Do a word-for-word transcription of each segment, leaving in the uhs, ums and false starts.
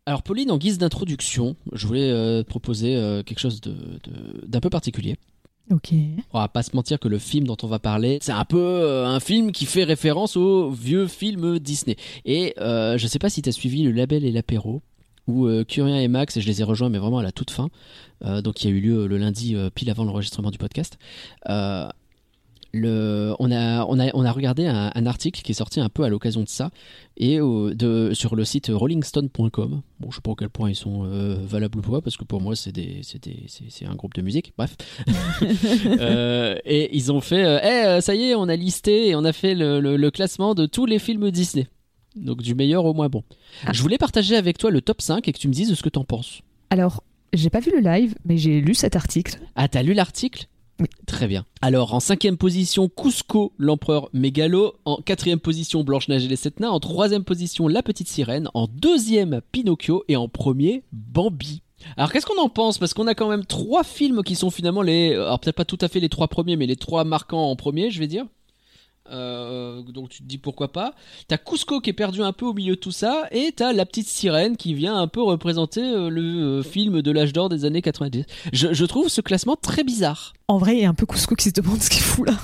Alors Pauline, en guise d'introduction, je voulais euh, proposer euh, quelque chose de, de, d'un peu particulier. Ok. On va pas se mentir que le film dont on va parler, c'est un peu euh, un film qui fait référence aux vieux films Disney. Et euh, je sais pas si tu as suivi Le Label et l'Apéro, où euh, Curien et Max, et je les ai rejoints mais vraiment à la toute fin, euh, donc il y a eu lieu le lundi euh, pile avant l'enregistrement du podcast. Euh, Le, on, a, on, a, on a regardé un, un article qui est sorti un peu à l'occasion de ça et euh, de, sur le site rolling stone point com. Bon, je sais pas à quel point ils sont euh, valables ou pas, parce que pour moi c'est, des, c'est, des, c'est, c'est un groupe de musique, bref. euh, et ils ont fait euh, hey, ça y est, on a listé et on a fait le, le, le classement de tous les films Disney, donc du meilleur au moins bon. Ah. Je voulais partager avec toi le top cinq et que tu me dises ce que t'en penses. Alors, j'ai pas vu le live, mais j'ai lu cet article. Ah, t'as lu l'article ? Oui. Très bien. Alors, en cinquième position, Cusco, l'empereur mégalo. En quatrième position, Blanche-Neige et les Sept Nains. En troisième position, La Petite Sirène. En deuxième, Pinocchio. Et en premier, Bambi. Alors, qu'est-ce qu'on en pense ? Parce qu'on a quand même trois films qui sont finalement les... Alors, peut-être pas tout à fait les trois premiers, mais les trois marquants en premier, je vais dire. Euh, donc tu te dis pourquoi pas. T'as Cusco qui est perdu un peu au milieu de tout ça, et t'as La Petite Sirène qui vient un peu représenter euh, le euh, film de l'âge d'or des années quatre-vingt-dix. Je, je trouve ce classement très bizarre. En vrai, il y a un peu Cusco qui se demande ce qu'il fout là.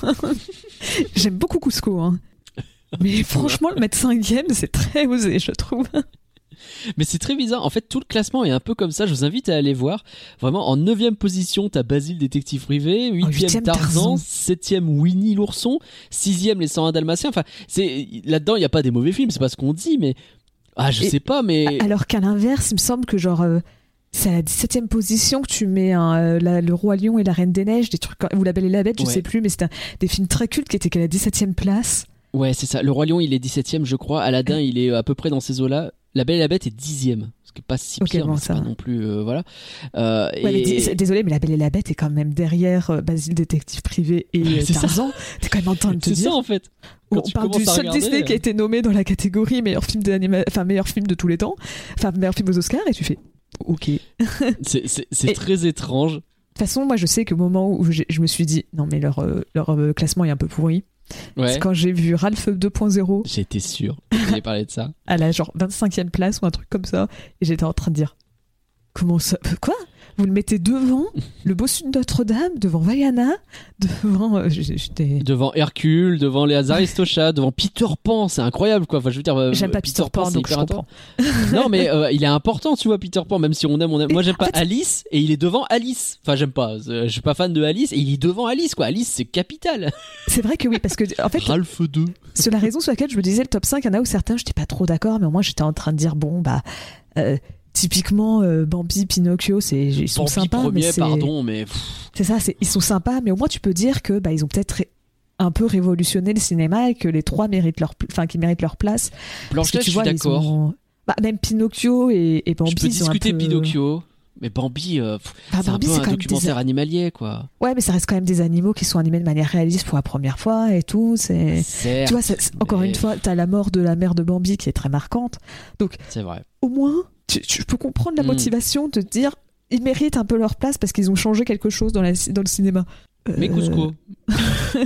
J'aime beaucoup Cusco, hein. Mais franchement, le mettre cinquième, c'est très osé, je trouve. Mais c'est très bizarre. En fait, tout le classement est un peu comme ça. Je vous invite à aller voir. Vraiment, en neuvième position, t'as Basile, détective privé. Huitième, Tarzan. Tarzan. Septième, Winnie l'ourson. Sixième, Les cent un Dalmatiens. Enfin, c'est... là-dedans, il n'y a pas des mauvais films. C'est pas ce qu'on dit, mais... Ah, je Et sais pas, mais... Alors qu'à l'inverse, il me semble que genre... Euh... C'est à la dix-septième position que tu mets hein, euh, la, Le Roi Lion et la Reine des Neiges, des trucs, ou La Belle et la Bête, je ouais. sais plus, mais c'était un, des films très cultes qui étaient qu'à la dix-septième place. Ouais, c'est ça. Le Roi Lion, il est dix-septième, je crois. Aladdin, il est à peu près dans ces eaux-là. La Belle et la Bête est dixième, ce qui est pas si okay, pire, bon, mais c'est pas non plus euh, voilà. Euh, ouais, et... mais d- désolé, mais La Belle et la Bête est quand même derrière euh, Basile, détective privé et euh, Tarzan. T'es quand même en train de te c'est dire. C'est ça en fait. Quand on parle du seul regarder, Disney euh... qui a été nommé dans la catégorie meilleur film d'anima... enfin meilleur film de tous les temps, enfin meilleur film aux Oscars, et tu fais ok. c'est c'est, c'est et... très étrange. De toute façon, moi je sais qu'au moment où je me suis dit non mais leur euh, leur euh, classement est un peu pourri. Ouais. C'est quand j'ai vu Ralph deux point zéro. J'étais sûr que j'allais parler de ça. À la genre vingt-cinquième place ou un truc comme ça. Et j'étais en train de dire comment ça. Quoi ? Vous le mettez devant le bossu de Notre-Dame, devant Vaiana, devant. Euh, j'étais... Devant Hercule, devant les Aristochats, devant Peter Pan. C'est incroyable quoi. Enfin, je veux dire. Euh, j'aime pas Peter, Peter Pan, Pan donc je comprends. Non, mais euh, il est important, tu vois, Peter Pan, même si on aime. On aime. Moi, j'aime pas fait... Alice et il est devant Alice. Enfin, j'aime pas. Je suis pas fan de Alice et il est devant Alice quoi. Alice, c'est capital. C'est vrai que oui, parce que en fait. Ralph deux. C'est la raison sur laquelle je me disais le top cinq, il y en a où certains, j'étais pas trop d'accord, mais au moins j'étais en train de dire bon, bah. Euh, Typiquement, euh, Bambi, Pinocchio, c'est, ils sont Bambi sympas. Premier, mais c'est... pardon, mais. C'est ça, c'est... ils sont sympas, mais au moins tu peux dire que bah, ils ont peut-être ré... un peu révolutionné le cinéma et que les trois méritent leur, enfin, qu'ils méritent leur place. Blanche-Neige, je suis d'accord. Ont... Bah, même Pinocchio et, et Bambi. Je peux discuter peu... Pinocchio. Mais Bambi, euh, pff, bah, c'est Bambi, un peu c'est un documentaire des... animalier, quoi. Ouais, mais ça reste quand même des animaux qui sont animés de manière réaliste pour la première fois et tout. C'est... Certes, tu vois, c'est... mais... encore une fois, t'as la mort de la mère de Bambi qui est très marquante. Donc, c'est vrai. Au moins, tu, tu peux comprendre la mmh. motivation de te dire, ils méritent un peu leur place parce qu'ils ont changé quelque chose dans, la, dans le cinéma. Mais Cusco. Euh...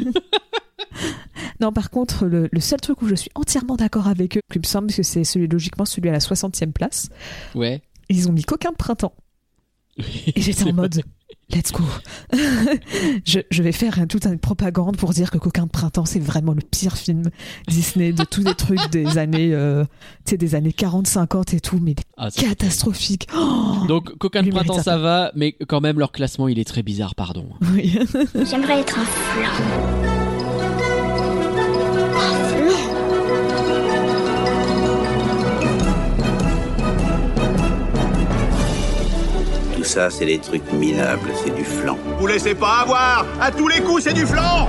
Non, par contre, le, le seul truc où je suis entièrement d'accord avec eux, il me semble que c'est celui, logiquement celui à la soixantième place. Ouais. Ils ont mis Coquin de printemps. Et j'étais en mode let's go. je, je vais faire toute une propagande pour dire que Coquin de printemps c'est vraiment le pire film Disney de tous les trucs des années euh, tu sais des années quarante cinquante et tout, mais ah, catastrophique. Oh, donc Coquin de printemps ça va, mais quand même leur classement il est très bizarre, pardon. Oui. J'aimerais être un flan. Tout ça, c'est des trucs minables, c'est du flan. Vous laissez pas avoir! À tous les coups, c'est du flan!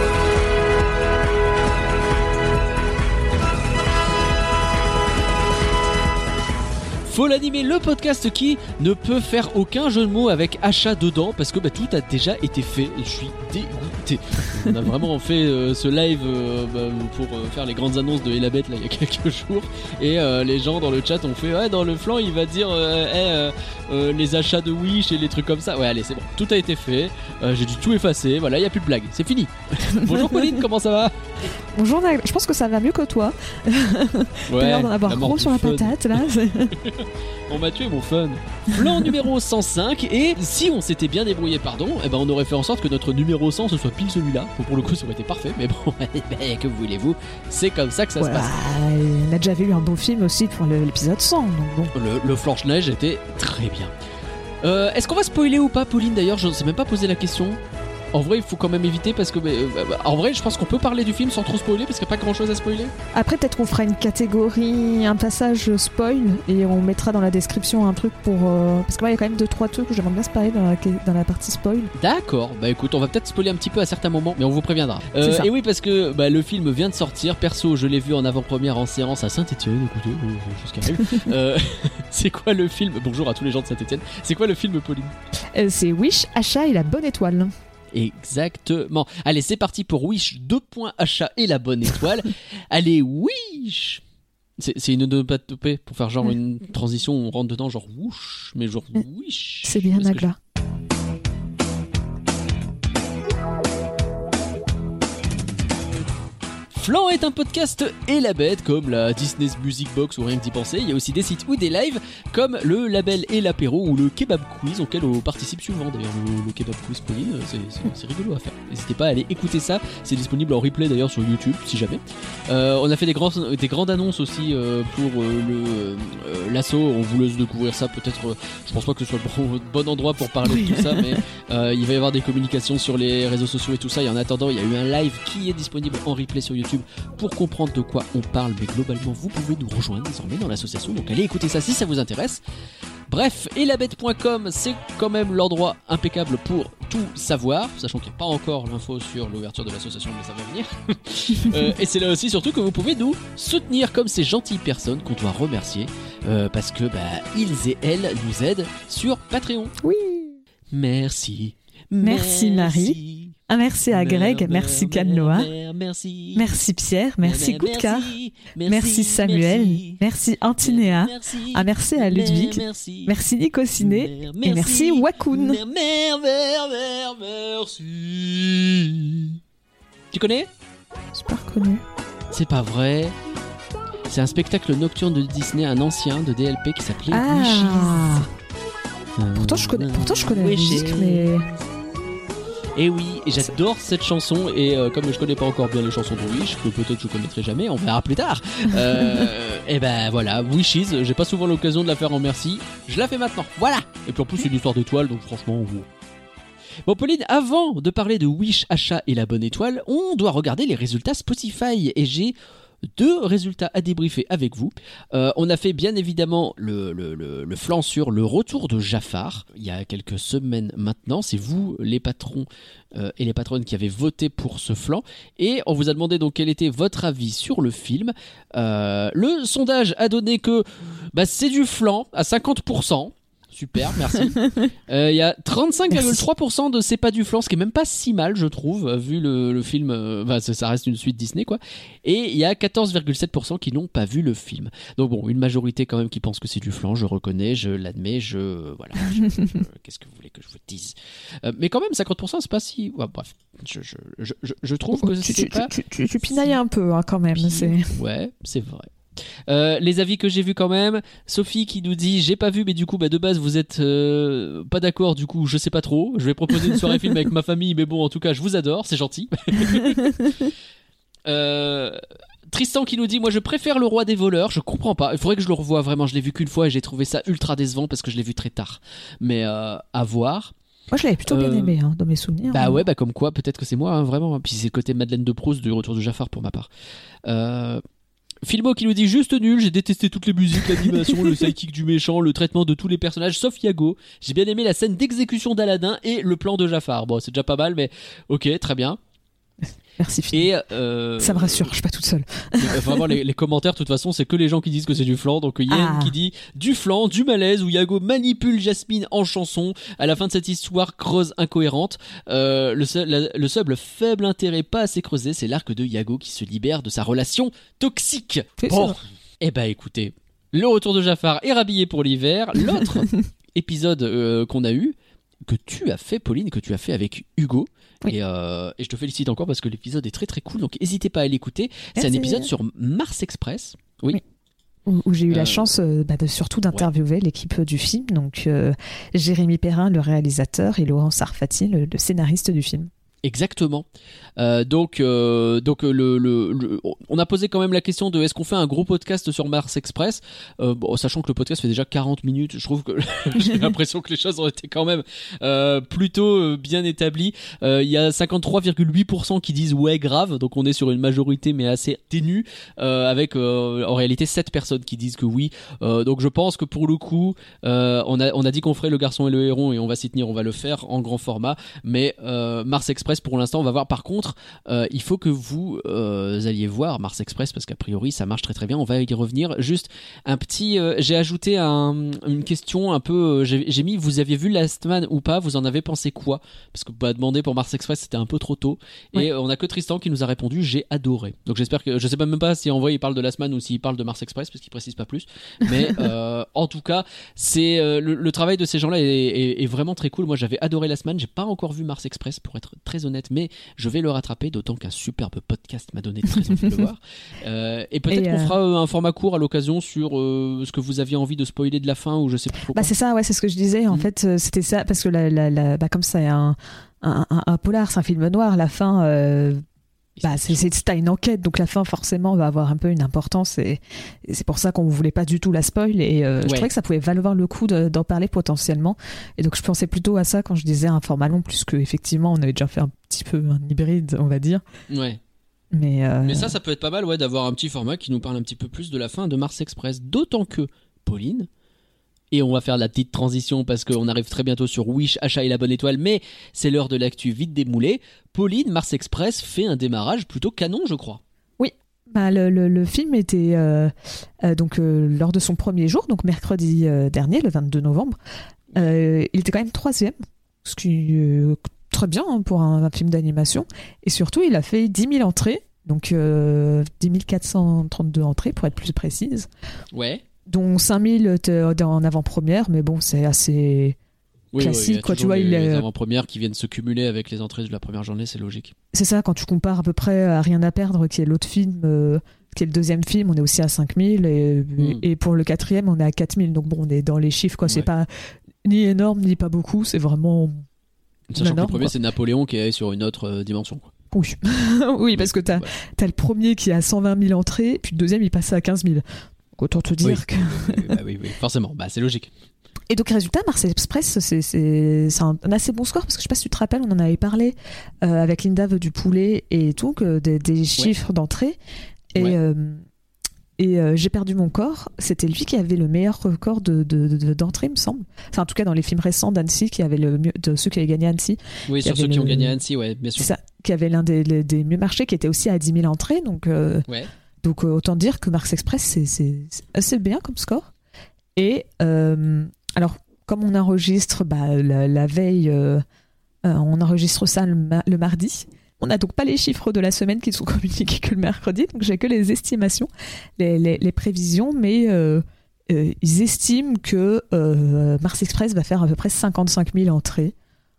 Faut l'animer, le podcast qui ne peut faire aucun jeu de mots avec achat dedans parce que bah, tout a déjà été fait. Je suis dégoûté. On a vraiment fait euh, ce live euh, bah, pour euh, faire les grandes annonces de Elabeth là il y a quelques jours et euh, les gens dans le chat ont fait ouais dans le flanc il va dire euh, hey, euh, euh, les achats de Wish et les trucs comme ça. Ouais allez c'est bon, tout a été fait. Euh, j'ai dû tout effacer. Voilà, il y a plus de blagues, c'est fini. Bonjour Pauline, comment ça va? Bonjour Nag, je pense que ça va mieux que toi. Ouais. T'as l'air d'en avoir gros sur la patate là. On m'a tué mon fun. Flan numéro cent cinq, et si on s'était bien débrouillé, pardon, eh ben on aurait fait en sorte que notre numéro cent ce soit pile celui-là. Bon, pour le coup ça aurait été parfait, mais bon, ben, que voulez-vous, c'est comme ça que ça voilà, se passe. On a déjà vu un beau film aussi pour le, l'épisode cent, donc bon. Le, le Flanche-Neige était très bien. Euh, est-ce qu'on va spoiler ou pas, Pauline, d'ailleurs? Je ne sais même pas poser la question. En vrai, il faut quand même éviter parce que, euh, en vrai, je pense qu'on peut parler du film sans trop spoiler parce qu'il n'y a pas grand chose à spoiler. Après, peut-être qu'on fera une catégorie, un passage spoil et on mettra dans la description un truc pour. Euh... Parce que moi, il y a quand même deux trois trucs que j'aimerais bien spoiler dans la, dans la partie spoil. D'accord, bah écoute, on va peut-être spoiler un petit peu à certains moments, mais on vous préviendra. Euh, et oui, parce que bah, le film vient de sortir. Perso, je l'ai vu en avant-première en séance à Saint-Etienne. Écoutez, euh, chose qui arrive. euh, c'est quoi le film? Bonjour à tous les gens de Saint-Etienne. C'est quoi le film, Pauline? euh, C'est Wish, Achat et la bonne étoile. Exactement. Allez, c'est parti pour Wish, deux points achat et la bonne étoile. Allez, Wish. C'est, c'est une onomatopée pour faire genre une transition où on rentre dedans, genre whoosh, mais genre Wish. C'est bien, Nagla. Flan est un podcast et la bête comme la Disney's Music Box ou rien que d'y penser. Il y a aussi des sites ou des lives comme le label et l'apéro ou le kebab quiz auquel on participe souvent. D'ailleurs le, le kebab quiz Pauline, c'est, c'est, c'est rigolo à faire. N'hésitez pas à aller écouter ça. C'est disponible en replay d'ailleurs sur YouTube si jamais. Euh, on a fait des, grands, des grandes annonces aussi euh, pour euh, le euh, l'assaut. On vous laisse découvrir ça peut-être. Euh, je pense pas que ce soit le bon, bon endroit pour parler oui. de tout ça, mais euh, il va y avoir des communications sur les réseaux sociaux et tout ça. Et en attendant, il y a eu un live qui est disponible en replay sur YouTube pour comprendre de quoi on parle, mais globalement vous pouvez nous rejoindre désormais dans l'association, donc allez écouter ça si ça vous intéresse. Bref, et la bête point com, c'est quand même l'endroit impeccable pour tout savoir, sachant qu'il n'y a pas encore l'info sur l'ouverture de l'association, mais ça va venir. euh, et c'est là aussi surtout que vous pouvez nous soutenir comme ces gentilles personnes qu'on doit remercier, euh, parce que bah, ils et elles nous aident sur Patreon. Oui. Merci. Merci, merci Marie. Un merci à Greg, merci Canloa, merci, merci Pierre, merci Goudkar, merci Samuel, merci Antinéa, un merci à Ludwig, merci Nico Ciné et merci Wakoun. Merci. Tu connais? C'est pas reconnu. C'est pas vrai. C'est un spectacle nocturne de Disney, un ancien de D L P qui s'appelait ah. Wishes. Pourtant je connais, pourtant je connais la musique, mais... Et oui, et j'adore cette chanson, et euh, comme je connais pas encore bien les chansons de Wish, que peut-être je connaîtrai jamais, on verra plus tard. Euh, et ben voilà, Wishes, j'ai pas souvent l'occasion de la faire en merci, je la fais maintenant, voilà. Et puis en plus c'est une histoire d'étoile, donc franchement... Wow. Bon Pauline, avant de parler de Wish, Achat et la bonne étoile, on doit regarder les résultats Spotify, et j'ai... deux résultats à débriefer avec vous. Euh, on a fait bien évidemment le, le, le, le flanc sur le retour de Jafar il y a quelques semaines maintenant. C'est vous les patrons euh, et les patronnes qui avez voté pour ce flanc et on vous a demandé donc quel était votre avis sur le film. Euh, le sondage a donné que bah, c'est du flanc à cinquante pour cent. Super, merci. Il euh, y a trente-cinq virgule trois pour cent de c'est pas du flan, ce qui est même pas si mal, je trouve, vu le, le film. Euh, bah, ça, ça reste une suite Disney, quoi. Et il y a quatorze virgule sept pour cent qui n'ont pas vu le film. Donc bon, une majorité quand même qui pense que c'est du flan, je reconnais, je l'admets, je voilà. Je, je, je, qu'est-ce que vous voulez que je vous dise euh, Mais quand même, cinquante pour cent, c'est pas si. Ouais, bref, je, je, je, je, je trouve que tu, c'est tu, pas. Tu, tu, tu pinailles un peu, hein, quand même. C'est... Ouais, c'est vrai. Euh, les avis que j'ai vus quand même, Sophie qui nous dit j'ai pas vu mais du coup bah de base vous êtes euh, pas d'accord, du coup je sais pas trop, je vais proposer une soirée film avec ma famille mais bon en tout cas je vous adore, c'est gentil. euh, Tristan qui nous dit moi je préfère le roi des voleurs, je comprends pas, il faudrait que je le revoie vraiment, je l'ai vu qu'une fois et j'ai trouvé ça ultra décevant parce que je l'ai vu très tard, mais euh, à voir. Moi je l'avais plutôt bien euh, aimé hein, dans mes souvenirs. Bah hein. ouais bah comme quoi peut-être que c'est moi hein, vraiment, puis c'est le côté Madeleine de Proust du retour de Jafar pour ma part. euh Filmo qui nous dit juste nul, j'ai détesté toutes les musiques, l'animation, le sidekick du méchant, le traitement de tous les personnages sauf Iago. J'ai bien aimé la scène d'exécution d'Aladin et le plan de Jafar. Bon, c'est déjà pas mal, mais ok, très bien. Merci Philippe. Et euh... ça me rassure, je suis pas toute seule. Vraiment, les, les commentaires, de toute façon, c'est que les gens qui disent que c'est du flan. Donc Yen ah. qui dit du flan, du malaise, où Iago manipule Jasmine en chanson. À la fin de cette histoire creuse incohérente, euh, le, seul, la, le seul faible intérêt pas assez creusé, c'est l'arc de Iago qui se libère de sa relation toxique. C'est bon, ça. Eh ben écoutez, le retour de Jafar est rhabillé pour l'hiver. L'autre épisode euh, qu'on a eu, que tu as fait, Pauline, que tu as fait avec Hugo. Oui. Et, euh, et je te félicite encore parce que l'épisode est très très cool, donc n'hésitez pas à l'écouter. C'est un épisode sur Mars Express. Oui. oui. où, où j'ai eu Euh, la chance euh, bah, de, surtout d'interviewer ouais. l'équipe du film, donc euh, Jérémy Perrin, le réalisateur, et Laurent Sarfati, le, le scénariste du film. Exactement. Euh, donc, euh, donc le, le, le, on a posé quand même la question de est-ce qu'on fait un gros podcast sur Mars Express, euh, bon, sachant que le podcast fait déjà quarante minutes. Je trouve que j'ai l'impression que les choses ont été quand même euh, plutôt bien établies. Il euh, y a cinquante-trois virgule huit pour cent qui disent ouais grave, donc on est sur une majorité mais assez ténue, euh, avec euh, en réalité sept personnes qui disent que oui. Euh, donc je pense que pour le coup, euh, on a on a dit qu'on ferait Le Garçon et le Héron et on va s'y tenir, on va le faire en grand format. Mais euh, Mars Express pour l'instant on va voir. Par contre euh, il faut que vous euh, alliez voir Mars Express parce qu'a priori ça marche très très bien, on va y revenir. Juste un petit euh, j'ai ajouté un, une question un peu euh, j'ai, j'ai mis vous aviez vu Last Man ou pas, vous en avez pensé quoi, parce que bah, demander pour Mars Express c'était un peu trop tôt et ouais. euh, on a que Tristan qui nous a répondu j'ai adoré. Donc j'espère que je sais même pas si en vrai il parle de Last Man ou s'il parle de Mars Express parce qu'il précise pas plus, mais euh, en tout cas c'est euh, le, le travail de ces gens là est, est, est vraiment très cool. Moi j'avais adoré Last Man, j'ai pas encore vu Mars Express pour être très honnête, mais je vais le rattraper, d'autant qu'un superbe podcast m'a donné très envie de le voir. Euh, et peut-être et qu'on euh... fera un format court à l'occasion sur euh, ce que vous aviez envie de spoiler de la fin ou je sais pas trop. Bah c'est ça, ouais, c'est ce que je disais. En mmh. fait, euh, c'était ça parce que la, la, la, bah, comme c'est un, un, un, un polar, c'est un film noir. La fin, euh, bah c'est, c'est, c'est une enquête, donc la fin forcément va avoir un peu une importance et, et c'est pour ça qu'on voulait pas du tout la spoil. Et euh, ouais. je trouvais que ça pouvait valoir le coup de, d'en parler potentiellement. Et donc je pensais plutôt à ça quand je disais un format long, plus que effectivement on avait déjà fait un petit peu un hybride, on va dire. Ouais. Mais, euh... Mais ça, ça peut être pas mal, ouais, d'avoir un petit format qui nous parle un petit peu plus de la fin de Mars Express. D'autant que Pauline, et on va faire la petite transition parce qu'on arrive très bientôt sur Wish, Achat et la bonne étoile, mais c'est l'heure de l'actu vite démoulée. Pauline, Mars Express fait un démarrage plutôt canon, je crois. Oui, bah, le, le, le film était euh, euh, donc euh, lors de son premier jour, donc mercredi euh, dernier, le vingt-deux novembre, euh, il était quand même troisième, ce qui euh, très bien hein, pour un, un film d'animation, et surtout il a fait dix mille entrées, donc euh, dix mille quatre cent trente-deux entrées pour être plus précise. Ouais. Dont cinq mille en avant-première, mais bon, c'est assez oui, classique. Oui, quoi, tu vois, les, il est... les avant-premières qui viennent se cumuler avec les entrées de la première journée, c'est logique. C'est ça, quand tu compares à peu près à Rien à perdre, qui est l'autre film, euh, qui est le deuxième film, on est aussi à cinq mille, et, mm. et pour le quatrième, on est à quatre mille. Donc bon, on est dans les chiffres, quoi. Ouais. C'est pas ni énorme, ni pas beaucoup, c'est vraiment... Sachant que le premier, quoi. C'est Napoléon qui est sur une autre euh, dimension, quoi. Oui, oui, parce que t'as, ouais. t'as le premier qui est à cent vingt mille entrées, puis le deuxième, il passe à quinze mille. Autant te dire oui, que... oui, bah oui, oui, forcément, bah, c'est logique. Et donc, résultat, Mars Express, c'est, c'est, c'est un, un assez bon score, parce que je sais pas si tu te rappelles, on en avait parlé euh, avec Linda du Poulet et tout, que des, des chiffres ouais. d'entrée. Et, ouais. euh, et euh, J'ai perdu mon corps, c'était lui qui avait le meilleur record de, de, de, d'entrée, il me semble. Enfin, en tout cas, dans les films récents d'Annecy, qui avait le mieux, de ceux qui avaient gagné à Annecy. Oui, sur ceux le, qui ont gagné à Annecy, ouais, bien sûr. C'est ça, qui avait l'un des, des, des mieux marchés, qui était aussi à dix mille entrées, donc... Euh, ouais. Donc euh, autant dire que Mars Express c'est, c'est, c'est assez bien comme score. Et euh, alors comme on enregistre bah, la, la veille, euh, euh, on enregistre ça le, ma- le mardi. On n'a donc pas les chiffres de la semaine qui sont communiqués que le mercredi, donc j'ai que les estimations, les, les, les prévisions, mais euh, euh, ils estiment que euh, Mars Express va faire à peu près cinquante-cinq mille entrées.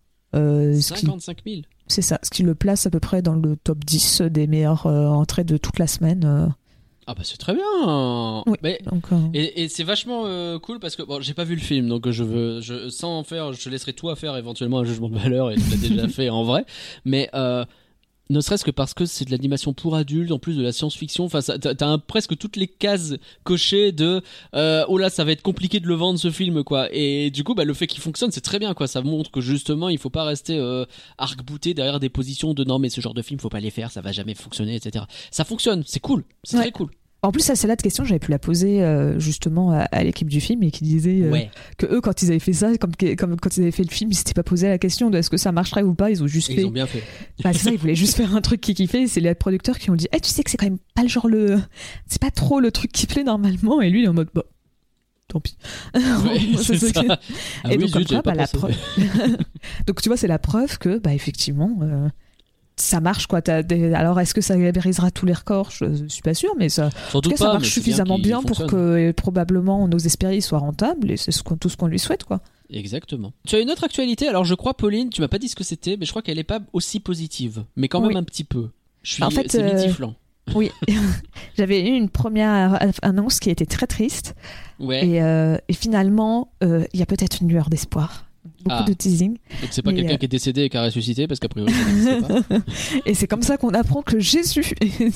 Euh, cinquante-cinq mille C'est ça, ce qui le place à peu près dans le top dix des meilleures euh, entrées de toute la semaine. Euh. Ah bah c'est très bien. Oui, mais, donc, euh... et, et c'est vachement euh, cool parce que bon, j'ai pas vu le film, donc je veux, je, sans en faire, je te laisserai toi faire éventuellement un jugement de valeur et tu l'as déjà fait en vrai. Mais euh, ne serait-ce que parce que c'est de l'animation pour adultes, en plus de la science-fiction. Enfin, ça, t'as, t'as un, presque toutes les cases cochées de euh, oh là, ça va être compliqué de le vendre ce film, quoi. Et du coup, bah, le fait qu'il fonctionne, c'est très bien, quoi. Ça montre que justement, il faut pas rester euh, arc-bouté derrière des positions de non, mais ce genre de film, faut pas les faire, ça va jamais fonctionner, et cetera. Ça fonctionne, c'est cool, c'est ouais. très cool. En plus, ça, c'est là de question, j'avais pu la poser euh, justement à, à l'équipe du film et qui disait euh, ouais. que eux, quand ils avaient fait ça, comme, comme quand ils avaient fait le film, ils s'étaient pas posé la question de est-ce que ça marcherait ou pas, ils ont juste et fait. Ils ont bien fait. Bah, c'est ça, ils voulaient juste faire un truc qui kiffait. C'est les producteurs qui ont dit, eh, tu sais que c'est quand même pas le genre le, c'est pas trop le truc qui plaît normalement. Et lui, il est en mode, bah, tant pis. Ouais, c'est ça. Ça. Ah et oui, donc, zut, comme ça, bah, la preuve. Donc, tu vois, c'est la preuve que, bah, effectivement. Euh... ça marche quoi. T'as des... Alors est-ce que ça brisera tous les records? Je suis pas sûre, mais ça, en tout cas, ça pas, marche suffisamment bien, bien pour que et probablement on ose espérer il soit rentable et c'est ce qu'on, tout ce qu'on lui souhaite quoi. Exactement. Tu as une autre actualité, alors je crois Pauline, tu m'as pas dit ce que c'était, mais je crois qu'elle est pas aussi positive, mais quand même oui. un petit peu. Je suis, en fait, c'est mitiflant. Oui, j'avais eu une première annonce qui était très triste. Ouais. Et, euh, et finalement, il euh, y a peut-être une lueur d'espoir. Beaucoup Ah. de teasing. Donc c'est pas Mais, quelqu'un euh... qui est décédé et qui a ressuscité parce qu'a priori ça n'existait pas. Et c'est comme ça qu'on apprend que Jésus.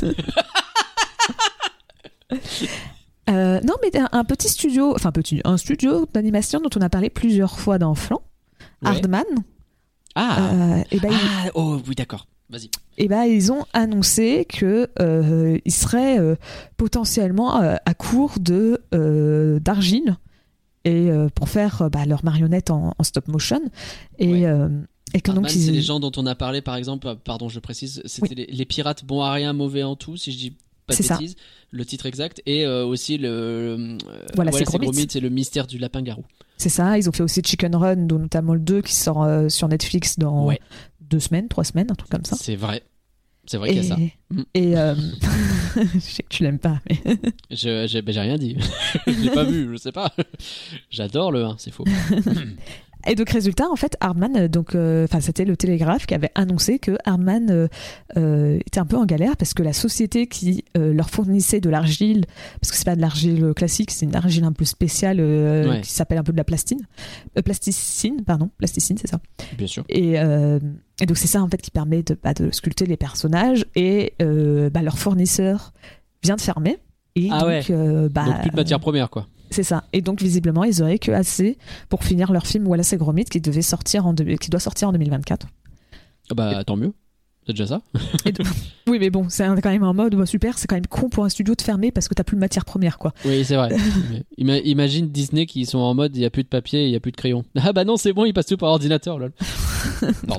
euh, non, mais un, un petit studio, enfin petit, un studio d'animation dont on a parlé plusieurs fois dans Flan, Ouais. Hardman. Ah. Euh, et ben, Ah, ils, oh oui, d'accord. Vas-y. et ben, ils ont annoncé que euh, ils seraient euh, potentiellement euh, à court de euh, d'argile et euh, pour faire euh, bah, leurs marionnettes en, en stop motion et Ouais. euh, et que Hardman, donc ils... c'est les gens dont on a parlé, par exemple, pardon, je précise, c'était Oui. les, les pirates bons à rien, mauvais en tout, si je dis pas de C'est ça. bêtises, le titre exact, et euh, aussi le. euh, Voilà, c'est c'est Gromit. Gromit, c'est le mystère du lapin-garou. C'est ça, ils ont fait aussi Chicken Run, dont notamment le deux qui sort euh, sur Netflix dans Ouais. deux semaines, trois semaines, un truc comme ça. C'est vrai. C'est vrai qu'il y a ça. Mm. Et euh... je sais que tu l'aimes pas, mais Je, j'ai, ben, j'ai rien dit. Je l'ai pas vu, je sais pas. J'adore le un, c'est faux. et donc résultat, en fait, Hardman, donc, euh, enfin, c'était le Télégraphe qui avait annoncé que Hardman euh, euh, était un peu en galère parce que la société qui euh, leur fournissait de l'argile, parce que c'est pas de l'argile classique, c'est une argile un peu spéciale euh, Ouais. qui s'appelle un peu de la plastine, euh, plasticine, pardon, plasticine, c'est ça. Bien sûr. Et, euh, et donc c'est ça en fait qui permet de, bah, de sculpter les personnages et euh, bah, leur fournisseur vient de fermer. Et Ah donc, ouais. euh, bah, Donc plus de matière première, quoi. c'est ça. Et donc visiblement ils auraient que assez pour finir leur film Wallace et Gromit qui devait sortir en deux- qui doit sortir en deux mille vingt-quatre. Ah bah tant mieux. C'est déjà ça. Et donc- oui mais bon c'est un- quand même un mode bah, super, c'est quand même con pour un studio de fermer parce que t'as plus de matière première quoi. Oui, c'est vrai. Mais ima- imagine Disney qui sont en mode il y a plus de papier, il y a plus de crayon. Ah bah non, c'est bon, ils passent tout par ordinateur, lol. Pardon.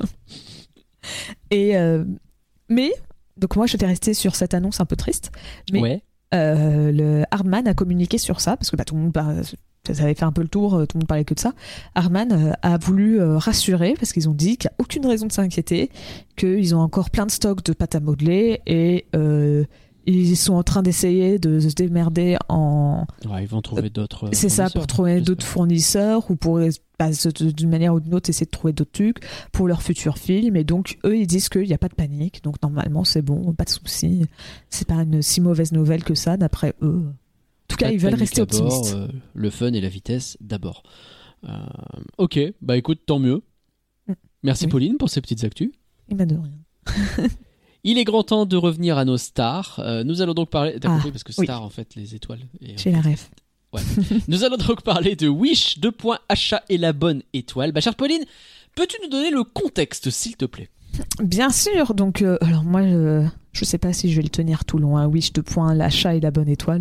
Et euh, mais donc moi j'étais restée sur cette annonce un peu triste. Mais Ouais. Euh, le Hardman a communiqué sur ça parce que bah, tout le monde bah, ça avait fait un peu le tour, tout le monde parlait que de ça. Hardman euh, a voulu euh, rassurer parce qu'ils ont dit qu'il n'y a aucune raison de s'inquiéter, qu'ils ont encore plein de stocks de pâte à modeler et euh, ils sont en train d'essayer de se démerder en Ouais, ils vont trouver d'autres. euh, c'est ça fournisseurs, pour trouver j'espère. d'autres fournisseurs ou pour bah, se- d'une manière ou d'une autre essayer de trouver d'autres trucs pour leurs futurs films et donc eux ils disent qu'il n'y a pas de panique donc normalement c'est bon, pas de soucis, c'est pas une si mauvaise nouvelle que ça d'après eux. En tout cas Pas de ils veulent panique rester d'abord, optimistes. euh, le fun et la vitesse d'abord. Euh, ok, bah écoute, tant mieux. Mm. Merci Oui. Pauline pour ces petites actus. Il m'a de rien. Il est grand temps de revenir à nos stars. Euh, nous allons donc parler. T'as Ah, compris parce que oui. star en fait les étoiles. Et, J'ai la ref. Ouais. Nous allons donc parler de Wish, deux points achat et la bonne étoile. Bah chère Pauline, peux-tu nous donner le contexte s'il te plaît? Bien sûr, donc euh, alors moi je, je sais pas si je vais le tenir tout long, hein. Wish de point, l'achat et la bonne étoile.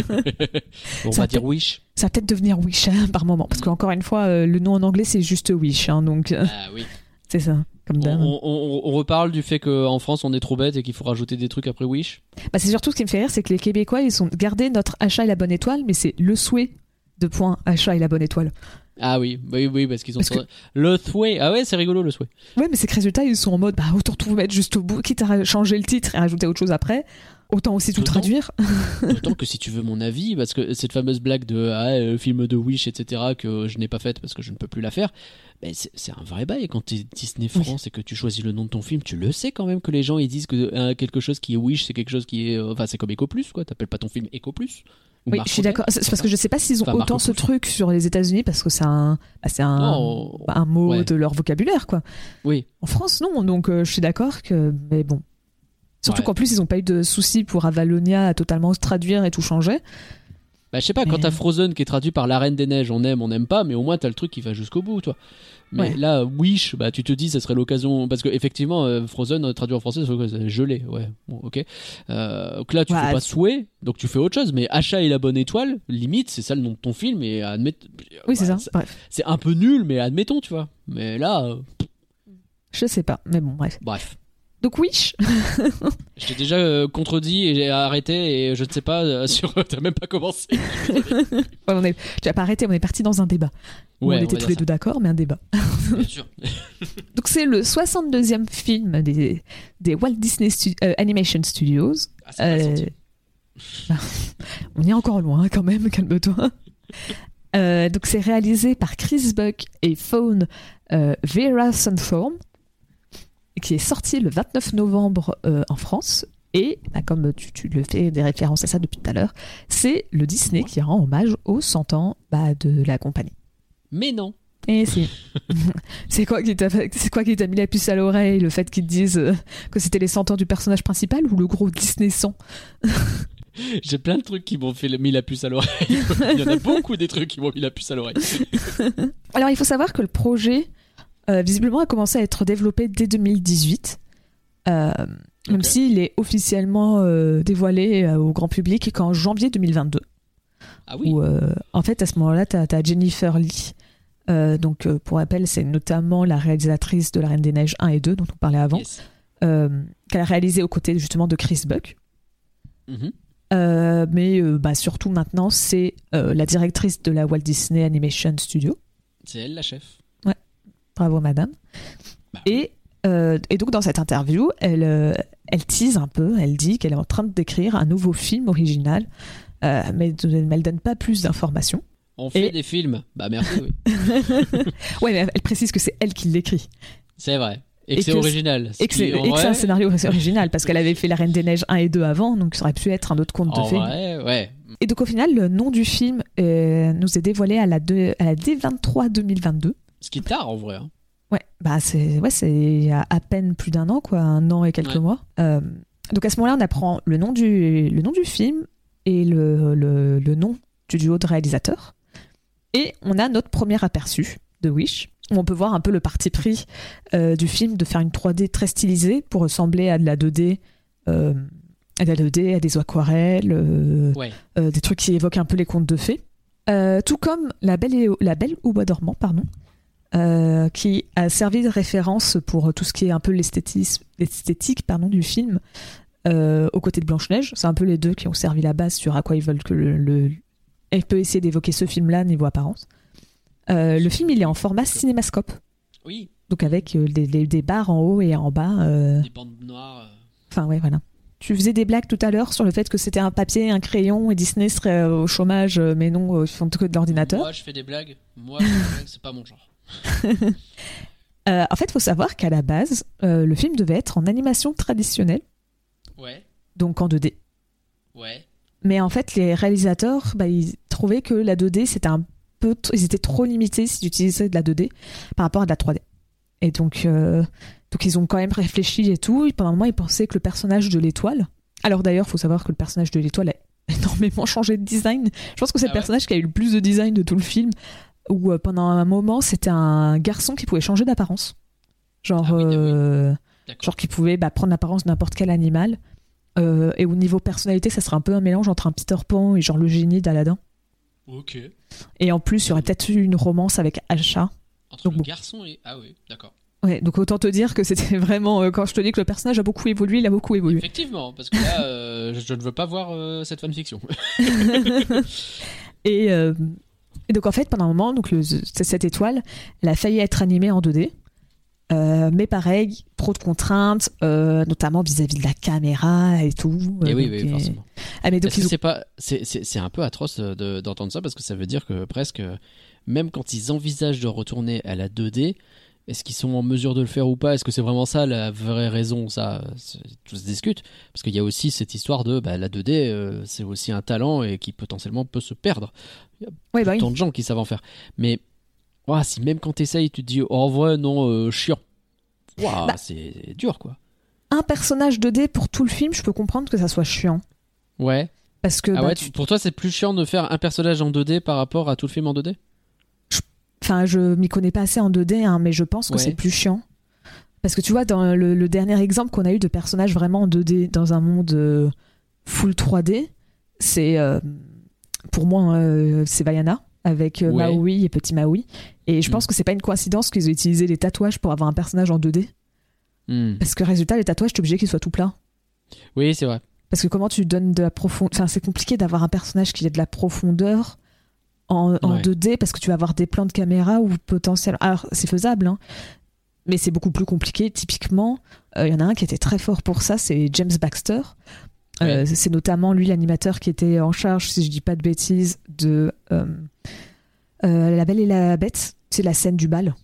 On Ça va peut- dire Wish. Ça va peut-être devenir Wish hein, par moment, parce qu'encore une fois, euh, le nom en anglais c'est juste Wish, hein, donc euh, Ah oui. c'est ça, comme On, d'hab. on- on- on reparle du fait qu'en France on est trop bête et qu'il faut rajouter des trucs après Wish. Bah, c'est surtout ce qui me fait rire, c'est que les Québécois ils ont gardé notre achat et la bonne étoile, mais c'est le souhait de point achat et la bonne étoile. Ah oui, oui, oui, parce qu'ils ont Parce que- le souhait. Ah ouais, c'est rigolo le souhait. Ouais, mais c'est que résultat ils sont en mode bah autant tout mettre juste au bout, quitte à changer le titre et rajouter autre chose après, autant aussi tout Autant. traduire. D'autant que si tu veux mon avis, parce que cette fameuse blague de ah, euh, film de Wish, et cetera, que je n'ai pas faite parce que je ne peux plus la faire, ben c'est, c'est un vrai bail. Quand t'es Disney France et que tu choisis le nom de ton film, tu le sais quand même que les gens ils disent que euh, quelque chose qui est Wish, c'est quelque chose qui est. euh, Enfin, c'est comme Eco Plus, quoi. T'appelles pas ton film Eco Plus ou Oui, Marco je suis Day, d'accord. C'est c'est parce que je sais pas s'ils ont Enfin, autant Marco ce Polo. truc sur les États-Unis parce que c'est un, bah, c'est un, Non, bah, un mot ouais. de leur vocabulaire, quoi. Oui. En France, non. Donc, euh, je suis d'accord que, mais bon. Surtout Ouais. qu'en plus, ils ont pas eu de soucis pour Avalonia à totalement se traduire et tout changer. Bah, je sais pas, quand Mais- t'as Frozen qui est traduit par La Reine des Neiges, on aime, on n'aime pas, mais au moins t'as le truc qui va jusqu'au bout, toi. Mais Ouais. là, Wish, bah tu te dis, ça serait l'occasion. Parce que effectivement, euh, Frozen, euh, traduit en français, c'est quoi, c'est gelé, ouais, bon, ok. Euh, donc là, tu Ouais, fais pas c'est- souhait, donc tu fais autre chose, mais Achat et la bonne étoile, limite, c'est ça le nom de ton film, et admettons. Oui, c'est bah, ça. Bref. C'est un peu nul, mais admettons, tu vois. Mais là, euh, Je sais pas. Mais bon, bref. bref. Donc, Wish. Je t'ai déjà euh, contredit et j'ai arrêté, et je ne sais pas, euh, sur. T'as même pas commencé. Ouais, on est, tu as pas arrêté, on est parti dans un débat. Où Ouais, on on était va tous les dire deux d'accord, mais un débat. ça. Bien sûr. Donc, c'est le soixante-deuxième film des, des Walt Disney Stu- euh, Animation Studios. Ah, c'est pas le Euh, centième. on est encore loin, quand même, calme-toi. Euh, donc, c'est réalisé par Chris Buck et Fawn euh, Vera Sunthorn, qui est sorti le vingt-neuf novembre euh, en France Et bah, comme tu, tu le fais des références à ça depuis tout à l'heure, c'est le Disney qui rend hommage aux cent ans bah, de la compagnie. Mais non. Et si. c'est, quoi qui t'a, c'est quoi qui t'a mis la puce à l'oreille, le fait qu'ils te disent euh, que c'était les cent ans du personnage principal ou le gros Disney cent? J'ai plein de trucs qui m'ont fait mis la puce à l'oreille. Il y en a beaucoup des trucs qui m'ont mis la puce à l'oreille. Alors il faut savoir que le projet, euh, visiblement, a commencé à être développé dès deux mille dix-huit. Euh, okay. Même s'il est officiellement euh, dévoilé euh, au grand public qu'en janvier deux mille vingt-deux. Ah oui. Où, euh, en fait, à ce moment-là, tu as Jennifer Lee. Euh, donc, euh, pour rappel, c'est notamment la réalisatrice de La Reine des Neiges un et deux, dont on parlait avant, yes. euh, qu'elle a réalisé aux côtés justement de Chris Buck. Mm-hmm. Euh, mais euh, bah, surtout maintenant, c'est euh, la directrice de la Walt Disney Animation Studio. C'est elle la chef. Ouais, bravo madame. Bah. Et, euh, et donc, dans cette interview, elle, euh, elle tease un peu, elle dit qu'elle est en train d'écrire un nouveau film original, euh, mais elle ne donne pas plus d'informations. On fait et... des films. Bah merci, oui. Ouais, mais elle précise que c'est elle qui l'écrit. C'est vrai. Et que et c'est que original. Et que c'est, et vrai... que c'est un scénario original, parce qu'elle avait fait La Reine des Neiges un et deux avant, donc ça aurait pu être un autre conte de fées. Ouais, ouais. Et donc au final, le nom du film euh, nous est dévoilé à la, de, à la D vingt-trois deux mille vingt-deux. Ce qui est tard en vrai. Hein. Ouais, bah c'est, ouais, c'est il y a à peine plus d'un an, quoi, un an et quelques ouais. mois. Euh, donc à ce moment-là, on apprend le nom du, le nom du film et le, le, le nom du duo de réalisateurs. Et on a notre premier aperçu de Wish, où on peut voir un peu le parti pris euh, du film de faire une trois D très stylisée pour ressembler à de la deux D, euh, à de la deux D, à des aquarelles, euh, ouais. euh, des trucs qui évoquent un peu les contes de fées. Euh, tout comme La Belle, et, la Belle au Bois dormant, pardon, euh, qui a servi de référence pour tout ce qui est un peu l'esthétique pardon, du film, euh, aux côtés de Blanche-Neige. C'est un peu les deux qui ont servi la base sur à quoi ils veulent que le... le Elle peut essayer d'évoquer ce film-là niveau apparence. Euh, le film, il est en format cinémascope. Oui. Donc avec euh, des, des, des barres en haut et en bas. Euh... Des bandes noires. Enfin, ouais, voilà. Tu faisais des blagues tout à l'heure sur le fait que c'était un papier, un crayon et Disney serait euh, au chômage, euh, mais non, euh, ils font que de l'ordinateur. Moi, je fais des blagues. Moi, je fais des blagues, c'est pas mon genre. euh, en fait, il faut savoir qu'à la base, euh, le film devait être en animation traditionnelle. Ouais. Donc en deux D. Ouais. Mais en fait, les réalisateurs, bah, ils trouvaient que la deux D, c'était un peu, t- ils étaient trop limités s'ils utilisaient de la deux D par rapport à de la trois D. Et donc, euh, donc ils ont quand même réfléchi et tout. Et pendant un moment, ils pensaient que le personnage de l'étoile. Alors d'ailleurs, il faut savoir que le personnage de l'étoile a énormément changé de design. Je pense que c'est ah le ouais personnage qui a eu le plus de design de tout le film. Où euh, pendant un moment, c'était un garçon qui pouvait changer d'apparence. Genre, ah oui, euh, oui. genre qui pouvait bah, prendre l'apparence de n'importe quel animal. Euh, et au niveau personnalité, ça serait un peu un mélange entre un Peter Pan et genre le génie d'Aladin. Ok. Et en plus, il y aurait peut-être eu une romance avec Asha. Entre donc, le bon. garçon et... Ah oui, d'accord. Ouais, donc autant te dire que c'était vraiment... Euh, quand je te dis que le personnage a beaucoup évolué, il a beaucoup évolué. Effectivement, parce que là, euh, je ne veux pas voir euh, cette fanfiction. et, euh, et donc en fait, pendant un moment, donc le, cette étoile, elle a failli être animée en deux D. Euh, mais pareil, trop de contraintes, euh, notamment vis-à-vis de la caméra et tout. Et euh, oui, donc, oui, et... forcément. Ah, mais donc, Est-ce ils... que c'est pas, c'est, c'est, c'est un peu atroce de, d'entendre ça parce que ça veut dire que presque, même quand ils envisagent de retourner à la deux D, est-ce qu'ils sont en mesure de le faire ou pas ? Est-ce que c'est vraiment ça la vraie raison ? Ça, tout se discute parce qu'il y a aussi cette histoire de bah, la deux D, euh, c'est aussi un talent et qui potentiellement peut se perdre. Il y a ouais, bah tant oui. de gens qui savent en faire, mais wow, si même quand t'essayes, tu te dis oh, en vrai non, euh, chiant. Wow, bah, c'est dur quoi. Un personnage deux D pour tout le film, je peux comprendre que ça soit chiant. Ouais. Parce que ah bah, ouais, tu... pour toi c'est plus chiant de faire un personnage en deux D par rapport à tout le film en deux D ? je... Enfin, je m'y connais pas assez en deux D, hein, mais je pense que ouais. c'est plus chiant. Parce que tu vois, dans le, le dernier exemple qu'on a eu de personnages vraiment en deux D dans un monde euh, full trois D, c'est euh, pour moi euh, c'est Vaiana avec euh, ouais. Maui et Petit Maui. Et je pense mmh. que c'est pas une coïncidence qu'ils aient utilisé les tatouages pour avoir un personnage en deux D. Mmh. Parce que résultat, les tatouages, t'es obligé qu'ils soient tout plats. Oui, c'est vrai. Parce que comment tu donnes de la profondeur... Enfin, c'est compliqué d'avoir un personnage qui a de la profondeur en, en ouais. deux D parce que tu vas avoir des plans de caméra ou potentiellement... Alors, c'est faisable, hein, mais c'est beaucoup plus compliqué. Typiquement, il euh, y en a un qui était très fort pour ça, c'est James Baxter. Ouais. Euh, c'est notamment lui, l'animateur, qui était en charge, si je dis pas de bêtises, de... Euh, Euh, La Belle et la Bête, c'est la scène du bal.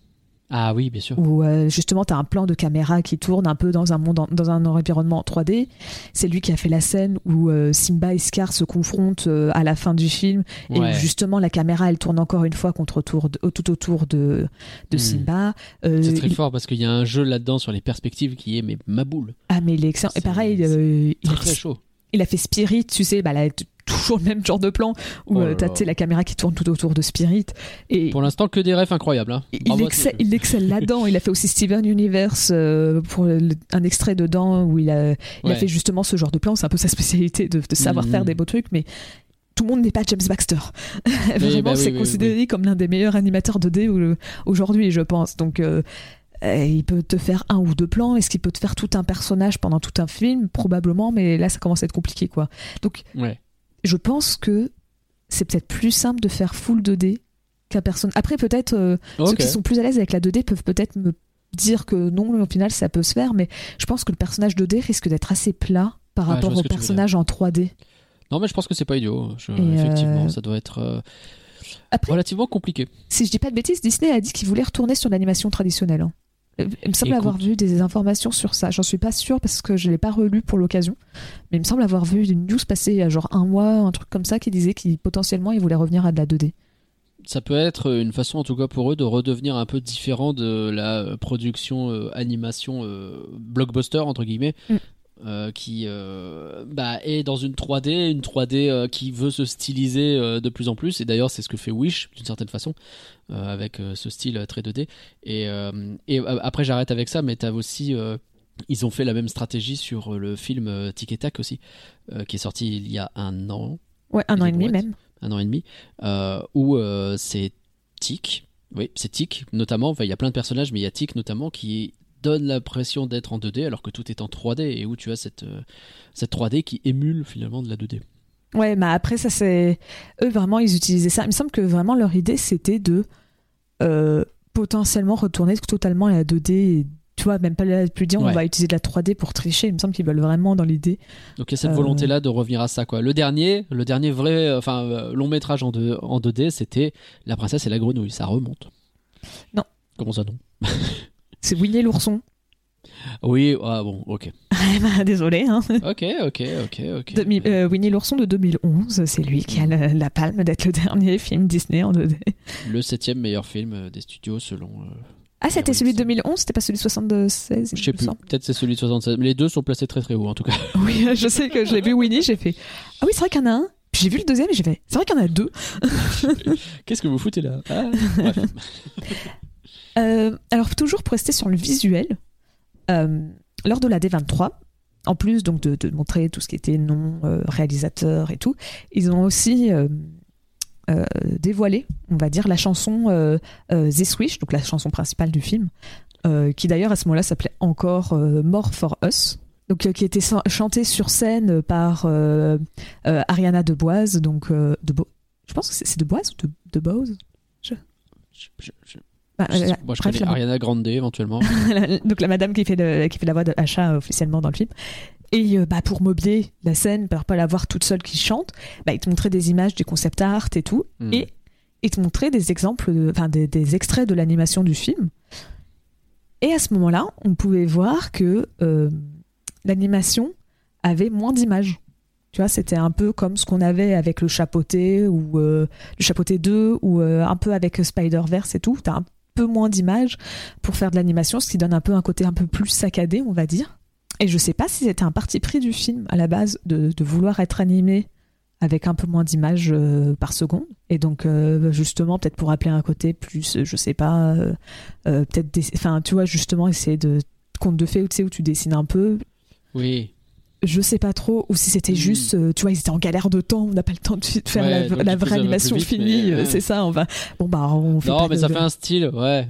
Ah oui, bien sûr. Où euh, justement t'as un plan de caméra qui tourne un peu dans un monde, en, dans un environnement en trois D. C'est lui qui a fait la scène où euh, Simba et Scar se confrontent euh, à la fin du film et Ouais. où justement la caméra elle tourne encore une fois contre autour de, tout autour de, de Mm. Simba. Euh, C'est très il- fort parce qu'il y a un jeu là-dedans sur les perspectives qui est mais ma boule. Ah mais il est excellent. Et C'est- pareil, euh, il, a Très fait, chaud. il a fait Spirit, tu sais, bah là, t- toujours le même genre de plan où Oh euh, là t'as là. tu sais, la caméra qui tourne tout autour de Spirit. Et Pour l'instant, que des refs incroyables. Hein. il, Bravo à excelle, tous. il excelle là-dedans. Il a fait aussi Steven Universe euh, pour le- un extrait dedans où il a, il a Ouais. fait justement ce genre de plan. C'est un peu sa spécialité de, de savoir Mhm. faire des beaux trucs, mais tout le monde n'est pas James Baxter. Vraiment, bah oui, c'est oui, considéré oui. comme l'un des meilleurs animateurs deux D au- aujourd'hui, je pense. Donc, euh, euh, il peut te faire un ou deux plans. Est-ce qu'il peut te faire tout un personnage pendant tout un film? Probablement, mais là, ça commence à être compliqué, quoi. Donc, Ouais. je pense que c'est peut-être plus simple de faire full deux D qu'un personne. Après, peut-être euh, ceux Ok. qui sont plus à l'aise avec la deux D peuvent peut-être me dire que non, au final, ça peut se faire, mais je pense que le personnage deux D risque d'être assez plat par Ouais, je rapport vois ce au que tu veux personnage en trois D. Non, mais je pense que c'est pas idiot. Je- Et, Effectivement, euh, ça doit être euh, Après, relativement compliqué. si je dis pas de bêtises, Disney a dit qu'il voulait retourner sur l'animation traditionnelle. hein. Euh, Il me semble Écoute. avoir vu des informations sur ça. J'en suis pas sûre parce que je l'ai pas relu pour l'occasion. Mais il me semble avoir vu une news passer il y a genre un mois, un truc comme ça, qui disait qu'il potentiellement il voulait revenir à de la deux D. Ça peut être une façon, en tout cas pour eux, de redevenir un peu différent de la euh, production euh, animation euh, blockbuster entre guillemets, Mm. euh, qui euh, bah, est dans une trois D, une trois D euh, qui veut se styliser euh, de plus en plus. Et d'ailleurs, c'est ce que fait Wish d'une certaine façon, euh, avec euh, ce style très deux D. Et, euh, et euh, après, j'arrête avec ça, mais t'as aussi euh, ils ont fait la même stratégie sur euh, le film euh, Tic et Tac aussi, euh, qui est sorti il y a un an. Ouais, un Les an et demi brouettes. même. un an et demi, euh, où euh, c'est Tic, oui, c'est Tic notamment, enfin il y a plein de personnages, mais il y a Tic notamment qui donne l'impression d'être en deux D alors que tout est en trois D et où tu as cette, euh, cette trois D qui émule finalement de la deux D. Ouais, mais après, ça c'est. Eux, vraiment, ils utilisaient ça. Il me semble que vraiment leur idée c'était de euh, potentiellement retourner totalement à la deux D. Et, tu vois, même pas là, plus dire on Ouais. va utiliser de la trois D pour tricher. Il me semble qu'ils veulent vraiment dans l'idée. Donc il y a cette Euh. volonté-là de revenir à ça, quoi. Le dernier, le dernier vrai, euh, enfin euh, long métrage en, deux, en deux D, c'était La Princesse et la Grenouille. Ça remonte. Non. Comment ça non? C'est Winnie l'ourson. Oui, ah bon, ok. Ah, bah, désolé. Hein. Ok, ok, ok, ok. deux mille euh, Winnie l'ourson de deux mille onze, c'est lui qui a la, la palme d'être le dernier film Disney en deux D. Le septième meilleur film euh, des studios selon. euh, Ah, c'était oui, celui de c'est- deux mille onze, c'était pas celui de soixante-seize, il Je sais me plus, semble. peut-être c'est celui de soixante-seize, mais les deux sont placés très très haut en tout cas. Oui, je sais que j'ai vu Winnie, j'ai fait ah oui, c'est vrai qu'il y en a un. Puis j'ai vu le deuxième et j'ai fait c'est vrai qu'il y en a deux. Qu'est-ce que vous foutez là? Ah, bref. Euh, alors toujours pour rester sur le visuel, euh, lors de la D vingt-trois, en plus donc de, de montrer tout ce qui était nom, euh, réalisateur et tout, ils ont aussi euh, euh, dévoilé, on va dire, la chanson euh, euh, This Wish, donc la chanson principale du film, euh, qui d'ailleurs à ce moment-là s'appelait encore euh, More for Us. Donc, euh, qui était sa- chantée sur scène par euh, euh, Ariana DeBose, donc euh, de Bo- je pense que c'est, c'est DeBose ou de, DeBose. Je- je- je- Bah, je sais- la- moi je bref, connais la- Ariana Grande éventuellement. donc la madame qui fait, le- qui fait la voix de Asha officiellement dans le film. Et euh, bah, pour meubler la scène, pour pas la voir toute seule qui chante, bah, il te montrait des images du concept art et tout. Hmm. Et il te montrait des exemples, de- enfin des, des extraits de l'animation du film. Et à ce moment-là, on pouvait voir que euh, l'animation avait moins d'images. Tu vois, c'était un peu comme ce qu'on avait avec le Chapeauté ou euh, le Chapeauté deux ou euh, un peu avec Spider-Verse et tout. T'as un peu moins d'images pour faire de l'animation, ce qui donne un peu un côté un peu plus saccadé, on va dire. Et je sais pas si c'était un parti pris du film à la base de, de vouloir être animé avec un peu moins d'images euh, par seconde. Et donc, euh, justement, peut-être pour appeler un côté plus, euh, je sais pas, euh, euh, peut-être, des... enfin, tu vois, justement, essayer de conte de fées, tu sais, où tu dessines un peu. Oui. Je sais pas trop, ou si c'était Mm. juste, euh, tu vois, ils étaient en galère de temps, on n'a pas le temps de f- faire Ouais, la, donc la du coup, vraie ça va animation plus vite, finie, mais, euh, ouais. c'est ça, on va. Bon, bah, on fait Non, pas mais de- ça de- fait un style, ouais.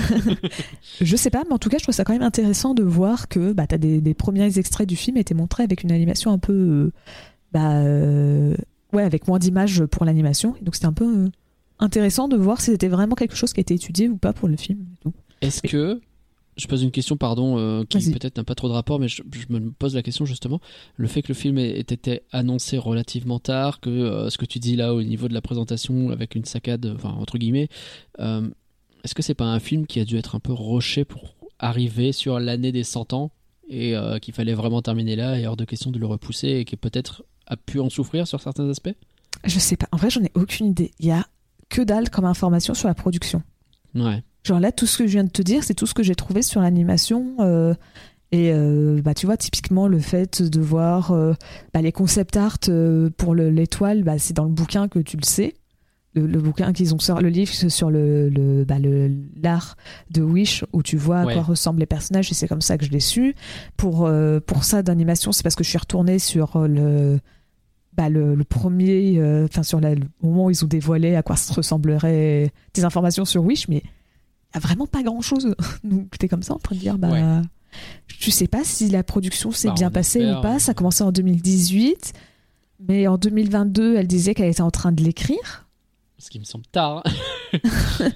Je sais pas, mais en tout cas, je trouve ça quand même intéressant de voir que bah, t'as des, des premiers extraits du film étaient montrés avec une animation un peu. euh, bah, euh, ouais, avec moins d'images pour l'animation. Et donc, c'était un peu euh, intéressant de voir si c'était vraiment quelque chose qui a été étudié ou pas pour le film. Et tout. Est-ce que, je pose une question, pardon, euh, qui Vas-y. peut-être n'a pas trop de rapport, mais je, je me pose la question justement, le fait que le film ait ait été annoncé relativement tard, que euh, ce que tu dis là au niveau de la présentation avec une saccade, enfin entre guillemets, euh, est-ce que c'est pas un film qui a dû être un peu rushé pour arriver sur l'année des cent ans et euh, qu'il fallait vraiment terminer là et hors de question de le repousser et qui peut-être a pu en souffrir sur certains aspects? Je sais pas. En vrai, j'en ai aucune idée. Il y a que dalle comme information sur la production. Ouais. Genre là, tout ce que je viens de te dire, c'est tout ce que j'ai trouvé sur l'animation. Euh, et euh, bah, tu vois, typiquement, le fait de voir euh, bah, les concept art euh, pour le, l'étoile, bah, c'est dans le bouquin que tu le sais. Le, le bouquin qu'ils ont sorti, le livre sur le, le, bah, le, l'art de Wish, où tu vois à Ouais. quoi ressemblent les personnages, et c'est comme ça que je l'ai su. Pour, euh, pour ça, d'animation, c'est parce que je suis retournée sur le, bah, le, le premier, enfin, euh, sur la, le moment où ils ont dévoilé à quoi se ressembleraient des informations sur Wish, mais il n'y a vraiment pas grand chose. Donc, t'es comme ça en train de dire, bah, Ouais. je sais pas si la production s'est Bah, bien on passée espère, ou pas. euh. Ça a commencé en deux mille dix-huit, mais en deux mille vingt-deux, elle disait qu'elle était en train de l'écrire. Ce qui me semble tard. Hein.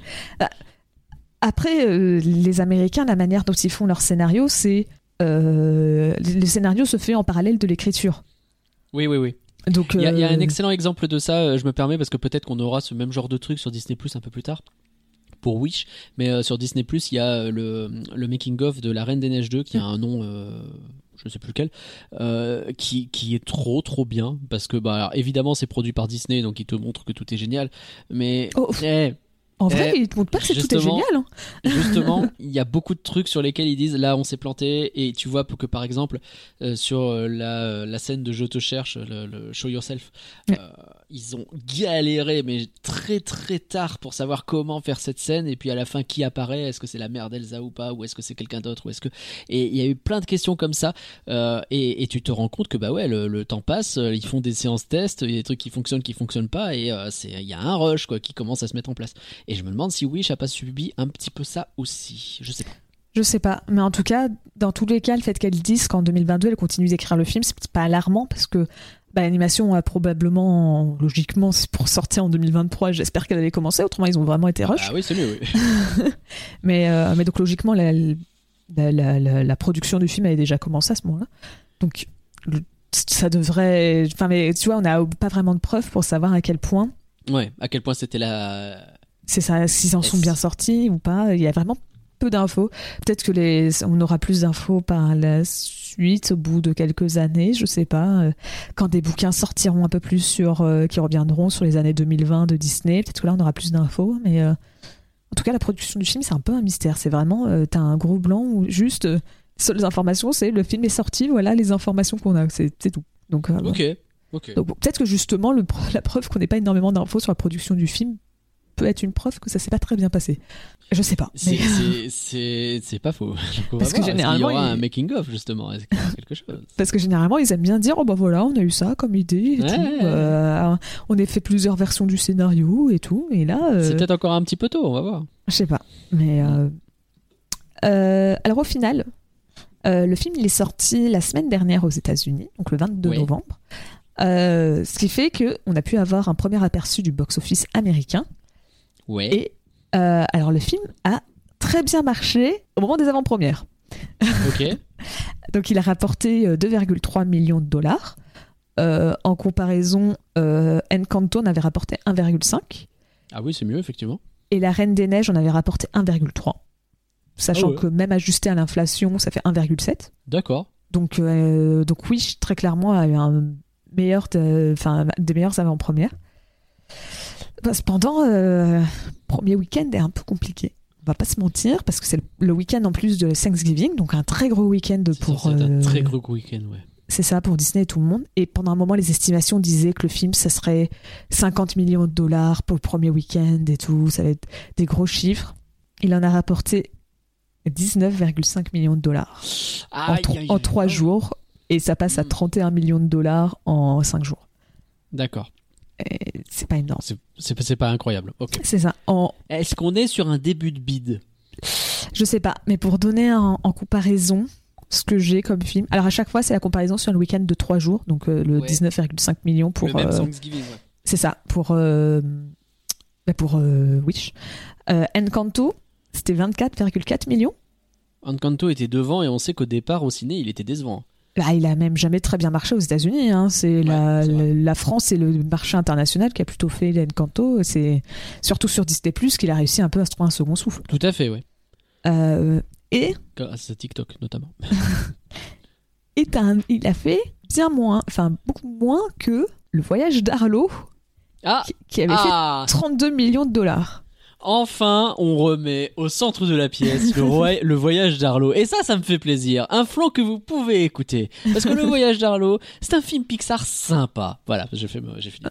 Après, euh, les Américains, la manière dont ils font leur scénario, c'est euh, le scénario se fait en parallèle de l'écriture. Oui, oui, oui. Donc, Il y, a- il y a euh, un excellent exemple de ça, euh, je me permets, parce que peut-être qu'on aura ce même genre de truc sur Disney Plus un peu plus tard, pour Wish, mais euh, sur Disney Plus, il y a euh, le, le making-of de La Reine des Neiges deux, qui a un nom, euh, je ne sais plus lequel, euh, qui, qui est trop trop bien, parce que, bah, alors, évidemment, c'est produit par Disney, donc il te montre que tout est génial, mais... Oh. eh, En vrai, Eh, ils te montrent pas que c'est tout est justement, génial. Hein. Justement, il y a beaucoup de trucs sur lesquels ils disent là on s'est planté, et tu vois que par exemple euh, sur euh, la, la scène de Je te cherche, le, le Show Yourself, Ouais. euh, ils ont galéré mais très très tard pour savoir comment faire cette scène, et puis à la fin qui apparaît, est-ce que c'est la mère d'Elsa ou pas, ou est-ce que c'est quelqu'un d'autre, ou est-ce que... Et il y a eu plein de questions comme ça, euh, et, et tu te rends compte que bah ouais, le, le temps passe, euh, ils font des séances tests, il y a des trucs qui fonctionnent, qui fonctionnent pas, et euh, c'est il y a un rush quoi qui commence à se mettre en place. Et je me demande si Wish a pas subi un petit peu ça aussi. Je sais pas. Je sais pas, mais en tout cas, dans tous les cas, le fait qu'elle dise qu'en deux mille vingt-deux, elle continue d'écrire le film, c'est pas alarmant parce que bah, l'animation a probablement, logiquement, c'est pour sortir en deux mille vingt-trois. J'espère qu'elle avait commencé, autrement ils ont vraiment été rush. Ah oui, c'est mieux, oui. mais, euh, mais donc logiquement, la, la, la, la, la production du film avait déjà commencé à ce moment-là. Donc le, ça devrait. Enfin, mais tu vois, on n'a pas vraiment de preuves pour savoir à quel point. Ouais, à quel point c'était la. C'est ça, s'ils en sont Est-ce- bien sortis ou pas. Il y a vraiment peu d'infos. Peut-être que les, on aura plus d'infos par la suite, au bout de quelques années, je sais pas. euh, Quand des bouquins sortiront un peu plus sur, euh, qui reviendront sur les années deux mille vingt de Disney, peut-être que là on aura plus d'infos. Mais euh, en tout cas, la production du film, c'est un peu un mystère. C'est vraiment, euh, t'as un gros blanc où juste, euh, seules informations, c'est le film est sorti, voilà les informations qu'on a, c'est, c'est tout. Donc, euh, bon. Ok, ok. Donc, bon, peut-être que justement, le, la preuve qu'on n'ait pas énormément d'infos sur la production du film peut être une preuve que ça s'est pas très bien passé. Je sais pas. C'est, mais- c'est, c'est, c'est pas faux. Donc, on va Parce que voir. Est-ce qu'il y généralement, aura il- un making-of justement. Est-ce qu'il y aura quelque chose? Parce que généralement, ils aiment bien dire, oh bah voilà, on a eu ça comme idée et Ouais. tout. Euh, on a fait plusieurs versions du scénario et tout. Et là, euh, C'est peut-être encore un petit peu tôt, on va voir. je sais pas. Mais euh, euh, alors au final, euh, le film il est sorti la semaine dernière aux États-Unis, donc le vingt-deux Oui. novembre. Euh, ce qui fait que on a pu avoir un premier aperçu du box-office américain. Ouais. Et euh, alors le film a très bien marché au moment des avant-premières. Ok. Donc il a rapporté euh, deux virgule trois millions de dollars. Euh, en comparaison, euh, Encanto en avait rapporté un virgule cinq. Ah oui, c'est mieux effectivement. Et La Reine des Neiges en avait rapporté un virgule trois. Sachant Ah ouais. que même ajusté à l'inflation, ça fait un virgule sept. D'accord. Donc, euh, donc oui, très clairement, a eu un meilleur de- enfin, des meilleures avant-premières. Bah, cependant, euh, premier week-end est un peu compliqué. On va pas se mentir, parce que c'est le, le week-end en plus de Thanksgiving, donc un très gros week-end C'est pour... censé être un euh, très gros week-end, ouais. C'est ça, pour Disney et tout le monde. Et pendant un moment, les estimations disaient que le film, ça serait cinquante millions de dollars pour le premier week-end et tout. Ça va être des gros chiffres. Il en a rapporté dix-neuf virgule cinq millions de dollars en, Aïe, tro- aïe, en aïe. trois jours. Et ça passe à Mm. trente et un millions de dollars en cinq jours. D'accord. Et c'est pas énorme. C'est, c'est, c'est pas incroyable. Ok. C'est ça. En, Est-ce qu'on est sur un début de bid? je sais pas, mais pour donner en, en comparaison ce que j'ai comme film. Alors à chaque fois, c'est la comparaison sur le week-end de trois jours. Donc euh, le Ouais. dix-neuf virgule cinq millions pour... Le même euh, Thanksgiving, ouais. C'est ça, pour, euh, bah, pour euh, Wish. Euh, Encanto, c'était vingt-quatre virgule quatre millions. Encanto était devant, et on sait qu'au départ au ciné il était décevant. Là, il a même jamais très bien marché aux États-Unis. Hein. C'est, ouais, la, c'est la, la France et le marché international qui a plutôt fait l'Encanto. C'est surtout sur Disney plus, qu'il a réussi un peu à se trouver un second souffle. Tout à fait, oui. Euh, et grâce à TikTok notamment. et un, il a fait bien moins, enfin beaucoup moins que Le Voyage d'Arlo, ah, qui, qui avait ah. fait trente-deux millions de dollars. Enfin, on remet au centre de la pièce le, roi- le Voyage d'Arlo. Et ça, ça me fait plaisir. Un flanc que vous pouvez écouter. Parce que Le Voyage d'Arlo, c'est un film Pixar sympa. Voilà, j'ai, fait, j'ai fini.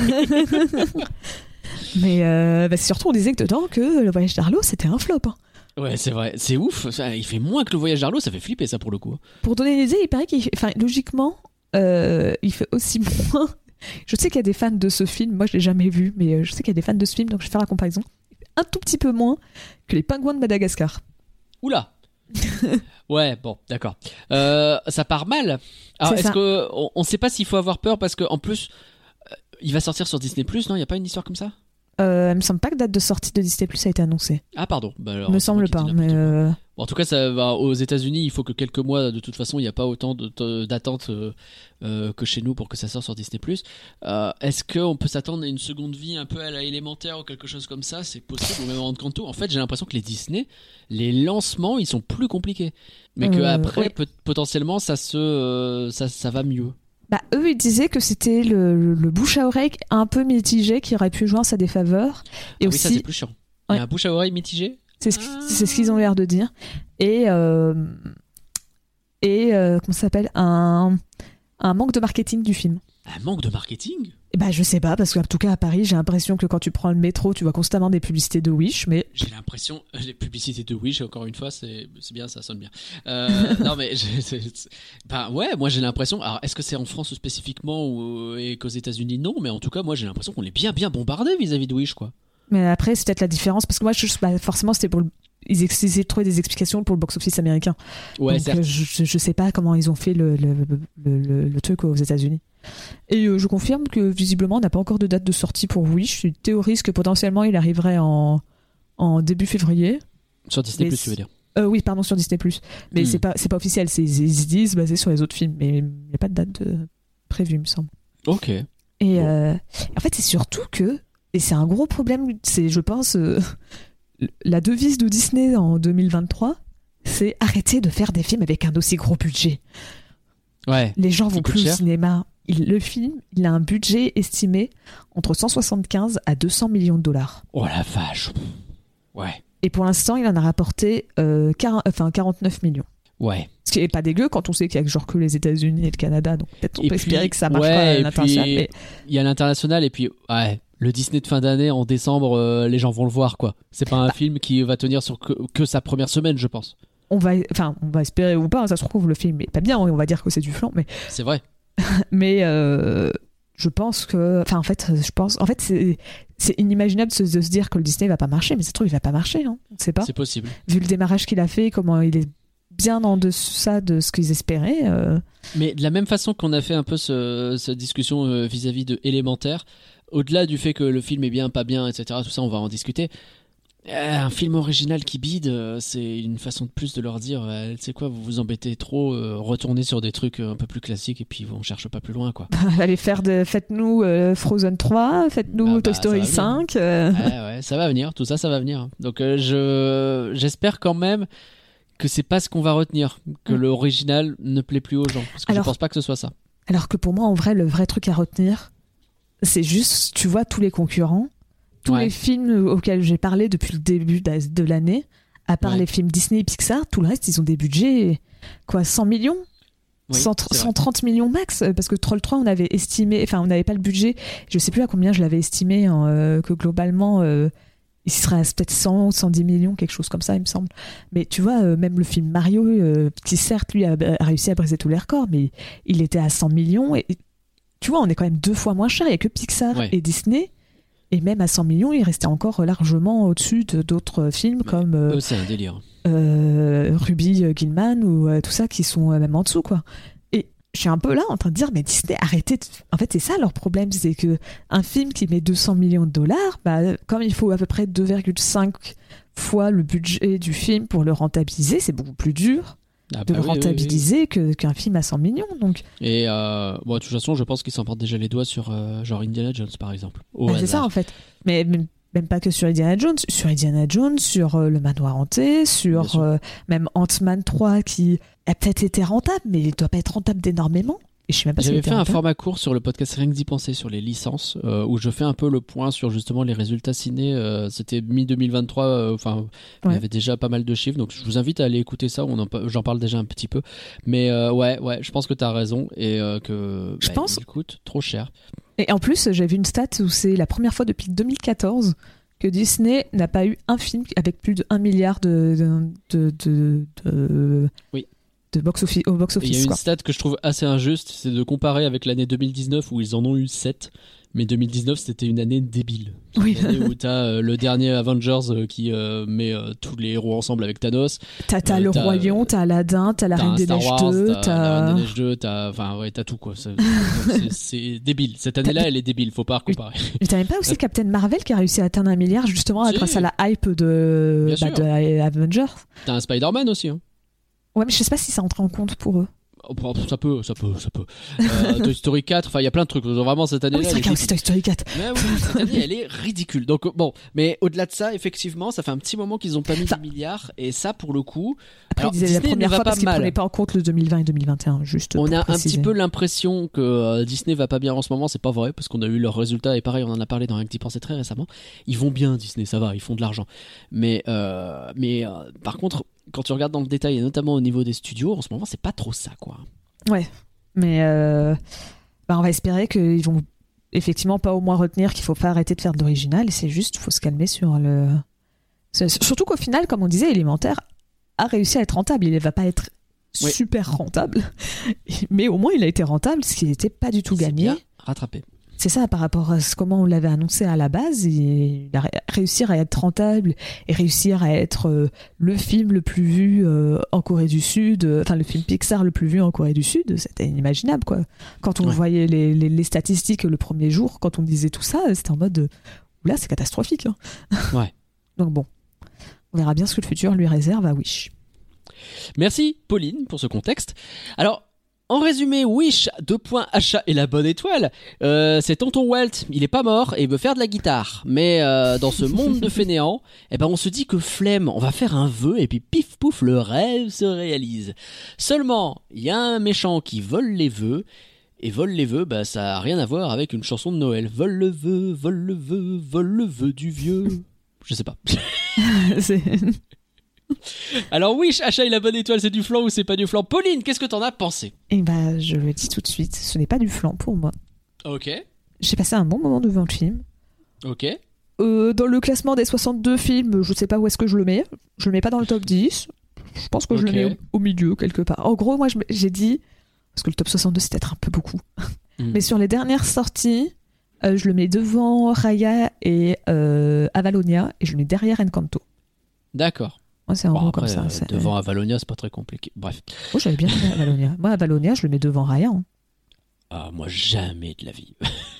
Mais euh, bah, surtout, on disait que dedans que Le Voyage d'Arlo, c'était un flop. Hein. Ouais, c'est vrai. C'est ouf. Ça, il fait moins que Le Voyage d'Arlo. Ça fait flipper, ça, pour le coup. Pour donner une idée, il paraît qu'il fait... Enfin, logiquement, euh, il fait aussi moins... Je sais qu'il y a des fans de ce film. Moi, je l'ai jamais vu, mais je sais qu'il y a des fans de ce film, donc je vais faire la comparaison. Un tout petit peu moins que Les Pingouins de Madagascar. Oula. Ouais, bon, d'accord. Euh, ça part mal. Alors, c'est est-ce ça. que on, on sait pas s'il faut avoir peur parce que en plus, euh, il va sortir sur Disney plus, non? Il y a pas une histoire comme ça? Euh, il me semble pas que date de sortie de Disney plus a été annoncée. Ah pardon. Bah alors, me semble pas, mais euh... bon, en tout cas, ça va aux États-Unis. Il faut que quelques mois. De toute façon, il n'y a pas autant de, de, d'attente euh, euh, que chez nous pour que ça sorte sur Disney plus. Euh, est-ce qu'on peut s'attendre à une seconde vie un peu à la Élémentaire ou quelque chose comme ça? C'est possible, ou même en Encanto. En fait, j'ai l'impression que les Disney, les lancements, ils sont plus compliqués, mais que euh, après, ouais. peut- potentiellement, ça se, euh, ça, ça va mieux. Bah, eux, ils disaient que c'était le, le, le bouche à oreille un peu mitigé qui aurait pu jouer à sa défaveur. Et ah aussi, oui, ça c'est plus chiant. Il y a un bouche à oreille mitigé. C'est ce, c'est ce qu'ils ont l'air de dire. Et, euh, et euh, comment ça s'appelle, un, un manque de marketing du film. Un manque de marketing? Et bah, je sais pas, parce qu'en tout cas à Paris, j'ai l'impression que quand tu prends le métro, tu vois constamment des publicités de Wish, mais... J'ai l'impression, les publicités de Wish, encore une fois, c'est, c'est bien, ça sonne bien. Euh, non mais, j'ai, c'est, c'est, ben ouais, moi j'ai l'impression, alors est-ce que c'est en France spécifiquement ou, et qu'aux États-Unis? Non, mais en tout cas, moi j'ai l'impression qu'on est bien bien bombardé vis-à-vis de Wish, quoi. Mais après, c'est peut-être la différence, parce que moi, je, bah, forcément, c'était pour le... Ils essayaient de trouver des explications pour le box-office américain. Ouais, donc certes. euh, je, je sais pas comment ils ont fait le, le, le, le, le truc aux États-Unis. Et euh, je confirme que visiblement, on n'a pas encore de date de sortie pour Wish. Je théorise que potentiellement, il arriverait en, en début février. Sur Disney+, Mais tu veux dire? euh, Oui, pardon, sur Disney+. Mais Hmm. c'est pas, c'est pas officiel. C'est, ils se disent basé sur les autres films. Mais il n'y a pas de date de... prévue, il me semble. Ok. Et Bon. euh, en fait, c'est surtout que, et c'est un gros problème, c'est, je pense, euh, la devise de Disney en deux mille vingt-trois, c'est arrêter de faire des films avec un aussi gros budget. Ouais. Les gens Qui vont coûte plus cher. au cinéma. Il, le film, il a un budget estimé entre cent soixante-quinze à deux cents millions de dollars. Oh la vache. Ouais. Et pour l'instant, il en a rapporté euh, quarante, enfin, quarante-neuf millions. Ouais. Ce qui est pas dégueu quand on sait qu'il y a genre que les États-Unis et le Canada, donc peut-être on Et peut puis, espérer que ça marche ouais, pas à et l'international. puis, mais- il y a l'international et puis ouais, le Disney de fin d'année en décembre, euh, les gens vont le voir, quoi. C'est pas un Bah. film qui va tenir sur que, que sa première semaine, je pense. On va, enfin, on va espérer ou pas. Ça se trouve, le film est pas bien. On va dire que c'est du flan, mais, C'est vrai. mais euh, je pense que, enfin, en fait, je pense, en fait, c'est, c'est inimaginable de se, de se dire que le Disney va pas marcher, mais ça se trouve, il va pas marcher. Hein. On sait pas. C'est possible. Vu le démarrage qu'il a fait, comment il est bien en deçà de ce qu'ils espéraient. euh, Mais de la même façon qu'on a fait un peu ce, cette discussion euh, vis-à-vis de Élémentaire, au-delà du fait que le film est bien, pas bien, et cetera, tout ça, on va en discuter. Euh, un film original qui bide, euh, c'est une façon de plus de leur dire, euh, tu sais quoi, vous vous embêtez trop, euh, retournez sur des trucs euh, un peu plus classiques et puis on cherche pas plus loin, quoi. allez faire de, faites-nous euh, Frozen trois, faites-nous Ah bah, Toy ça Story va venir. cinq. euh, Ouais, ouais, ça va venir, tout ça, ça va venir. Donc euh, je j'espère quand même que c'est pas ce qu'on va retenir, que Mm. l'original ne plaît plus aux gens, parce que Alors- je pense pas que ce soit ça. Alors que pour moi, en vrai, le vrai truc à retenir, c'est juste, tu vois, tous les concurrents, tous Ouais. les films auxquels j'ai parlé depuis le début de de l'année, à part Ouais. les films Disney et Pixar, tout le reste, ils ont des budgets, quoi, cent millions Oui, cent, c'est vrai. cent trente millions max, euh, parce que Troll trois, on avait estimé, enfin, on n'avait pas le budget, je sais plus à combien je l'avais estimé, hein, euh, que globalement, euh, il serait à peut-être cent ou cent dix millions, quelque chose comme ça, il me semble. Mais tu vois, euh, même le film Mario, euh, qui certes, lui, a, a réussi à briser tous les records, mais il était à cent millions, et, et tu vois, on est quand même deux fois moins cher, il n'y a que Pixar Ouais. et Disney, et même à cent millions, il restait encore largement au-dessus de d'autres films Mais comme euh, Eux, c'est un délire. euh, Ruby Gilman ou euh, tout ça qui sont euh, même en dessous, quoi. Et je suis un peu là en train de dire, mais Disney, arrêtez de... En fait, c'est ça leur problème, c'est que un film qui met deux cents millions de dollars, bah, comme il faut à peu près deux virgule cinq fois le budget du film pour le rentabiliser, c'est beaucoup plus dur Ah de bah le oui, oui, rentabiliser que, qu'un film à cent millions. Donc. Et euh, bon, de toute façon, je pense qu'ils s'en portent déjà les doigts sur euh, genre Indiana Jones, par exemple. Au Bah, c'est ça hasard. en fait. Mais même, même pas que sur Indiana Jones, sur Indiana Jones, sur euh, Le Manoir Hanté, Bien sur sûr. euh, même Ant-Man trois qui a peut-être été rentable, mais il doit pas être rentable d'énormément. Et je sais même pas s'il J'avais était fait un rentable. format court sur le podcast Rien que d'y penser sur les licences, euh, où je fais un peu le point sur justement les résultats ciné. Euh, c'était mi deux mille vingt-trois, euh, enfin, il Ouais. y avait déjà pas mal de chiffres, donc je vous invite à aller écouter ça. On en pa- j'en parle déjà un petit peu, mais euh, ouais, ouais, je pense que t'as raison et euh, que Je bah, pense- il coûte trop cher. Et en plus, j'ai vu une stat où c'est la première fois depuis deux mille quatorze que Disney n'a pas eu un film avec plus de un milliard de, de, de, de, de, Oui. de box office, au Et il y a box-office. une Quoi. stat que je trouve assez injuste, c'est de comparer avec l'année deux mille dix-neuf où ils en ont eu sept. Mais deux mille dix-neuf, c'était une année débile. C'est Oui. une année où t'as euh, le dernier Avengers euh, qui euh, met euh, tous les héros ensemble avec Thanos. T'as, t'as Euh, le t'as, Roi Lion, t'as Aladdin, t'as la T'as Reine un des Star Neiges Wars, deux, t'as, t'as... la Reine des Neiges deux, t'as, enfin ouais, t'as tout quoi. C'est, donc c'est, c'est débile. Cette année-là, elle est débile. Faut pas comparer. Mais t'as même pas aussi Captain Marvel qui a réussi à atteindre un milliard justement Si. grâce à la hype de, Bien bah, sûr. de Avengers. T'as un Spider-Man aussi. Hein. Ouais, mais je sais pas si ça entre en compte pour eux. Oh, bah, ça peut, ça peut, ça peut. Euh, Toy Story quatre. Enfin, il y a plein de trucs. Vraiment cette Ah année-là. oui, c'est elle vrai est qu'il y a aussi Toy Story quatre. Mais oui, cette année, elle est ridicule. Donc bon, mais au-delà de ça, effectivement, ça fait un petit moment qu'ils ont pas mis Enfin, de milliards, et ça, pour le coup, Après, alors, ils disaient la Disney première ne va fois pas parce qu'ils mal. prenaient pas en compte le deux mille vingt et deux mille vingt et un, juste On pour a un préciser. petit peu l'impression que euh, Disney va pas bien en ce moment. C'est pas vrai parce qu'on a eu leurs résultats et pareil, on en a parlé dans Rien que d'y penser très récemment. Ils vont bien, Disney, ça va, ils font de l'argent. Mais euh, mais euh, par contre, quand tu regardes dans le détail et notamment au niveau des studios, en ce moment, c'est pas trop ça, quoi. Ouais, mais euh, bah, on va espérer qu'ils vont effectivement pas au moins retenir qu'il faut pas arrêter de faire de l'original, et c'est juste, faut se calmer sur le... c'est- Surtout qu'au final, comme on disait, Élémentaire a réussi à être rentable. Il va pas être Oui. super rentable, mais au moins il a été rentable, ce qui n'était pas du tout C'est gagné. bien rattrapé. C'est ça, par rapport à ce, comment on l'avait annoncé à la base, il a ré- réussir à être rentable et réussir à être euh, le film le plus vu euh, en Corée du Sud, euh, enfin le film Pixar le plus vu en Corée du Sud, c'était inimaginable quoi. Quand on Ouais. voyait les, les, les statistiques le premier jour, quand on disait tout ça, c'était en mode euh, oula, c'est catastrophique. Hein. Ouais. Donc bon, on verra bien ce que le futur lui réserve à Wish. Merci Pauline pour ce contexte. Alors, en résumé, Wish, deux points, achat et la bonne étoile. Euh, c'est tonton Walt, il est pas mort et il veut faire de la guitare. Mais euh, dans ce monde de fainéants, eh ben on se dit que flemme, on va faire un vœu et puis pif pouf, le rêve se réalise. Seulement, il y a un méchant qui vole les vœux. Et vole les vœux, bah ça a rien à voir avec une chanson de Noël. Vole le vœu, vole le vœu, vole le vœu du vieux. Je sais pas. C'est- Alors Wish, achat et la bonne étoile, c'est du flan ou c'est pas du flan? Pauline, qu'est-ce que t'en as pensé? Et bah je le dis tout de suite, ce n'est pas du flan pour moi. Ok, J'ai passé un bon moment devant le film. ok. Euh, dans le classement des soixante-deux films, je sais pas où est-ce que je le mets. Je le mets pas dans le top dix. Je pense que je Ok. le mets au, au milieu quelque part. En gros, moi je me- j'ai dit, parce que le top soixante-deux c'est peut-être un peu beaucoup, Mm. mais sur les dernières sorties, euh, je le mets devant Raya et euh, Avalonia, et je le mets derrière Encanto. D'accord. Moi c'est un Bon, gros après, comme ça. euh, c'est- devant Avalonia, c'est pas très compliqué. Bref. Oh, j'avais bien aimé Avalonia. Moi Avalonia, je le mets devant Raya. hein. Ah, moi, jamais de la vie.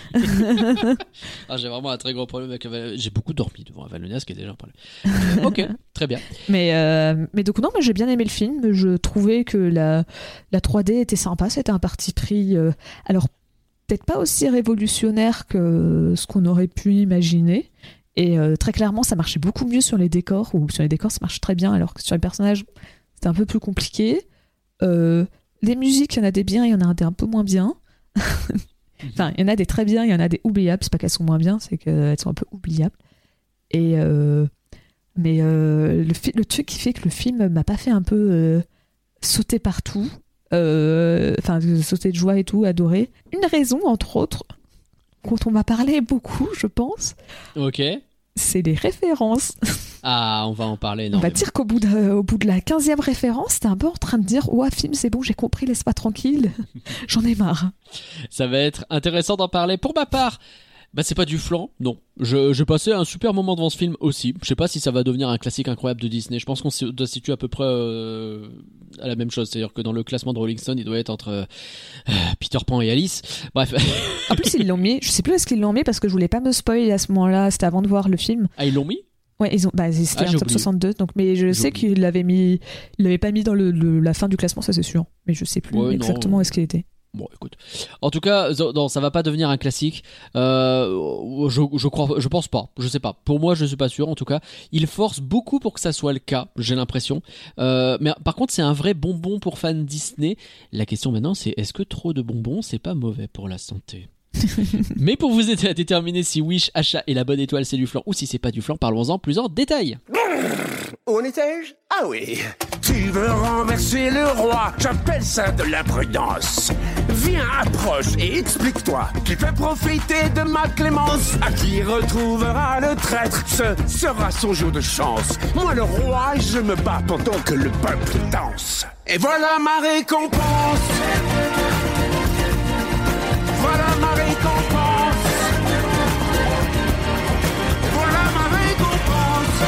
ah, j'ai vraiment un très gros problème avec Avalonia. J'ai beaucoup dormi devant Avalonia, ce qui est déjà un problème. Euh, ok, très bien. Mais, euh, mais donc non, mais j'ai bien aimé le film. Je trouvais que la, la trois D était sympa. C'était un parti pris, euh, alors peut-être pas aussi révolutionnaire que ce qu'on aurait pu imaginer. Et euh, très clairement, ça marchait beaucoup mieux sur les décors, ou sur les décors, ça marche très bien, alors que sur les personnages, c'était un peu plus compliqué. Euh, les musiques, il y en a des biens, il y en a des un peu moins bien. Enfin, il y en a des très bien, il y en a des oubliables. C'est pas qu'elles sont moins bien, c'est qu'elles sont un peu oubliables. Et euh, mais euh, le, fi- le truc qui fait que le film m'a pas fait un peu euh, sauter partout, euh, enfin sauter de joie et tout, adorer. Une raison, entre autres, dont on m'a parlé beaucoup, je pense, Ok. c'est les références. Ah, on va en parler On va énormément. dire qu'au bout de, au bout de la quinzième référence, t'es un peu en train de dire « Ouah, film, c'est bon, j'ai compris, laisse-moi tranquille. » J'en ai marre. Ça va être intéressant d'en parler. Pour ma part, bah c'est pas du flan, non. Je, j'ai passé un super moment devant ce film aussi. Je sais pas si ça va devenir un classique incroyable de Disney. Je pense qu'on se- doit se situer à peu près euh, à la même chose. C'est-à-dire que dans le classement de Rolling Stone, il doit être entre euh, Peter Pan et Alice. Bref. En plus, ils l'ont mis, je sais plus où est-ce qu'ils l'ont mis parce que je voulais pas me spoiler à ce moment-là, c'était avant de voir le film. Ah, ils l'ont mis? Ouais, ils ont, bah, c'était Ah, un j'ai top oublié. soixante-deux, donc, mais je J'ai sais oublié. qu'il l'avait mis, il l'avait pas mis dans le, le- la fin du classement, ça c'est sûr. Mais je sais plus Ouais, exactement non. où est-ce qu'il était. Bon, écoute. En tout cas, zo- non, ça va pas devenir un classique. Euh, je, je crois, je pense pas. Je sais pas. Pour moi, je suis pas sûr. En tout cas, il force beaucoup pour que ça soit le cas. J'ai l'impression. Euh, mais par contre, c'est un vrai bonbon pour fans Disney. La question maintenant, c'est est-ce que trop de bonbons, c'est pas mauvais pour la santé? Mais pour vous aider à déterminer si Wish achat et la bonne étoile c'est du flan ou si c'est pas du flan, parlons-en plus en détail. Où en étais-je? Ah oui. Tu veux renverser le roi, j'appelle ça de la prudence. Viens, approche et explique-toi qui peut profiter de ma clémence. À qui retrouvera le traître, ce sera son jour de chance. Moi le roi, je me bats pendant que le peuple danse. Et voilà ma récompense. Voilà ma récompense. Voilà ma récompense.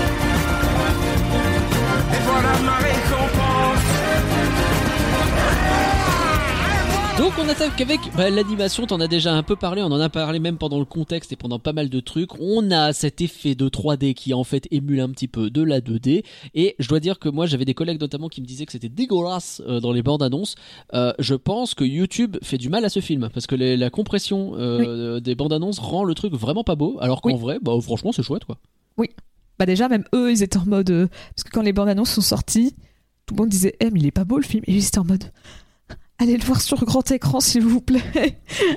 Et voilà ma récompense. Donc on attaque avec bah, l'animation, t'en as déjà un peu parlé, on en a parlé même pendant le contexte et pendant pas mal de trucs. On a cet effet de trois D qui en fait émule un petit peu de la deux D. Et je dois dire que moi j'avais des collègues notamment qui me disaient que c'était dégueulasse euh, dans les bandes annonces. Euh, je pense que YouTube fait du mal à ce film parce que les- la compression euh, des bandes annonces rend le truc vraiment pas beau. Alors qu'en Oui. vrai, bah franchement c'est chouette quoi. Bah déjà, même eux, ils étaient en mode... euh, parce que quand les bandes annonces sont sorties, tout le monde disait « Eh, mais il est pas beau le film !» Et ils étaient en mode « Allez le voir sur grand écran, s'il vous plaît !»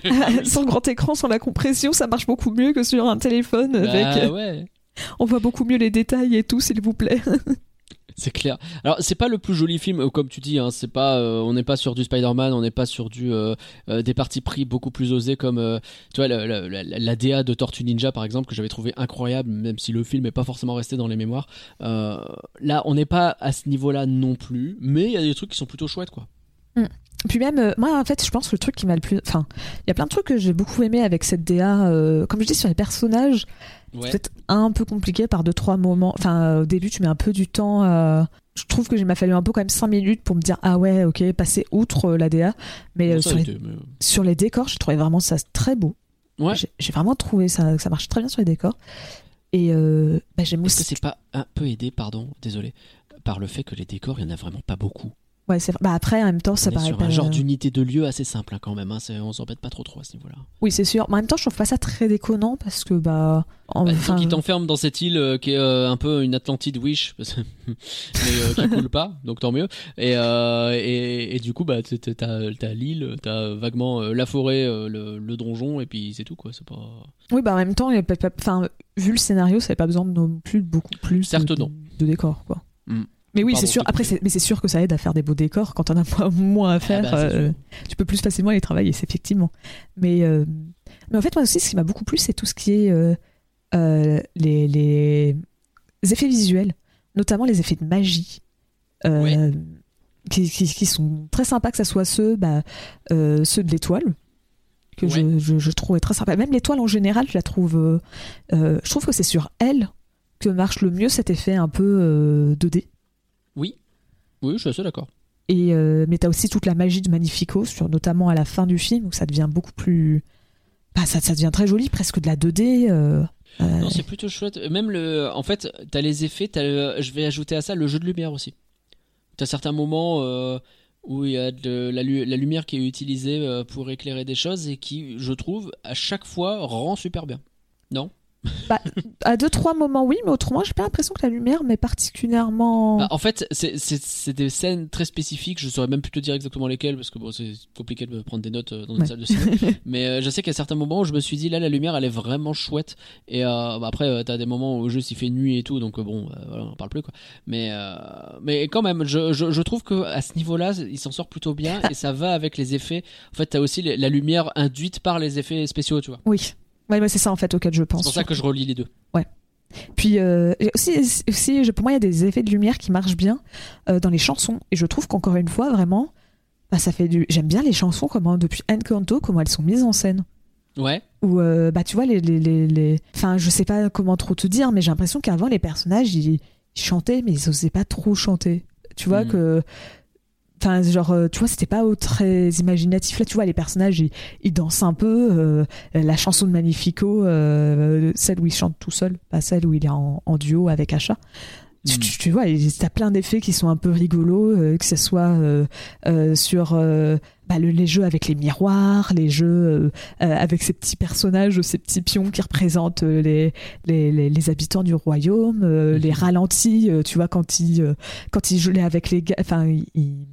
Sur grand écran, sans la compression, ça marche beaucoup mieux que sur un téléphone. Avec, Bah euh, ouais. on voit beaucoup mieux les détails et tout, s'il vous plaît. C'est clair. Alors c'est pas le plus joli film, euh, comme tu dis. Hein, c'est pas, euh, on n'est pas sur du Spider-Man, on n'est pas sur du euh, euh, des parties pris beaucoup plus osés comme, euh, tu vois, la, la, la, la D A de Tortue Ninja par exemple que j'avais trouvé incroyable, même si le film est pas forcément resté dans les mémoires. Euh, là, on n'est pas à ce niveau-là non plus, mais il y a des trucs qui sont plutôt chouettes quoi. Puis même, euh, moi en fait, je pense que le truc qui m'a le plus... Enfin, il y a plein de trucs que j'ai beaucoup aimé avec cette D A. Euh, comme je dis, sur les personnages, Ouais. c'est peut-être un peu compliqué par deux, trois moments. Enfin, euh, au début, tu mets un peu du temps... euh, Je trouve que il m'a fallu un peu quand même cinq minutes pour me dire « Ah ouais, ok, passer outre euh, la D A ». Mais, Bon, euh, ça sur, a les, été, mais- sur les décors, j'ai trouvé vraiment ça très beau. Ouais. J'ai, j'ai vraiment trouvé ça, que ça marche très bien sur les décors. Et euh, bah, j'aime Est-ce que aussi... c'est pas un peu aidé, pardon, désolé, par le fait que les décors, il y en a vraiment pas beaucoup. Ouais, c'est... Bah, après, en même temps, ça on est paraît sur pas... un genre d'unité de lieu assez simple hein, quand même. Hein, c'est, on s'embête pas trop trop à ce niveau-là. Oui, c'est sûr. Mais en même temps, je trouve pas ça très déconnant parce que, bah... en- Bah, enfin, disons qu'il t'enferme dans cette île euh, qui est euh, un peu une Atlantide Wish, parce que- mais euh, qui coule pas, donc tant mieux. Et, euh, et, et du coup, bah, t'as, t'as, t'as l'île, t'as vaguement euh, la forêt, euh, le, le donjon, et puis c'est tout quoi. C'est pas. Oui, bah en même temps, il y a pas- pas- enfin, vu le scénario, ça n'avait pas besoin de non plus beaucoup plus Certes, de, non. de décor, quoi. Mm. Mais oui, Pardon, c'est sûr. je t'ai Après, coupé. c'est, mais c'est sûr que ça aide à faire des beaux décors quand on a moins, moins à faire. bah, c'est euh, sûr. tu peux plus facilement les travailler, c'est effectivement. Mais, euh, mais en fait, moi aussi, ce qui m'a beaucoup plu, c'est tout ce qui est euh, euh, les, les effets visuels, notamment les effets de magie, euh, Ouais. qui, qui, qui sont très sympas, que ça soit ceux, bah, euh, ceux de l'étoile. Que Ouais. je, je, je trouvais très sympa. Même l'étoile en général, je la trouve. euh, euh, je trouve que c'est sur elle que marche le mieux cet effet un peu euh, deux D. Oui, oui, je suis assez d'accord. Et euh, mais t'as aussi toute la magie de Magnifico, sur, notamment à la fin du film, où ça devient beaucoup plus. Bah, ça, ça devient très joli, presque de la deux D. Euh, euh, Non, c'est plutôt chouette. Même le, en fait, t'as les effets. T'as le- je vais ajouter à ça le jeu de lumière aussi. T'as certains moments euh, où il y a de la, lu- la lumière qui est utilisée euh, pour éclairer des choses et qui, je trouve, à chaque fois rend super bien. Non? bah, à deux, trois moments, oui, mais autrement, j'ai pas l'impression que la lumière m'est particulièrement. Bah, en fait, c'est, c'est, c'est des scènes très spécifiques. Je saurais même plus te dire exactement lesquelles parce que bon, c'est compliqué de prendre des notes euh, dans une Ouais. salle de cinéma. Mais euh, je sais qu'il y a certains moments où je me suis dit là, la lumière, elle est vraiment chouette. Et euh, bah, après, euh, t'as des moments où juste il fait nuit et tout, donc euh, bon, euh, voilà, on en parle plus quoi. Mais euh, mais quand même, je, je, je trouve que à ce niveau-là, il s'en sort plutôt bien et ça va avec les effets. En fait, t'as aussi les- la lumière induite par les effets spéciaux, tu vois. Oui. Ouais, ouais, c'est ça en fait auquel je pense. C'est pour ça que je relie les deux. Puis euh, et aussi, aussi, je- pour moi, il y a des effets de lumière qui marchent bien euh, dans les chansons. Et je trouve qu'encore une fois, vraiment, bah, ça fait du. J'aime bien les chansons comment depuis Encanto, comment elles sont mises en scène. Ouais. Ou euh, bah tu vois les, les, les, les... Enfin, je sais pas comment trop te dire, mais j'ai l'impression qu'avant les personnages ils, ils chantaient, mais ils osaient pas trop chanter. Tu vois Mhm. que. Enfin, genre, euh, tu vois, c'était pas euh, très imaginatif. Là, tu vois, les personnages, ils, ils dansent un peu. Euh, la chanson de Magnifico, euh, celle où il chante tout seul, pas celle où il est en, en duo avec Asha. Mm. Tu, tu, tu vois, t'as plein d'effets qui sont un peu rigolos, euh, que ce soit euh, euh, sur euh, bah, le, les jeux avec les miroirs, les jeux euh, euh, avec ces petits personnages, ces petits pions qui représentent euh, les, les, les, les habitants du royaume, euh, mm. les ralentis, euh, tu vois, quand il, euh, quand il jouait avec les gars. Enfin, il. il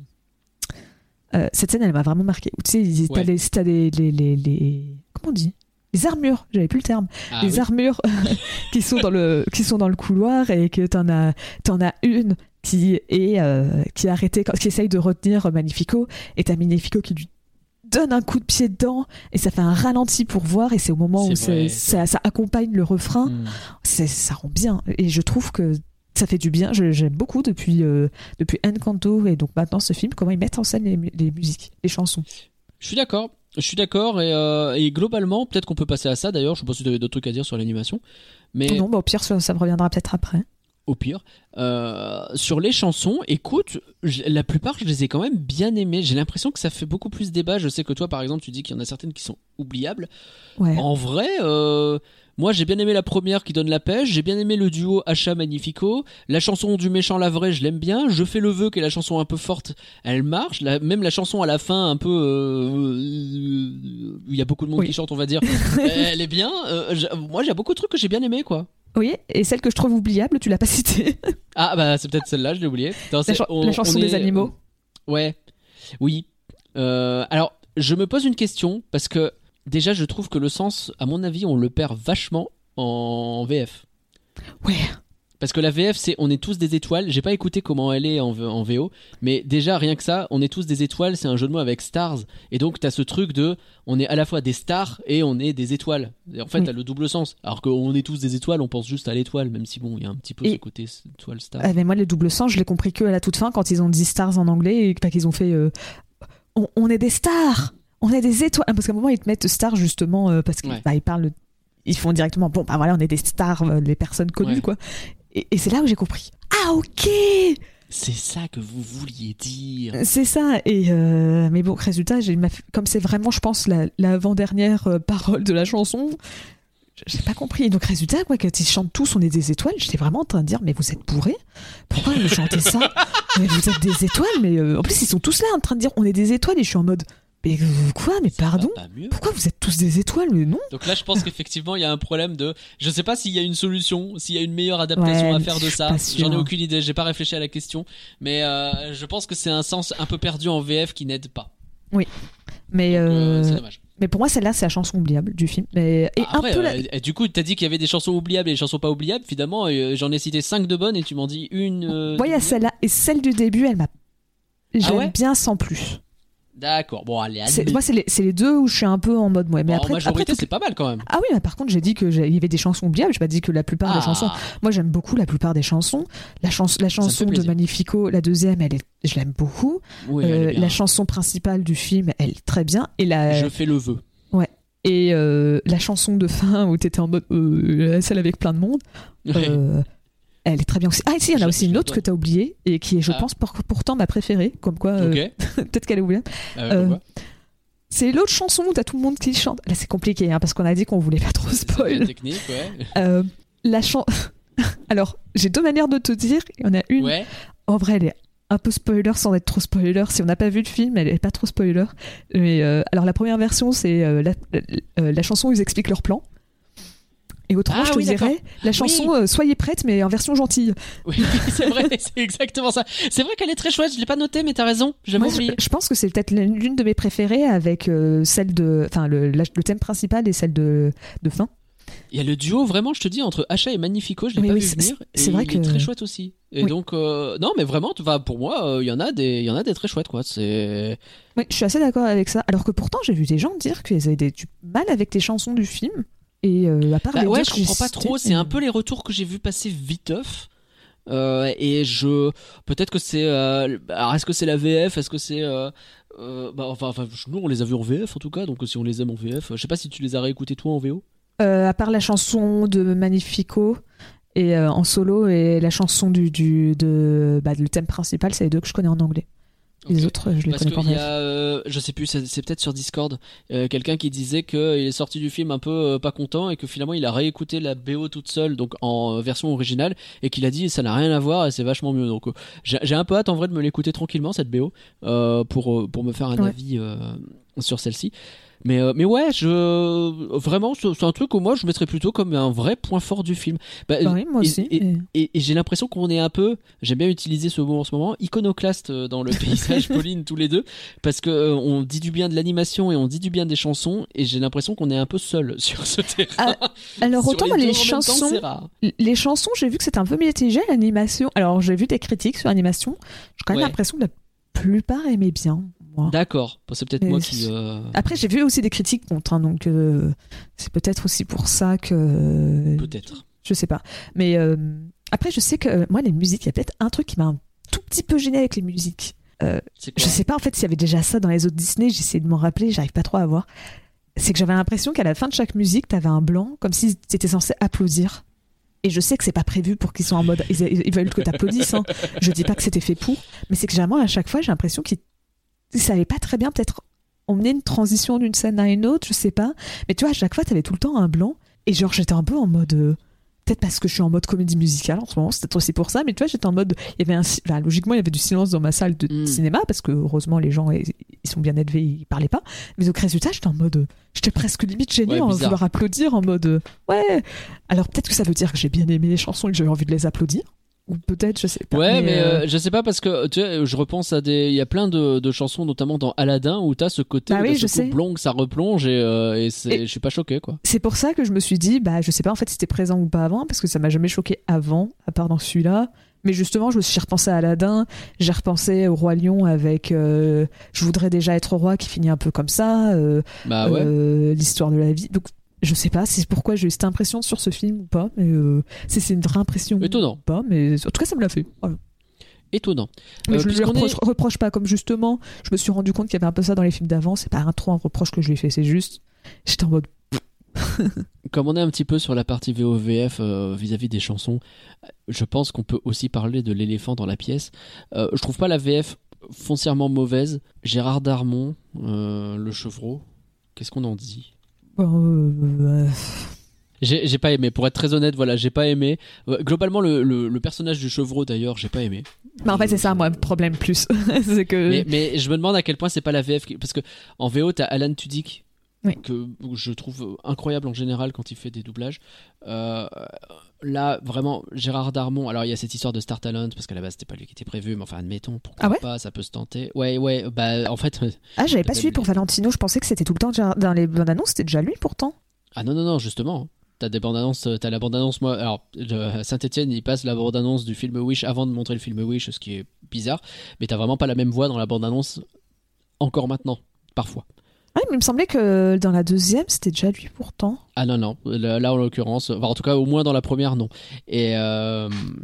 Euh, cette scène, elle m'a vraiment marqué. Tu sais, t'as, ouais. les, t'as les, les, les, les. Comment on dit ? Les armures, j'avais plus le terme. Ah, les oui. armures qui, sont dans le, qui sont dans le couloir et que t'en as, t'en as une qui est, euh, qui est arrêtée, qui essaye de retenir Magnifico. Et t'as Magnifico qui lui donne un coup de pied dedans et ça fait un ralenti pour voir. Et c'est au moment c'est où vrai, c'est, ça, ça accompagne le refrain. Mm. C'est, ça rend bien. Et je trouve que. Ça fait du bien, je, j'aime beaucoup depuis, euh, depuis Encanto et donc maintenant ce film, comment ils mettent en scène les, les musiques, les chansons. Je suis d'accord, je suis d'accord et, euh, et globalement, peut-être qu'on peut passer à ça d'ailleurs, je sais pas si tu avais d'autres trucs à dire sur l'animation. Mais... Non, bah au pire, ça, ça me reviendra peut-être après. Au pire. Euh, sur les chansons, écoute, je, la plupart je les ai quand même bien aimées. J'ai l'impression que ça fait beaucoup plus débat. Je sais que toi par exemple tu dis qu'il y en a certaines qui sont oubliables. Ouais. En vrai... Euh... Moi j'ai bien aimé la première qui donne la pêche, j'ai bien aimé le duo Asha Magnifico, la chanson du méchant la vraie je l'aime bien, Je fais le vœu qui est la chanson un peu forte, elle marche, la, même la chanson à la fin un peu euh, il euh, y a beaucoup de monde oui. qui chante on va dire, elle est bien, euh, moi j'ai beaucoup de trucs que j'ai bien aimé quoi. Oui, et celle que je trouve oubliable tu l'as pas citée. Ah bah c'est peut-être celle-là, je l'ai oubliée. Non, la, ch- on, la chanson des est... animaux. Ouais, oui. Euh, alors je me pose une question parce que déjà, je trouve que le sens, à mon avis, on le perd vachement en V F. Ouais. Parce que la V F, c'est on est tous des étoiles. J'ai pas écouté comment elle est en, en V O, mais déjà, rien que ça, on est tous des étoiles, c'est un jeu de mots avec stars. Et donc, t'as ce truc de on est à la fois des stars et on est des étoiles. Et en fait, oui. t'as le double sens. Alors qu'on est tous des étoiles, on pense juste à l'étoile, même si bon, il y a un petit peu et... ce côté étoile star. Ah, mais moi, le double sens, je l'ai compris que à la toute fin, quand ils ont dit stars en anglais et qu'ils ont fait euh, on, on est des stars! On est des étoiles, parce qu'à un moment ils te mettent star justement euh, parce qu'ils ouais. bah, ils parlent, ils font directement bon bah voilà on est des stars, euh, les personnes connues ouais. quoi. Et, et c'est là où j'ai compris. Ah ok. C'est ça que vous vouliez dire. C'est ça. Et euh, mais bon résultat, j'ai comme c'est vraiment je pense la l'avant-dernière euh, parole de la chanson. J'ai pas compris. Et donc résultat quoi, quand ils chantent tous on est des étoiles, j'étais vraiment en train de dire mais vous êtes bourrés. Pourquoi vous chantez ça? Mais vous êtes des étoiles, mais euh, en plus ils sont tous là en train de dire on est des étoiles et je suis en mode. Mais quoi? Mais ça pardon? Pourquoi vous êtes tous des étoiles? Mais non. Donc là, je pense qu'effectivement, il y a un problème de. Je sais pas s'il y a une solution, s'il y a une meilleure adaptation ouais, à faire de ça. J'en ai aucune idée. J'ai pas réfléchi à la question, mais euh, je pense que c'est un sens un peu perdu en V F qui n'aide pas. Oui, mais Donc, euh, euh... c'est dommage. Mais pour moi, celle-là, c'est la chanson oubliable du film. Mais... Et Après, un peu euh, la... du coup, t'as dit qu'il y avait des chansons oubliables et des chansons pas oubliables. Finalement, euh, j'en ai cité cinq de bonnes et tu m'en dis une. Euh, ouais, il y a celle-là et celle du début, elle m'a. J'aime ah ouais bien sans plus. D'accord, bon allez, allez. C'est, moi c'est les, c'est les deux où je suis un peu en mode ouais, mais bon, après en majorité après, c'est pas mal quand même. Ah oui, mais par contre j'ai dit que il y avait des chansons oubliables, j'ai pas dit que la plupart ah. des chansons. Moi j'aime beaucoup la plupart des chansons. La, chans- la chanson de Magnifico, la deuxième, elle est, je l'aime beaucoup. Oui, euh, la chanson principale du film, elle est très bien. Et la. Je fais le vœu. Ouais. Et euh, la chanson de fin où t'étais en mode euh, celle avec plein de monde. Euh, Elle est très bien aussi. Ah, si, il y en a aussi une autre que tu as oubliée et qui est, je ah. pense, pour, pourtant ma préférée. Comme quoi, euh, okay. peut-être qu'elle est oubliée. Euh, euh, c'est l'autre chanson où tu as tout le monde qui chante. Là, c'est compliqué hein, parce qu'on a dit qu'on voulait pas trop spoil. C'est technique, ouais. Euh, la chan... Alors, j'ai deux manières de te dire. Il y en a une. Ouais. En vrai, elle est un peu spoiler sans être trop spoiler. Si on n'a pas vu le film, elle est pas trop spoiler. Mais euh, alors, la première version, c'est euh, la, la, la chanson où ils expliquent leur plan. Et autrement, ah, je te oui, dirais d'accord. la chanson oui. euh, Soyez prête, mais en version gentille. Oui, c'est vrai, c'est exactement ça. C'est vrai qu'elle est très chouette, je l'ai pas notée, mais t'as raison, j'ai Moi, oublié. Je, je pense que c'est peut-être l'une de mes préférées avec euh, celle de. Enfin, le, le thème principal et celle de, de fin. Il y a le duo, vraiment, je te dis, entre Asha et Magnifico, je l'ai oui, pas oui, vu c'est, venir. C'est et vrai il que. est très chouette aussi. Et oui. donc, euh, non, mais vraiment, pour moi, il euh, y en a des, il y en a des très chouettes, quoi. C'est. Oui, je suis assez d'accord avec ça. Alors que pourtant, j'ai vu des gens dire qu'ils avaient des, du mal avec les chansons du film. Et euh, à part bah les ouais, deux je comprends pas trop. C'est un peu les retours que j'ai vu passer viteuf. Euh, et je peut-être que c'est. Euh... Alors est-ce que c'est la V F? Est-ce que c'est euh... Euh... Bah, enfin, enfin, nous on les a vus en V F en tout cas. Donc si on les aime en V F, je sais pas si tu les as réécoutés toi en V O. Euh, à part la chanson de Magnifico et euh, en solo et la chanson du du de bah, le thème principal, c'est les deux que je connais en anglais. Les Okay. autres, je les Parce connais pas. qu'il y a, euh, je sais plus, c'est, c'est peut-être sur Discord, euh, quelqu'un qui disait qu'il est sorti du film un peu euh, pas content et que finalement il a réécouté la B O toute seule, donc en euh, version originale, et qu'il a dit ça n'a rien à voir et c'est vachement mieux. Donc euh, j'ai, j'ai un peu hâte en vrai de me l'écouter tranquillement cette B O euh, pour euh, pour me faire un Ouais. avis euh, sur celle-ci. Mais, euh, mais ouais, je... vraiment, c'est c'est un truc où moi je mettrais plutôt comme un vrai point fort du film. Bah, Bah oui, moi et, aussi. Et, et- et- et j'ai l'impression qu'on est un peu, j'aime bien utiliser ce mot en ce moment, iconoclaste dans le paysage, Pauline, tous les deux, parce que euh, on dit du bien de l'animation et on dit du bien des chansons, et j'ai l'impression qu'on est un peu seul sur ce terrain. Ah, alors Sur autant les moi, deux les en même temps, chansons, c'est rare. les chansons, j'ai vu que c'était un peu mitigé. L'animation, alors j'ai vu des critiques sur l'animation. J'ai quand même Ouais. l'impression que la plupart aimaient bien. Moi. D'accord, bon, c'est peut-être Mais moi c'est- qui. euh, Après, j'ai vu aussi des critiques contre, hein, donc euh, c'est peut-être aussi pour ça que. Peut-être. Je sais pas. Mais euh, après, je sais que euh, moi, les musiques, il y a peut-être un truc qui m'a un tout petit peu gêné avec les musiques. Euh, C'est quoi je sais pas en fait s'il y avait déjà ça dans les autres Disney, j'essaie de m'en rappeler, j'arrive pas trop à voir. C'est que j'avais l'impression qu'à la fin de chaque musique, t'avais un blanc, comme si t'étais censé applaudir. Et je sais que c'est pas prévu pour qu'ils soient en mode. Ils, ils veulent que t'applaudisses, hein. Je dis pas que c'était fait pour, mais c'est que généralement, à chaque fois, j'ai l'impression qu'ils ils savaient pas très bien peut-être emmener une transition d'une scène à une autre, je sais pas. Mais tu vois, à chaque fois, t'avais tout le temps un blanc. Et genre, j'étais un peu en mode. euh, Peut-être parce que je suis en mode comédie musicale en ce moment, c'est peut-être aussi pour ça. Mais tu vois, j'étais en mode. Il y avait un, si- enfin, logiquement, il y avait du silence dans ma salle de Mm. cinéma parce que heureusement, les gens, ils, ils sont bien élevés, ils parlaient pas. Mais au résultat, j'étais en mode. euh, J'étais presque limite gênée Ouais, en bizarre. vouloir applaudir en mode. euh, Ouais. Alors peut-être que ça veut dire que j'ai bien aimé les chansons et que j'avais envie de les applaudir. Ou peut-être, je sais pas. Ouais, mais, euh, euh, je sais pas parce que tu sais, je repense à des, il y a plein de, de chansons, notamment dans Aladdin, où t'as ce côté, Bah où oui, t'as je ce sais. coup blond que ça replonge et, euh, et, c'est, Et- je suis pas choqué quoi. C'est pour ça que je me suis dit, bah, je sais pas en fait si c'était présent ou pas avant, parce que ça m'a jamais choqué avant, à part dans celui-là. Mais justement, je me suis j'ai repensé à Aladdin, j'ai repensé au Roi Lion avec euh, Je voudrais déjà être roi qui finit un peu comme ça, euh, Bah ouais. euh, l'histoire de la vie. Donc, je sais pas, c'est pourquoi j'ai eu cette impression sur ce film ou pas, mais euh, si c'est une vraie impression Étonnant. ou pas, mais en tout cas, ça me l'a fait. Voilà. Étonnant. Mais Euh, je ne lui puisqu'on reproche, est- reproche pas, comme justement, je me suis rendu compte qu'il y avait un peu ça dans les films d'avant, c'est pas un trop un reproche que je lui ai fait, c'est juste, j'étais en mode. Comme on est un petit peu sur la partie V O V F euh, vis-à-vis des chansons, je pense qu'on peut aussi parler de l'éléphant dans la pièce. Euh, je trouve pas la V F foncièrement mauvaise. Gérard Darmon, euh, le chevreau, qu'est-ce qu'on en dit? euh, euh, J'ai, j'ai pas aimé, pour être très honnête, voilà, j'ai pas aimé. Euh, globalement, le, le, le personnage du chevreau d'ailleurs, j'ai pas aimé. Mais en fait, Je- c'est ça, je- moi, le problème plus. c'est que. Mais, mais je me demande à quel point c'est pas la V F qui... parce que en V O t'as Alan Tudyk Oui. que je trouve incroyable en général quand il fait des doublages. Euh, là vraiment Gérard Darmon, alors il y a cette histoire de Star Talent parce qu'à la base c'était pas lui qui était prévu, mais enfin admettons pourquoi Ah ouais pas, ça peut se tenter. Ouais ouais bah en fait Ah, j'avais pas Peut-être suivi pour lui. Valentino, je pensais que c'était tout le temps déjà- dans les bandes annonces, c'était déjà lui pourtant. ah non non non justement. T'as des bandes annonces, t'as la bande annonce, moi, alors, à Saint-Etienne, il passe la bande annonce du film Wish avant de montrer le film Wish, ce qui est bizarre, mais t'as vraiment pas la même voix dans la bande annonce encore maintenant, parfois. Ah, mais il me semblait que dans la deuxième, c'était déjà lui pourtant. Ah non, non, là, là, en l'occurrence, enfin, en tout cas au moins dans la première, non. Et, euh,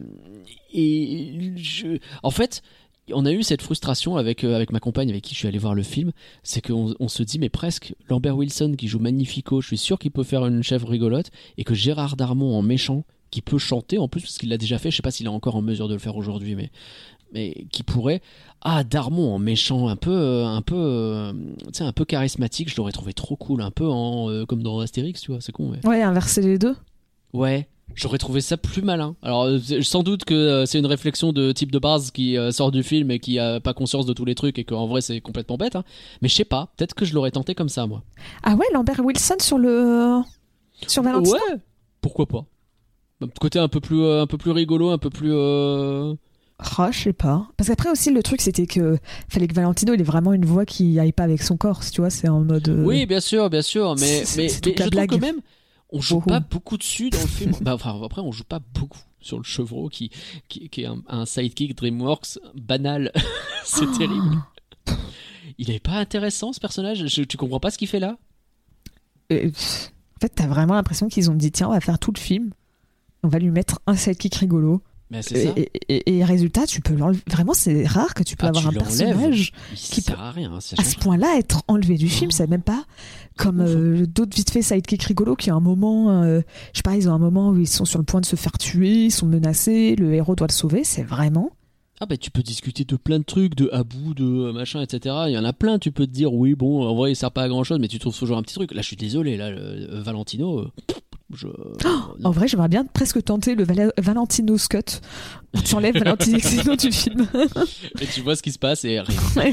et je, en fait, on a eu cette frustration avec, euh, avec ma compagne avec qui je suis allé voir le film, c'est qu'on on se dit mais presque Lambert Wilson qui joue Magnifico, je suis sûr qu'il peut faire une chèvre rigolote, et que Gérard Darmon en méchant, qui peut chanter en plus parce qu'il l'a déjà fait, je sais pas s'il est encore en mesure de le faire aujourd'hui, mais mais qui pourrait, ah Darmon en méchant un peu euh, un peu euh, tu sais un peu charismatique, je l'aurais trouvé trop cool, un peu en euh, comme dans Astérix, tu vois, c'est con, mais Ouais, inverser les deux. ouais, j'aurais trouvé ça plus malin. Alors euh, c'est- sans doute que euh, c'est une réflexion de type de base qui euh, sort du film et qui a pas conscience de tous les trucs et qu'en vrai c'est complètement bête, hein. Mais je sais pas, peut-être que je l'aurais tenté comme ça moi. Ah ouais, Lambert Wilson sur le. Sur Valentino. Ouais, pourquoi pas. Un côté un peu plus euh, un peu plus rigolo, un peu plus euh... Ah, je sais pas. Parce qu'après aussi, le truc, c'était que fallait que Valentino, il ait vraiment une voix qui aille pas avec son corps, tu vois, c'est en mode. euh, Oui, bien sûr, bien sûr, mais, C'est- mais, c'est mais toute la je blague. trouve quand même, on joue Beaucoup. pas beaucoup dessus dans le film. Bah, enfin, après, on joue pas beaucoup sur le chevreau qui, qui, qui est un, un sidekick DreamWorks banal. C'est terrible. Il est pas intéressant ce personnage. Je, tu comprends pas ce qu'il fait là? Et, pff, en fait, t'as vraiment l'impression qu'ils ont dit tiens, on va faire tout le film, on va lui mettre un sidekick rigolo. Mais c'est ça. Et, et, et résultat, tu peux l'enlever. Vraiment, c'est rare que tu peux Ah, avoir tu un l'enlèves. personnage Il qui sert à rien. Ça à change ce point-là être enlevé du film. C'est même pas comme ouf, hein. euh, d'autres vite fait sidekick rigolo qui a un moment, euh, je sais pas, ils ont un moment où ils sont sur le point de se faire tuer, ils sont menacés, le héros doit le sauver. C'est vraiment Ah bah tu peux discuter de plein de trucs, de Abou, de machin, et cetera. Il y en a plein, tu peux te dire oui bon, en vrai il sert pas à grand chose, mais tu trouves toujours un petit truc. Là je suis désolé, là, le, euh, Valentino, euh, je... Oh, en vrai j'aimerais bien presque tenter le Val- Valentino Scott. Tu enlèves Valentino du film. Et tu vois ce qui se passe et rien.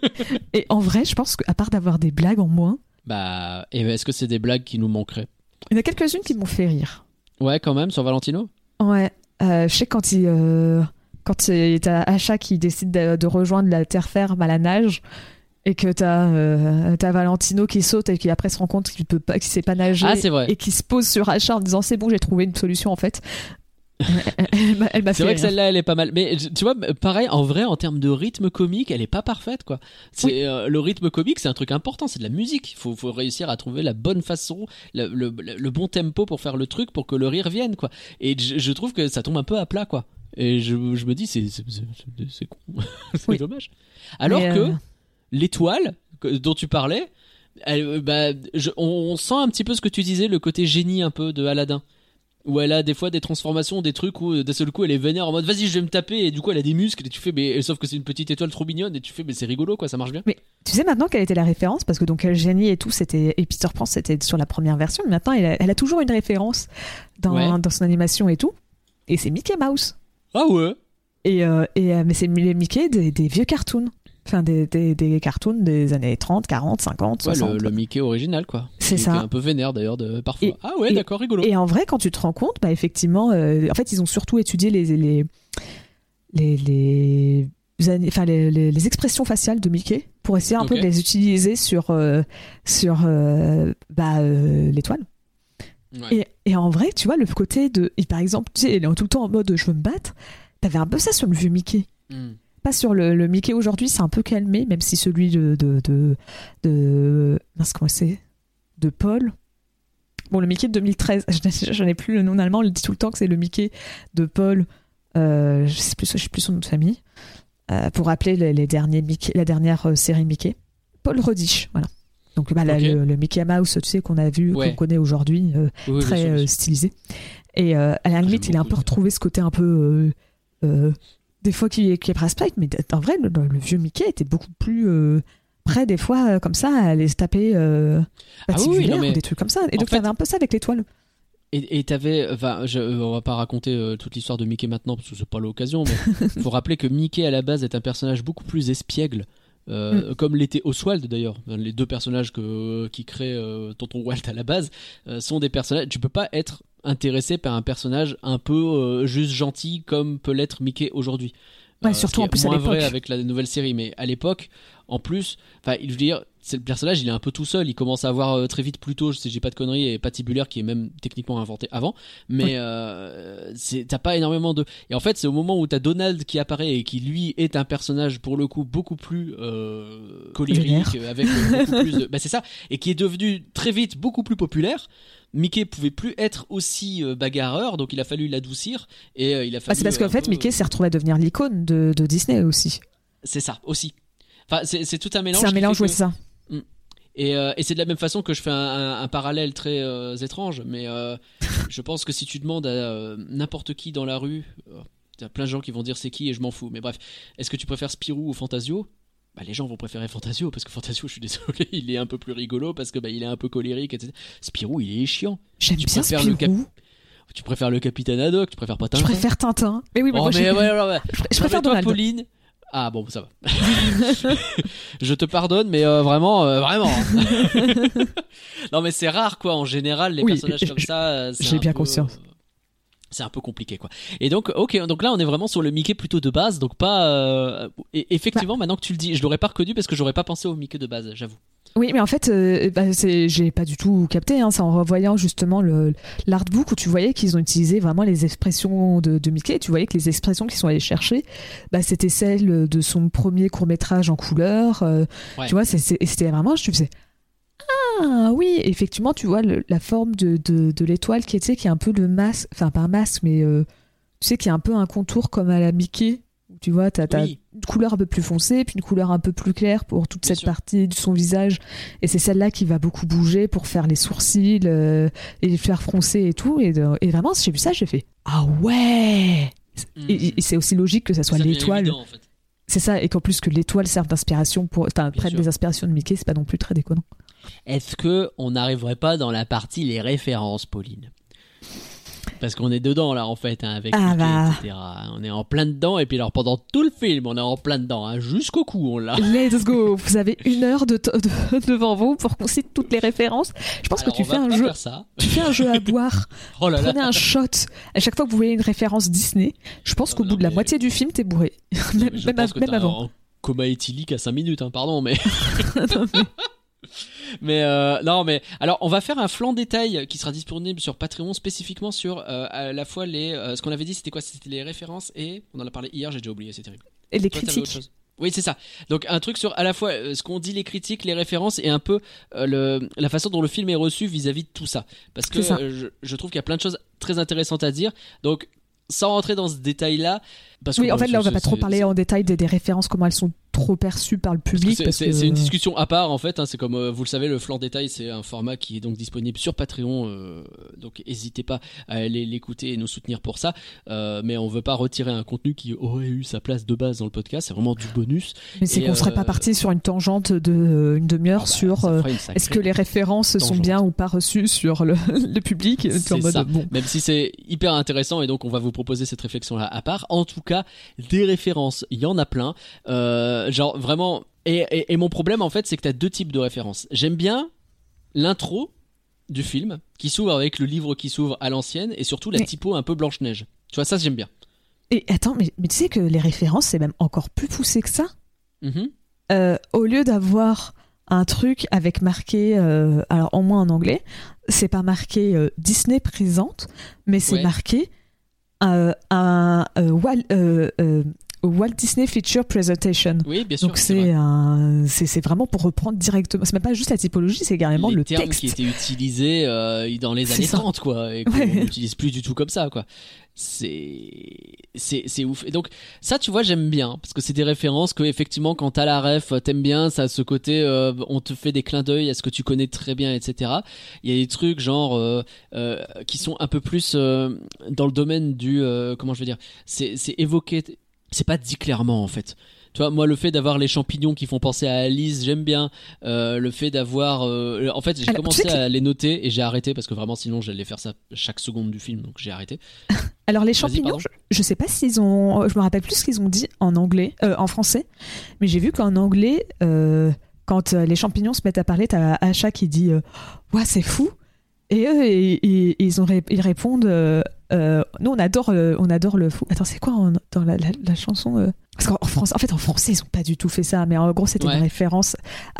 Et en vrai je pense qu'à part d'avoir des blagues en moins... Bah, et est-ce que c'est des blagues qui nous manqueraient? Il y en a quelques-unes qui m'ont fait rire. Ouais quand même, sur Valentino. Ouais, euh, je sais quand il... Euh... Quand t'as Asha qui décide de, de rejoindre la terre ferme à la nage et que t'as, euh, t'as Valentino qui saute et qui après se rend compte qu'il peut pas, qu'il sait pas nager ah, c'est vrai. et qui se pose sur Asha en disant c'est bon j'ai trouvé une solution en fait. elle, elle, m'a, elle m'a c'est fait vrai rire. que celle-là elle est pas mal, mais tu vois pareil en vrai en termes de rythme comique elle est pas parfaite quoi. C'est oui. euh, le rythme comique c'est un truc important, c'est de la musique. Faut faut réussir à trouver la bonne façon, le, le, le bon tempo pour faire le truc pour que le rire vienne quoi. Et je, je trouve que ça tombe un peu à plat quoi. Et je, je me dis, c'est, c'est, c'est, c'est con. C'est oui. dommage. Alors Mais que euh... l'étoile que, dont tu parlais, elle, bah, je, on, on sent un petit peu ce que tu disais, le côté génie un peu de Aladdin. Où elle a des fois des transformations, des trucs où d'un seul coup elle est vénère en mode vas-y je vais me taper et du coup elle a des muscles et tu fais mais sauf que c'est une petite étoile trop mignonne et tu fais mais c'est rigolo quoi, ça marche bien. Mais tu sais maintenant quelle était la référence parce que donc elle génie et tout c'était et Peter Pan c'était sur la première version mais maintenant elle a, elle a toujours une référence dans, ouais. dans son animation et tout et c'est Mickey Mouse. Ah ouais. Et, euh, et euh, mais c'est les Mickey des, des vieux cartoons. Enfin, des, des, des cartoons des années trente, quarante, cinquante, ouais, soixante. Le, le Mickey original, quoi. C'est Mickey ça. Un peu vénère, d'ailleurs, de, parfois. Et, ah ouais, et, d'accord, rigolo. Et en vrai, quand tu te rends compte, bah, effectivement, euh, en fait, ils ont surtout étudié les, les, les, les, les, enfin, les, les, les expressions faciales de Mickey pour essayer un okay. peu de les utiliser sur, euh, sur euh, bah, euh, l'étoile. Ouais. Et, et en vrai, tu vois, le côté de... Et par exemple, tu sais, il est tout le temps en mode « je veux me battre », t'avais un peu ça sur le vieux Mickey. Mm. Pas sur le, le Mickey aujourd'hui, c'est un peu calmé, même si celui de... de, de, de mince, comment c'est de Paul. Bon, le Mickey de deux mille treize, je, je n'ai plus le nom en allemand, on le dit tout le temps que c'est le Mickey de Paul, euh, je sais plus, je sais plus son nom de famille, euh, pour rappeler les, les derniers Mickey, la dernière euh, série Mickey. Paul Redish, voilà. Donc bah, okay. la, le, le Mickey Mouse, tu sais, qu'on a vu, ouais. qu'on connaît aujourd'hui, euh, oui, très euh, stylisé. Et euh, à la limite, il a un peu retrouvé ce côté un peu... Euh, euh, des fois qui, qui est presque plate, mais en vrai, le, le vieux Mickey était beaucoup plus euh, près, des fois, euh, comme ça, à aller se taper euh, ah oui, non, mais... ou des trucs comme ça. Et donc, fait... t'avais un peu ça avec l'étoile. Et, et t'avais, enfin, je, on va pas raconter euh, toute l'histoire de Mickey maintenant parce que c'est pas l'occasion, mais faut rappeler que Mickey à la base est un personnage beaucoup plus espiègle. Euh, mm. Comme l'était Oswald d'ailleurs, les deux personnages que, qui créent euh, Tonton Walt à la base euh, sont des personnages. Tu peux pas être intéressé par un personnage un peu euh, juste gentil comme peut l'être Mickey aujourd'hui. Ouais, euh, surtout en plus moins à l'époque. Vrai avec la nouvelle série, mais à l'époque, en plus, enfin, je veux dire, c'est le personnage, il est un peu tout seul. Il commence à avoir euh, très vite plus tôt, si j'ai pas de conneries, et Patibulaire qui est même techniquement inventé avant. Mais ouais. euh, c'est, t'as pas énormément de. Et en fait, c'est au moment où t'as Donald qui apparaît et qui lui est un personnage pour le coup beaucoup plus euh, colérique, avec euh, beaucoup plus de. Bah c'est ça, et qui est devenu très vite beaucoup plus populaire. Mickey pouvait plus être aussi euh, bagarreur, donc il a fallu l'adoucir et euh, il a fallu. Ah, c'est parce qu'en fait, peu... Mickey s'est retrouvé à devenir l'icône de, de Disney aussi. C'est ça aussi. Enfin, c'est, c'est tout un mélange. C'est un mélange, oui, que... c'est ça. Et, euh, et c'est de la même façon que je fais un, un, un parallèle très euh, étrange, mais euh, je pense que si tu demandes à euh, n'importe qui dans la rue, il y a plein de gens qui vont dire c'est qui et je m'en fous. Mais bref, est-ce que tu préfères Spirou ou Fantasio ? Bah, les gens vont préférer Fantasio parce que Fantasio, je suis désolé, il est un peu plus rigolo parce que bah, il est un peu colérique, et cetera. Spirou, il est chiant. J'aime tu bien Spirou. Le cap... Tu préfères le Capitaine Haddock, tu préfères pas Tintin. Je préfère Tintin. Mais oui, mais oh, moi, mais je... Ouais, ouais, ouais. je, je préfère toi, Donald. Pauline. Ah bon, ça va. Je te pardonne, mais euh, vraiment, euh, vraiment. Non, mais c'est rare, quoi. En général, les oui, personnages je, comme ça, c'est j'ai un bien peu, conscience. Euh, c'est un peu compliqué, quoi. Et donc, ok, donc là, on est vraiment sur le Mickey plutôt de base, donc pas. Euh, et effectivement, bah. Maintenant que tu le dis, je l'aurais pas reconnu parce que j'aurais pas pensé au Mickey de base, j'avoue. Oui, mais en fait, euh, bah, c'est, j'ai pas du tout capté. Hein, c'est en revoyant justement le, l'artbook où tu voyais qu'ils ont utilisé vraiment les expressions de, de Mickey. Tu voyais que les expressions qu'ils sont allés chercher, bah, c'était celles de son premier court-métrage en couleur. Euh, ouais. Tu vois, c'est, c'est, et c'était vraiment, je me disais, ah oui, effectivement, tu vois le, la forme de, de, de l'étoile qui est, tu sais, qui est un peu le masque, enfin pas un masque, mais euh, tu sais, qui est un peu un contour comme à la Mickey. Tu vois, t'as, t'as oui. une couleur un peu plus foncée, puis une couleur un peu plus claire pour toute Bien cette sûr. Partie de son visage. Et c'est celle-là qui va beaucoup bouger pour faire les sourcils euh, et les faire froncer et tout. Et, de, et vraiment, j'ai vu ça, j'ai fait ah ouais. Mmh. Et, et c'est aussi logique que ça soit ça l'étoile. Évident, en fait. C'est ça, et qu'en plus que l'étoile serve d'inspiration pour. Enfin, prête sûr. des inspirations de Mickey, c'est pas non plus très déconnant. Est-ce que on n'arriverait pas dans la partie les références, Pauline ? Parce qu'on est dedans là en fait, hein, avec ah Mickey, bah. et cetera. On est en plein dedans, et puis alors pendant tout le film, on est en plein dedans, hein, jusqu'au cou, on l'a. Let's go. Vous avez une heure de t- de, devant vous pour qu'on cite toutes les références. Je pense Alors, que tu on fais va un pas jeu. faire ça. Tu fais un jeu à boire. Oh là là. Prenez un shot. À chaque fois que vous voyez une référence Disney, je pense Non, qu'au non, bout de la mais- moitié du film, t'es bourré. même Je même, pense av- que même t'as avant. un coma éthylique à cinq minutes, hein, pardon, mais. Non, mais- Mais euh, non, mais alors on va faire un flanc détail qui sera disponible sur Patreon spécifiquement sur euh, à la fois les euh, ce qu'on avait dit, c'était quoi, c'était les références et on en a parlé hier, j'ai déjà oublié, c'est terrible. Et les Toi, t'avais autre critiques. chose. Oui, c'est ça. Donc un truc sur à la fois euh, ce qu'on dit, les critiques, les références et un peu euh, le, la façon dont le film est reçu vis-à-vis de tout ça. Parce que C'est ça. euh, je, je trouve qu'il y a plein de choses très intéressantes à dire. Donc sans rentrer dans ce détail-là, parce que Oui, en bon, fait, là, on va c'est- pas trop c'est- parler en détail des, des références, comment elles sont trop perçues par le Parce que public. c'est, parce c'est- que- c'est une discussion à part en fait, hein, c'est comme euh, vous le savez, le flanc détail c'est un format qui est donc disponible sur Patreon, euh, donc n'hésitez pas à aller l'écouter et nous soutenir pour ça, euh, mais on veut pas retirer un contenu qui aurait eu sa place de base dans le podcast, c'est vraiment du bonus. Mais c'est Et, qu'on serait euh, pas parti sur une tangente de euh, une demi-heure Ah bah, sur ça euh, fera une sacrée est-ce que les références sont tangente. bien ou pas reçues sur le, le public. Et puis en C'est mode, ça. bon. Même si c'est hyper intéressant et donc on va vous proposer cette réflexion là à part. En tout cas, des références, il y en a plein. Euh, genre vraiment. Et, et, et mon problème en fait, c'est que t'as deux types de références. J'aime bien l'intro du film qui s'ouvre avec le livre qui s'ouvre à l'ancienne et surtout la Mais- typo un peu Blanche-Neige. Tu vois, ça j'aime bien. Et attends, mais, mais tu sais que les références, c'est même encore plus poussé que ça. Mhm. Euh, au lieu d'avoir un truc avec marqué, euh, alors au moins en anglais, c'est pas marqué euh, Disney présente, mais c'est Ouais. marqué euh, un euh, Walt, euh, euh, Walt Disney Feature Presentation. Oui, bien sûr. Donc c'est c'est vrai. un, c'est c'est vraiment pour reprendre directement. C'est même pas juste la typologie, c'est carrément les le termes texte. qui étaient utilisés euh, dans les C'est années ça. trente quoi et qu'on Ouais. n'utilise plus du tout comme ça quoi. C'est c'est c'est ouf. Et donc ça tu vois j'aime bien parce que c'est des références que effectivement quand t'as la ref t'aimes bien, ça a ce côté euh, on te fait des clins d'œil à ce que tu connais très bien, etc. Il y a des trucs genre euh, euh, qui sont un peu plus euh, dans le domaine du euh, comment je veux dire, c'est c'est évoqué, c'est pas dit clairement en fait. Tu vois, moi, le fait d'avoir les champignons qui font penser à Alice, j'aime bien. Euh, le fait d'avoir, euh, en fait, j'ai Alors, commencé tu sais que- à les noter et j'ai arrêté parce que vraiment, sinon, j'allais faire ça chaque seconde du film, donc j'ai arrêté. Alors les Vas-y, champignons, pardon. je, je sais pas s'ils ont, je me rappelle plus ce qu'ils ont dit en anglais, euh, en français, mais j'ai vu qu'en anglais, euh, quand euh, les champignons se mettent à parler, t'as Asha qui dit, euh, ouais c'est fou, et eux et- et- ils ont ré- ils répondent, euh, euh, nous on adore, euh, on adore le fou. Attends c'est quoi en- dans la, la, la chanson euh Parce qu'en en français, en fait en français ils ont pas du tout fait ça, mais en gros c'était Ouais. une référence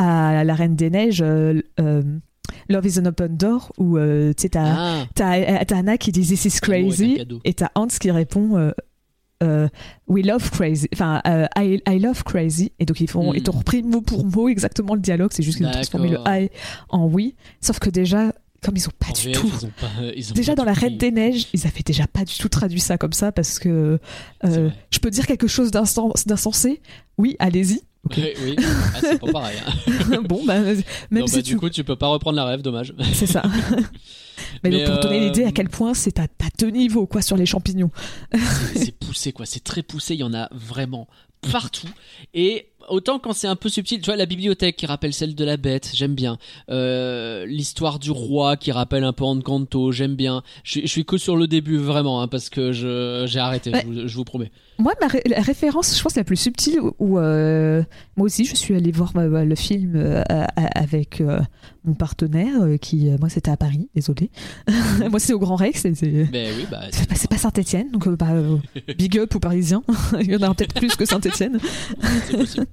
à la Reine des Neiges, euh, euh, Love is an Open Door, où euh, tu sais t'as Ah, T'as t'as Anna qui dit This is L'amour est un crazy cadeau. et t'as Hans qui répond euh, euh, We love crazy, enfin euh, I, I love crazy, et donc ils font Mm. ils t'ont repris mot pour mot exactement le dialogue, c'est juste qu'ils ont transformé le D'accord. I en oui, sauf que déjà comme ils ont pas en du V F, tout ils ont pas, ils ont déjà pas dans la tout Reine pris. des Neiges ils avaient déjà pas du tout traduit ça comme ça parce que C'est euh, vrai. je peux dire quelque chose d'instan- d'insensé, oui allez-y. Ok. Oui, oui. Ah, c'est pas pareil. Hein. Bon bah même Non, si bah, tu du coup, tu peux pas reprendre la rêve, dommage. c'est ça. Mais, Mais, donc pour donner euh, l'idée à quel point c'est à, à deux niveaux quoi sur les champignons. c'est c'est poussé quoi, c'est très poussé, il y en a vraiment partout. Et autant quand c'est un peu subtil, tu vois, la bibliothèque qui rappelle celle de la bête, j'aime bien. Euh, l'histoire du roi qui rappelle un peu Encanto, j'aime bien. Je, suis- je suis que sur le début vraiment, hein, parce que je, j'ai arrêté, Ouais. je, vous, je vous promets. Moi, ma ré- la référence, je pense, la plus subtile, où, où, euh, moi aussi, je suis allée voir euh, le film euh, à- à- avec euh, mon partenaire, euh, qui, euh, moi, c'était à Paris, désolé. Moi, c'est au Grand Rex, et c'est Mais oui, bah. c'est pas, c'est pas Saint-Étienne, donc euh, bah, euh, big up aux Parisiens. Il y en a peut-être plus que Saint-Étienne. c'est possible.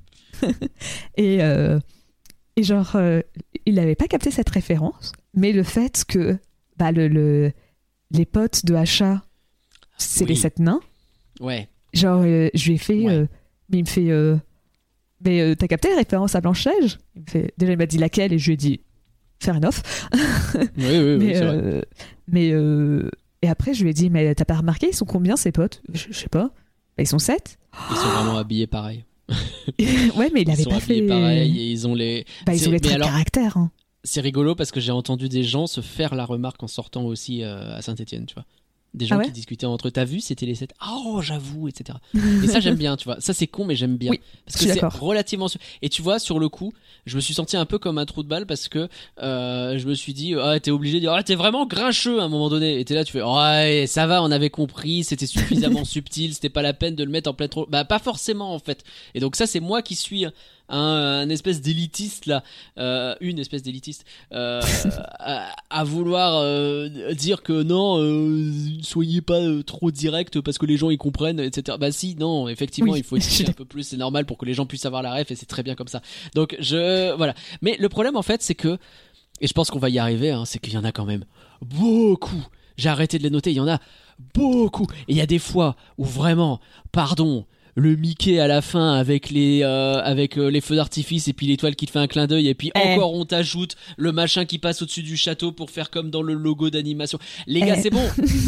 Et, euh, et genre, euh, il n'avait pas capté cette référence, mais le fait que bah, le, le- les potes de Asha, c'est Oui. les sept nains. Ouais. Genre, euh, je lui ai fait. Ouais. euh, mais il me fait. euh, mais euh, t'as capté la référence à Blanche-Neige? Il me fait. Déjà, il m'a dit laquelle et je lui ai dit. Fair enough. Oui, oui, oui, mais. c'est vrai. euh, mais euh, et après, je lui ai dit, mais t'as pas remarqué, ils sont combien ces potes? Je, je sais pas. Bah, ils sont sept. Ils sont vraiment habillés pareil. Ouais, mais il Ils avait sont pas habillés fait. pareil et ils ont les. Bah, ils C'est- ont les mais traits de alors, caractère. Hein. c'est rigolo parce que j'ai entendu des gens se faire la remarque en sortant aussi euh, à Saint-Étienne, tu vois. Des gens Ah ouais qui discutaient entre eux. T'as vu, c'était les sept. Oh, j'avoue, et cetera. Et ça, j'aime bien, tu vois. Ça, c'est con, mais j'aime bien. Oui, parce je que suis c'est d'accord. relativement. su- Et tu vois, sur le coup, je me suis senti un peu comme un trou de balle parce que euh, je me suis dit, ah, t'es obligé de dire, ah, t'es vraiment grincheux à un moment donné. Et t'es là, tu fais, ouais, ça va, on avait compris, c'était suffisamment subtil, c'était pas la peine de le mettre en plein trop. Bah, pas forcément, en fait. Et donc, ça, c'est moi qui suis un, un espèce d'élitiste, là. Euh, une espèce d'élitiste. Euh, à, à vouloir euh, dire que non, euh, soyez pas euh, trop direct parce que les gens ils comprennent, et cetera. Bah si, non, effectivement, Oui. il faut expliquer un peu plus, c'est normal pour que les gens puissent avoir la ref et c'est très bien comme ça. Donc je voilà. Mais le problème en fait, c'est que et je pense qu'on va y arriver, hein, c'est qu'il y en a quand même beaucoup. J'ai arrêté de les noter, il y en a beaucoup. Et il y a des fois où vraiment, pardon. Le Mickey à la fin avec les euh, avec euh, les feux d'artifice et puis l'étoile qui te fait un clin d'œil et puis Eh. encore on t'ajoute le machin qui passe au-dessus du château pour faire comme dans le logo d'animation. Les gars, Eh. c'est bon.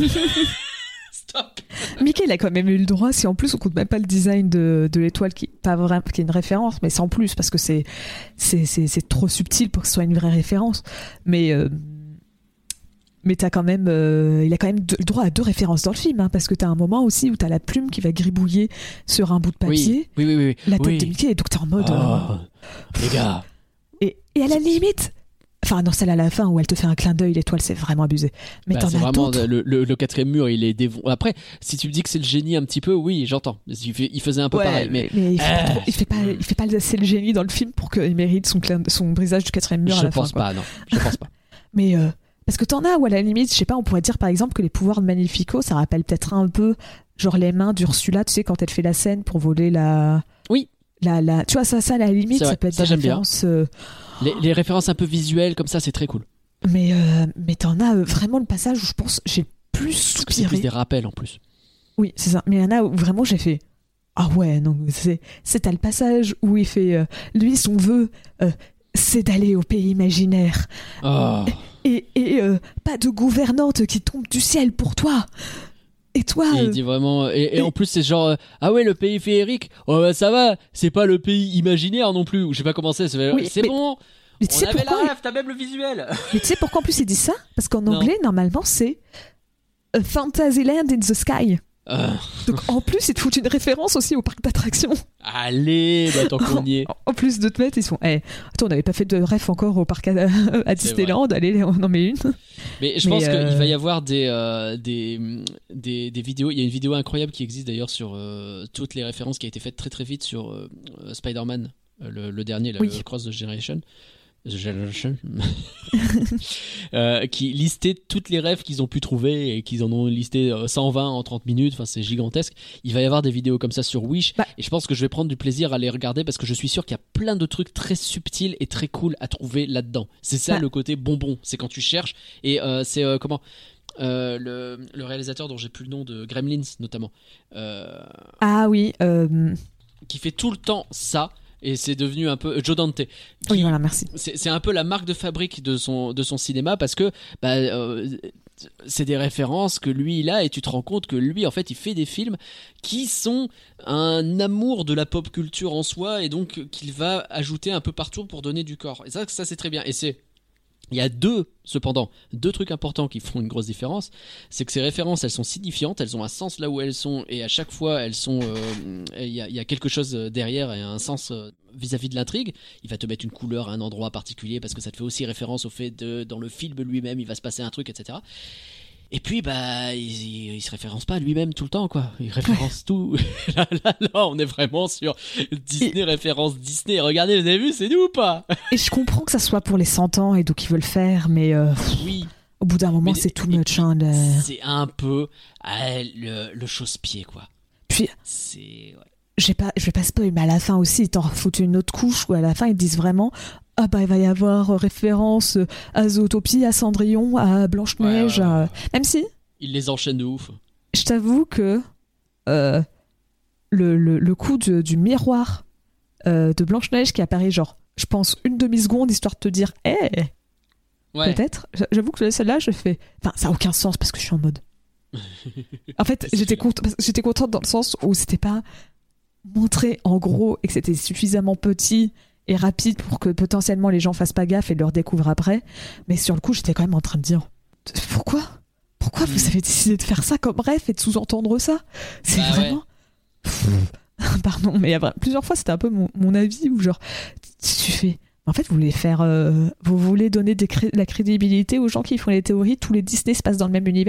Stop. Mickey, il a quand même eu le droit, si en plus on compte même pas le design de, de l'étoile qui, pas vraiment, qui est une référence, mais sans plus, parce que c'est, c'est, c'est, c'est trop subtil pour que ce soit une vraie référence. Mais, euh, mais t'as quand même, euh, il a quand même deux- le droit à deux références dans le film, hein, parce que t'as un moment aussi où t'as la plume qui va gribouiller sur un bout de papier, Oui, oui, oui, oui. la tête oui. de Mickey, et donc t'es en mode. Oh, euh, les gars. et, et à la limite. Enfin, non, celle à la fin où elle te fait un clin d'œil, l'étoile, c'est vraiment abusé. Mais Bah, t'en c'est as vraiment d'autres. le, le, le quatrième mur, il est dévon. Après, si tu me dis que c'est le génie un petit peu, oui, j'entends. Il, fait- il faisait un peu Ouais, pareil, mais il, fait pas Euh, trop- il fait pas, il fait pas assez le génie dans le film pour qu'il mérite son, clin- son brisage du quatrième mur à je la fin. pense quoi. pas, non. Je pense pas. Mais euh, parce que t'en as où à la limite, je sais pas, on pourrait dire par exemple que les pouvoirs de Magnifico, ça rappelle peut-être un peu genre les mains d'Ursula, tu sais, quand elle fait la scène pour voler la. Oui. La, la... Tu vois, ça, ça, à la limite, C'est vrai, ça peut être ça, des j'aime bien. références. euh, Les, les références un peu visuelles comme ça, c'est très cool. Mais, euh, mais t'en as euh, vraiment le passage où je pense j'ai le plus Parce que c'est plus soupiré. des rappels en plus. Oui, c'est ça. Mais il y en a où vraiment j'ai fait. Ah ouais, non, c'est, c'est à le passage où il fait. euh, lui, son vœu, euh, c'est d'aller au pays imaginaire. Oh. Et, et euh, pas de gouvernante qui tombe du ciel pour toi. Et toi. Et il euh, dit vraiment et, et et- en plus c'est genre euh, ah ouais le pays féerique oh bah ça va c'est pas le pays imaginaire non plus ou je sais pas comment c'est c'est, Oui, c'est mais- bon mais tu on sais avait pourquoi la ref t'as même le visuel Mais tu sais pourquoi en plus il dit ça? Parce qu'en Non. anglais, normalement, c'est A Fantasyland in the Sky. Euh, Donc en plus, ils te foutent une référence aussi au parc d'attractions. allez bah tant qu'on y est En- En plus de te mettre, ils sont. Eh, attends, on n'avait pas fait de ref encore au parc à, à Disneyland. Allez, on en met une. mais je Mais, pense euh, qu'il va y avoir des, euh, des, des, des vidéos il y a une vidéo incroyable qui existe d'ailleurs sur euh, toutes les références qui a été faite très très vite sur euh, Spider-Man euh, le, le dernier là, Oui. le Cross the Generation The Generation euh, qui listait toutes les rêves qu'ils ont pu trouver et qu'ils en ont listé euh, cent vingt en trente minutes, enfin c'est gigantesque. Il va y avoir des vidéos comme ça sur Wish Bah. et je pense que je vais prendre du plaisir à les regarder parce que je suis sûr qu'il y a plein de trucs très subtils et très cool à trouver là-dedans. C'est ça Bah. le côté bonbon, c'est quand tu cherches et euh, c'est euh, comment euh, le, le réalisateur dont j'ai plus le nom de Gremlins notamment euh, Ah oui. euh, qui fait tout le temps ça et c'est devenu un peu Joe Dante qui- Oui, voilà, merci. c'est c'est un peu la marque de fabrique de son, de son cinéma parce que bah, euh, c'est des références que lui il a et tu te rends compte que lui en fait il fait des films qui sont un amour de la pop culture en soi et donc qu'il va ajouter un peu partout pour donner du corps et ça, ça c'est très bien et c'est il y a deux, cependant, deux trucs importants qui font une grosse différence. C'est que ces références, elles sont signifiantes, elles ont un sens là où elles sont, et à chaque fois, elles sont, euh, il y, a, il y a quelque chose derrière et un sens euh, vis-à-vis de l'intrigue. Il va te mettre une couleur à un endroit particulier parce que ça te fait aussi référence au fait de, dans le film lui-même, il va se passer un truc, et cetera. Et puis, bah, il, il, il se référence pas lui-même tout le temps, quoi. Il référence tout. là, là, là, on est vraiment sur Disney, référence Disney. Regardez, vous avez vu, c'est nous ou pas? Et je comprends que ça soit pour les cent ans et donc ils veulent faire, mais euh, Oui. au bout d'un moment, Mais- c'est too et much. puis, Hein, le- C'est un peu ah, le, le chausse-pied, quoi. Puis, C'est. Ouais. je vais pas, je vais pas spoil, mais à la fin aussi, ils t'en foutent une autre couche où à la fin ils disent vraiment ah bah il va y avoir euh, référence euh, à Zootopie, à Cendrillon, à Blanche-Neige, Ouais, ouais, ouais. à- même si Il les enchaîne de ouf. je t'avoue que euh, le, le, le coup de- du miroir euh, de Blanche-Neige qui apparaît genre je pense une demi-seconde histoire de te dire hé Ouais. peut-être. J'avoue que celle-là, je fais. Enfin, ça n'a aucun sens parce que je suis en mode. En fait, C'est j'étais sûr. contente, j'étais contente dans le sens où c'était pas montré en gros et que c'était suffisamment petit et rapide pour que potentiellement les gens fassent pas gaffe et le redécouvrent après. Mais sur le coup, j'étais quand même en train de dire pourquoi pourquoi vous avez décidé de faire ça comme ref et de sous-entendre ça ? C'est Bah, vraiment... Pardon, mais il y a vra- plusieurs fois, c'était un peu mon, mon avis, où genre, tu fais... En fait, vous voulez faire... euh, vous voulez donner des cré- la crédibilité aux gens qui font les théories, tous les Disney se passent dans le même univers ?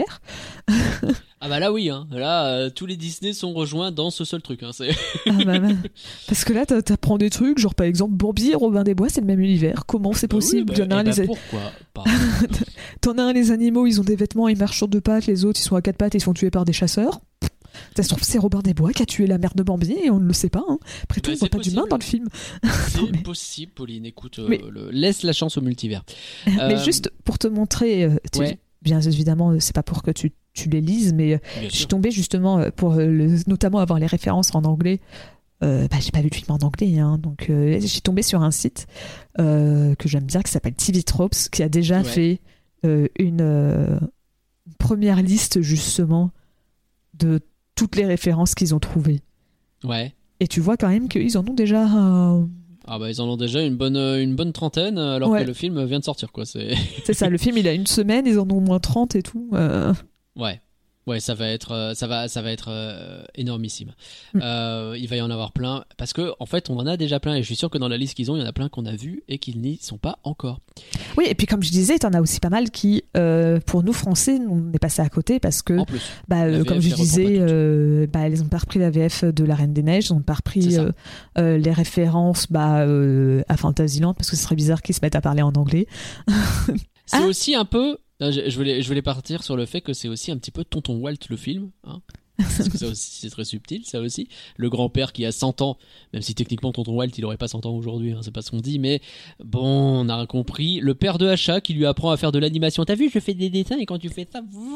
Ah bah là oui, hein. Là euh, tous les Disney sont rejoints dans ce seul truc. Hein. C'est... Ah bah, bah. Parce que là, t'a- t'apprends des trucs, genre par exemple, Bambi et Robin des Bois, c'est le même univers. Comment c'est Bah oui, possible ? bah, Il y en a eh un, bah, les... pourquoi pas. T'en as un, les animaux, ils ont des vêtements, ils marchent sur deux pattes, les autres, ils sont à quatre pattes et ils sont tués par des chasseurs. Ça se trouve, c'est Robin des Bois qui a tué la mère de Bambi et on ne le sait pas. Hein. Après tout, Bah, on voit c'est pas possible. d'humain dans le film. C'est mais... possible, Pauline. Écoute, euh, Mais- le... laisse la chance au multivers. Mais Euh, juste pour te montrer, euh, tu- ouais. bien évidemment, euh, c'est pas pour que tu, tu les lises, mais euh, Bien je suis sûr. tombée justement euh, pour euh, le- notamment avoir les références en anglais. Euh, bah, j'ai pas vu le film en anglais, hein, donc euh, je suis tombée sur un site euh, que j'aime bien qui s'appelle T V Tropes, qui a déjà Ouais. fait euh, une, euh, une première liste justement de toutes les références qu'ils ont trouvées. Ouais. Et tu vois quand même qu'ils en ont déjà. euh, Ah bah ils en ont déjà une bonne euh, une bonne trentaine alors Ouais. que le film vient de sortir quoi. C'est C'est ça, le film il a une semaine, ils en ont au moins trente et tout. euh. ouais. Ouais, ça va être, euh, ça va, ça va être euh, énormissime. Mm. Euh, il va y en avoir plein parce que en fait, on en a déjà plein et je suis sûr que dans la liste qu'ils ont, il y en a plein qu'on a vus et qui n'y sont pas encore. Oui, et puis comme je disais, t'en as aussi pas mal qui, euh, pour nous Français, on est passé à côté parce que, En plus, bah, la euh, V F comme je les reprend disais, pas toutes. euh, bah, ils ont pas repris la V F de La Reine des Neiges, ils ont pas C'est repris ça. euh, euh, les références bah, euh, à Fantasyland parce que ce serait bizarre qu'ils se mettent à parler en anglais. c'est Ah. aussi un peu. Là, Je je voulais, je voulais partir sur le fait que c'est aussi un petit peu Tonton Walt le film, hein. Parce que ça aussi, c'est très subtil, ça aussi. Le grand-père qui a cent ans, même si techniquement Tonton Walt il aurait pas cent ans aujourd'hui, hein, c'est pas ce qu'on dit, mais bon, on a compris. Le père de Hacha qui lui apprend à faire de l'animation. T'as vu, je fais des dessins et quand tu fais ça,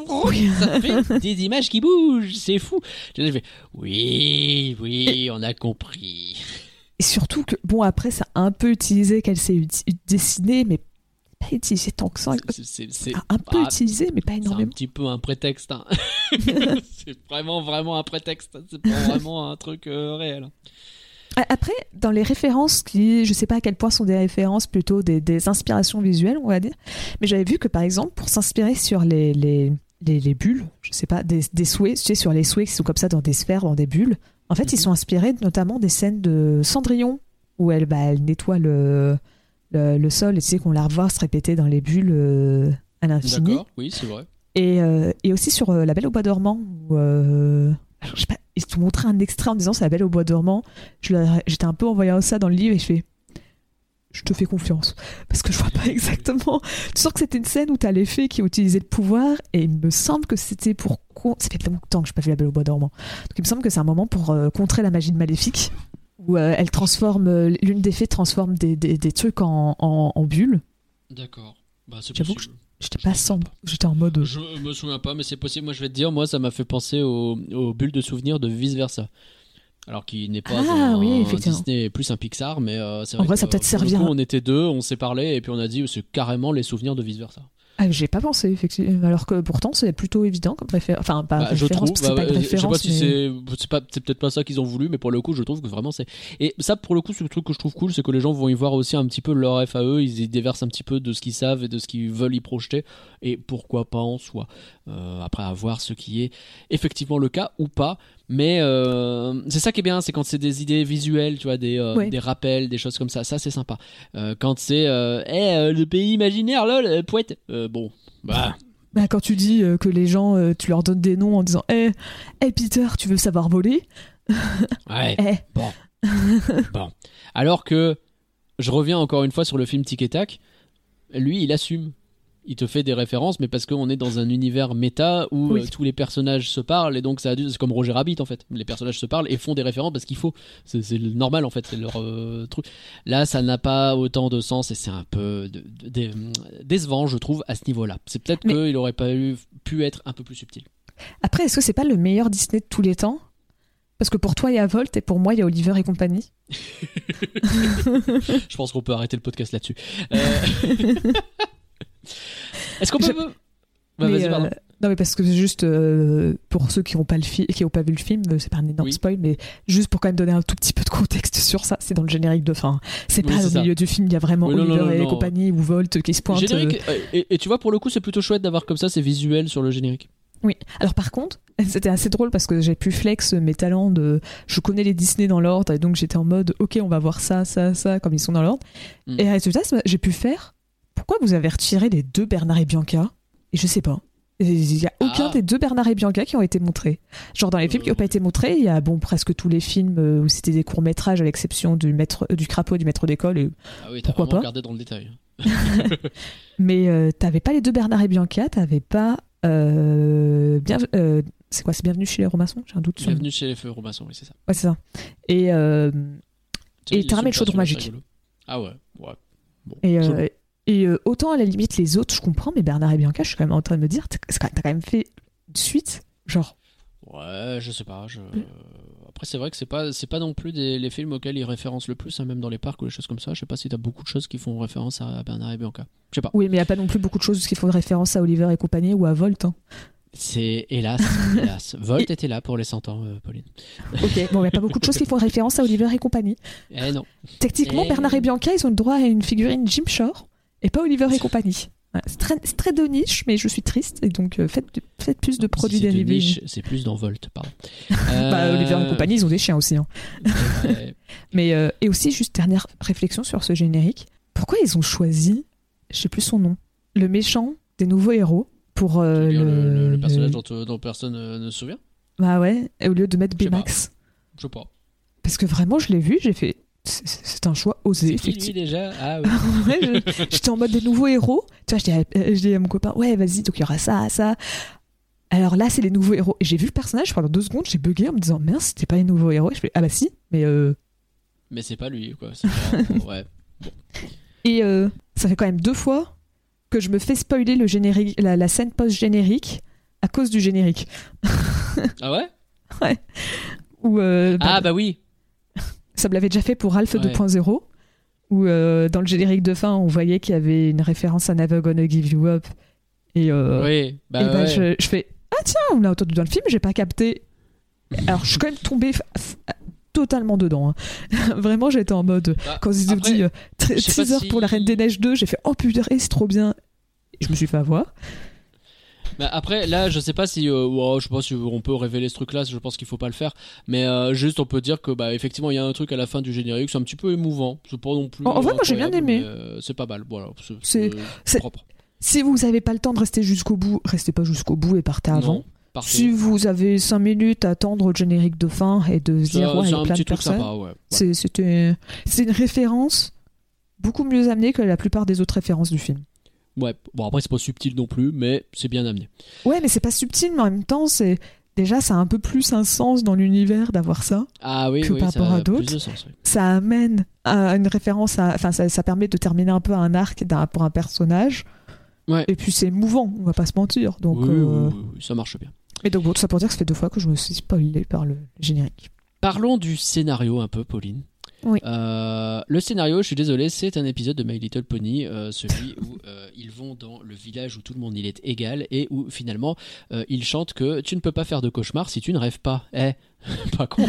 ça fait des images qui bougent, c'est fou. Là, je fais, oui, oui, on a compris. Et surtout que, bon, après, ça a un peu utilisé qu'elle s'est uti- dessinée, mais pas utilisé tant que ça. C'est- c'est- c'est- Ah, un peu ah, utilisé, mais pas C'est un énormément. petit peu un prétexte. Hein. C'est vraiment, vraiment un prétexte. C'est pas vraiment un truc euh, réel. Après, dans les références qui, je sais pas à quel point sont des références, plutôt des, des inspirations visuelles, on va dire, mais j'avais vu que par exemple, pour s'inspirer sur les, les, les, les bulles, je sais pas, des, des souhaits, tu sais, sur les souhaits qui sont comme ça dans des sphères, dans des bulles, en fait, ils Mhm. sont inspirés notamment des scènes de Cendrillon, où elle, bah, elle nettoie le, le, le sol, et tu sais qu'on la revoit se répéter dans les bulles euh, à l'infini. D'accord, oui, c'est vrai. Et, euh, et aussi sur euh, La Belle au Bois dormant, où euh, alors, je sais pas, ils te montraient un extrait en disant c'est La Belle au Bois dormant. Je leur- J'étais un peu en voyant ça dans le livre et je fais je te fais confiance parce que je vois pas exactement. Tu sens que c'était une scène où t'as les fées qui ont utilisé le pouvoir et il me semble que c'était pour con- ça fait longtemps que je n'ai pas vu La Belle au Bois dormant. Donc il me semble que c'est un moment pour euh, contrer la magie de Maléfique où euh, elle transforme euh, l'une des fées transforme des, des, des trucs en, en, en bulles. D'accord. Bah, c'est J'avoue que possible. J'étais pas sans, j'étais en mode. Je me souviens pas, mais c'est possible. Moi, je vais te dire, moi, ça m'a fait penser aux, aux bulles de souvenirs de Vice Versa. Alors qu'il n'est pas Ah, un, oui, un effectivement. Disney, plus un Pixar, mais euh, c'est En vrai, vrai, que, ça peut-être pour le servir coup, à- on était deux, on s'est parlé et puis on a dit c'est carrément les souvenirs de Vice Versa. Ah, j'ai pas pensé, effectivement. Alors que pourtant, c'est plutôt évident comme référence. Enfin, pas Bah, je référence, trouve, parce que c'est bah, pas une ouais, je sais pas référence. si mais... c'est, c'est pas, c'est peut-être pas ça qu'ils ont voulu, mais pour le coup, je trouve que vraiment c'est. Et ça, pour le coup, c'est le truc que je trouve cool, c'est que les gens vont y voir aussi un petit peu leur F A E, ils y déversent un petit peu de ce qu'ils savent et de ce qu'ils veulent y projeter, et pourquoi pas en soi. Euh, après, à voir ce qui est effectivement le cas ou pas. Mais euh, c'est ça qui est bien, c'est quand c'est des idées visuelles, tu vois, des, euh, Ouais. des rappels, des choses comme ça, ça c'est sympa. Euh, quand c'est, euh, hey, euh, le pays imaginaire, lol, euh, poète, euh, bon, bah. Bah, quand tu dis euh, que les gens, euh, tu leur donnes des noms en disant hé, hey, Peter, tu veux savoir voler Ouais. Eh. Bon. Bon. Alors que je reviens encore une fois sur le film Tic et Tac, lui il assume. Il te fait des références, mais parce qu'on est dans un univers méta où Oui. euh, tous les personnages se parlent, et donc ça a dû- c'est comme Roger Rabbit en fait. Les personnages se parlent et font des références parce qu'il faut. C'est, c'est le normal en fait, c'est leur euh, truc. Là, ça n'a pas autant de sens et c'est un peu de- de- dé- décevant, je trouve, à ce niveau-là. C'est peut-être Mais- qu'il aurait pas eu, pu être un peu plus subtil. Après, est-ce que c'est pas le meilleur Disney de tous les temps? Parce que pour toi, il y a Volt et pour moi, il y a Oliver et compagnie. Je pense qu'on peut arrêter le podcast là-dessus. Euh, Est-ce qu'on peut. Je- Bah, Mais, vas-y, euh, pardon. non, mais parce que c'est juste euh, pour ceux qui n'ont pas, le fi- qui ont pas vu le film, euh, c'est pas un énorme Oui. spoil, mais juste pour quand même donner un tout petit peu de contexte sur ça, c'est dans le générique de fin. C'est Oui, pas c'est au ça. milieu du film, il y a vraiment Oui, non, Oliver non, non, et non. compagnie ou Volt qui se pointent. Générique, euh, et, et tu vois, pour le coup, c'est plutôt chouette d'avoir comme ça, c'est visuel sur le générique. Oui. Alors par contre, c'était assez drôle parce que j'ai pu flex mes talents de. Je connais les Disney dans l'ordre et donc j'étais en mode, ok, on va voir ça, ça, ça, comme ils sont dans l'ordre. Mm. Et résultat, ça- j'ai pu faire. Pourquoi vous avez retiré les deux Bernard et Bianca ? Et je sais pas. Il y a aucun Ah. des deux Bernard et Bianca qui ont été montrés. Genre dans les films qui n'ont pas été montrés, il y a bon presque tous les films euh, où c'était des courts métrages à l'exception du maître, euh, du crapaud et du maître d'école. Et... Ah oui, t'as Pourquoi vraiment pas regardé dans le détail. Mais euh, t'avais pas les deux Bernard et Bianca, t'avais pas. Euh, bien, euh, c'est quoi, c'est Bienvenue chez les Romaçons ? J'ai un doute sur. Bienvenue chez les feux Robinson, oui, c'est ça. Ouais, c'est ça. Et euh, Tu sais, Et les Terra, mais le super chaudron sur les magique. rigolos. Ah ouais, ouais. Bon, Et, je- euh, et euh, autant à la limite les autres, je comprends, mais Bernard et Bianca, je suis quand même en train de me dire, t'as t'as quand même fait une suite, genre. Ouais, je sais pas. Je... Après, c'est vrai que c'est pas, c'est pas non plus des, les films auxquels ils référencent le plus, hein, même dans les parcs ou les choses comme ça. Je sais pas si t'as beaucoup de choses qui font référence à Bernard et Bianca. Je sais pas. Oui, mais il n'y a pas non plus beaucoup de choses qui font référence à Oliver et compagnie ou à Volt. Hein. C'est hélas, hélas. Volt était là pour les cent ans, euh, Pauline. Ok, bon, il n'y a pas beaucoup de choses qui font référence à Oliver et compagnie. Eh non. Techniquement, Et- Bernard et Bianca, ils ont le droit à une figurine Jim Shore et pas Oliver et compagnie. Voilà, c'est, très, c'est très de niche, mais je suis triste et donc euh, faites, faites plus de produits Si c'est de dérivés. niche, c'est plus dans Volt, pardon. Bah, Euh, Oliver et compagnie, ils ont des chiens aussi. Hein. ouais. Mais, euh, et aussi, juste dernière réflexion sur ce générique. Pourquoi ils ont choisi, je sais plus son nom, le méchant des nouveaux héros pour euh, Tu veux dire le, le, le- le personnage le- dont, dont personne euh, ne se souvient. Bah ouais, au lieu de mettre Je sais pas. B-Max. Je sais pas. Parce que vraiment, je l'ai vu, j'ai fait. C'est, c'est un choix osé, C'est qui lui effectivement. déjà? Ah oui. Ouais, je- j'étais en mode des nouveaux héros. Tu vois, je dis, à, euh, je dis à mon copain, ouais, vas-y, donc il y aura ça, ça. Alors là, c'est les nouveaux héros. Et j'ai vu le personnage pendant deux secondes, j'ai bugué en me disant, mince, c'était pas les nouveaux héros. Et je fais, ah bah si, mais. Euh... Mais c'est pas lui, quoi. C'est pas- ouais. Et euh, ça fait quand même deux fois que je me fais spoiler le générique, la, la scène post-générique à cause du générique. Ah ouais? Où, euh, bah, Ah bah oui. ça me l'avait déjà fait pour Ralph Ouais. deux point zéro, où euh, dans le générique de fin, on voyait qu'il y avait une référence à Never Gonna Give You Up. Et, euh, Oui. Bah et bah, ouais. je, je fais, ah tiens, on l'a entendu dans le film, j'ai pas capté. Alors je suis quand même tombée f- f- totalement dedans. hein. Vraiment, j'étais en mode, Bah, quand ils ont après, dit euh, je sais pas six heures si- pour la Reine des Neiges deux, j'ai fait, oh putain, c'est trop bien. Et je me suis fait avoir. Bah après, là, je sais pas si, euh, wow, je sais pas si on peut révéler ce truc-là. Je pense qu'il faut pas le faire. Mais euh, juste, on peut dire que, bah, effectivement, il y a un truc à la fin du générique. C'est un petit peu émouvant. C'est pas non plus. En- en vrai, euh, moi, j'ai bien incroyable, aimé. mais, euh, c'est pas mal. Voilà. C'est, C'est- c'est c'est- propre. Si vous avez pas le temps de rester jusqu'au bout, restez pas jusqu'au bout et partez avant. Non, parfait. Si vous avez cinq minutes à attendre le générique de fin et de se C'est dire, un- ouais, il c'est y a un plein de petit truc personnes, sympa, ouais. Ouais. c'est, c'était, c'est une référence beaucoup mieux amenée que la plupart des autres références du film. Ouais. Bon, après, c'est pas subtil non plus, mais c'est bien amené. Ouais, mais c'est pas subtil, mais en même temps, c'est déjà, ça a un peu plus un sens dans l'univers d'avoir ça. Ah oui, Que oui, par ça rapport à a plus d'autres. de sens, oui. Ça amène à une référence à, enfin, ça, ça permet de terminer un peu un arc d'un, pour un personnage. Ouais. Et puis c'est émouvant, on va pas se mentir. Donc, oui, euh, oui, oui, oui, ça marche bien. Et donc bon, tout ça pour dire que ça fait deux fois que je me suis spoilé par le générique. Parlons du scénario un peu, Pauline. Oui. Euh, le scénario, je suis désolé, c'est un épisode de My Little Pony, euh, celui où euh, ils vont dans le village où tout le monde il est égal et où finalement euh, ils chantent que tu ne peux pas faire de cauchemar si tu ne rêves pas. Eh, pas con.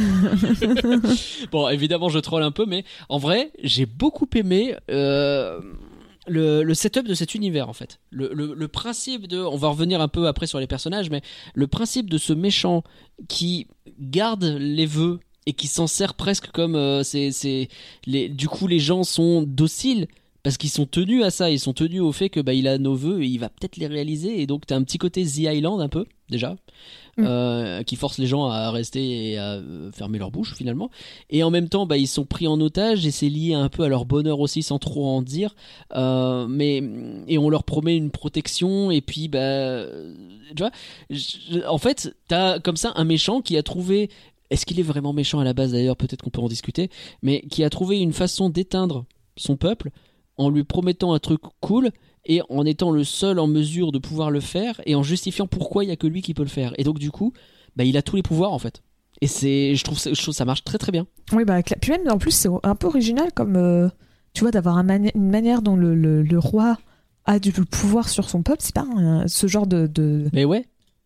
Bon, évidemment, je troll un peu, mais en vrai, j'ai beaucoup aimé. Euh, Le, le setup de cet univers en fait, le, le, le principe de, on va revenir un peu après sur les personnages, mais le principe de ce méchant qui garde les vœux et qui s'en sert presque comme euh, c'est, c'est les, du coup les gens sont dociles parce qu'ils sont tenus à ça, ils sont tenus au fait que bah il a nos vœux et il va peut-être les réaliser, et donc t'as un petit côté The Island un peu déjà. Mm. Euh, qui force les gens à rester et à euh, fermer leur bouche finalement, et en même temps bah, ils sont pris en otage et c'est lié un peu à leur bonheur aussi sans trop en dire, euh, mais et on leur promet une protection et puis bah tu vois, je- en fait t'as comme ça un méchant qui a trouvé, est-ce qu'il est vraiment méchant à la base d'ailleurs, peut-être qu'on peut en discuter, mais qui a trouvé une façon d'éteindre son peuple en lui promettant un truc cool et en étant le seul en mesure de pouvoir le faire et en justifiant pourquoi il y a que lui qui peut le faire, et donc du coup bah, il a tous les pouvoirs en fait, et c'est, je trouve, ça- je trouve ça marche très très bien. Oui, bah, cla- puis même en plus, c'est un peu original comme, euh, tu vois, d'avoir un mani- une manière dont le, le, le roi a du pouvoir sur son peuple. C'est pas un- ce genre de, de, Mais ouais,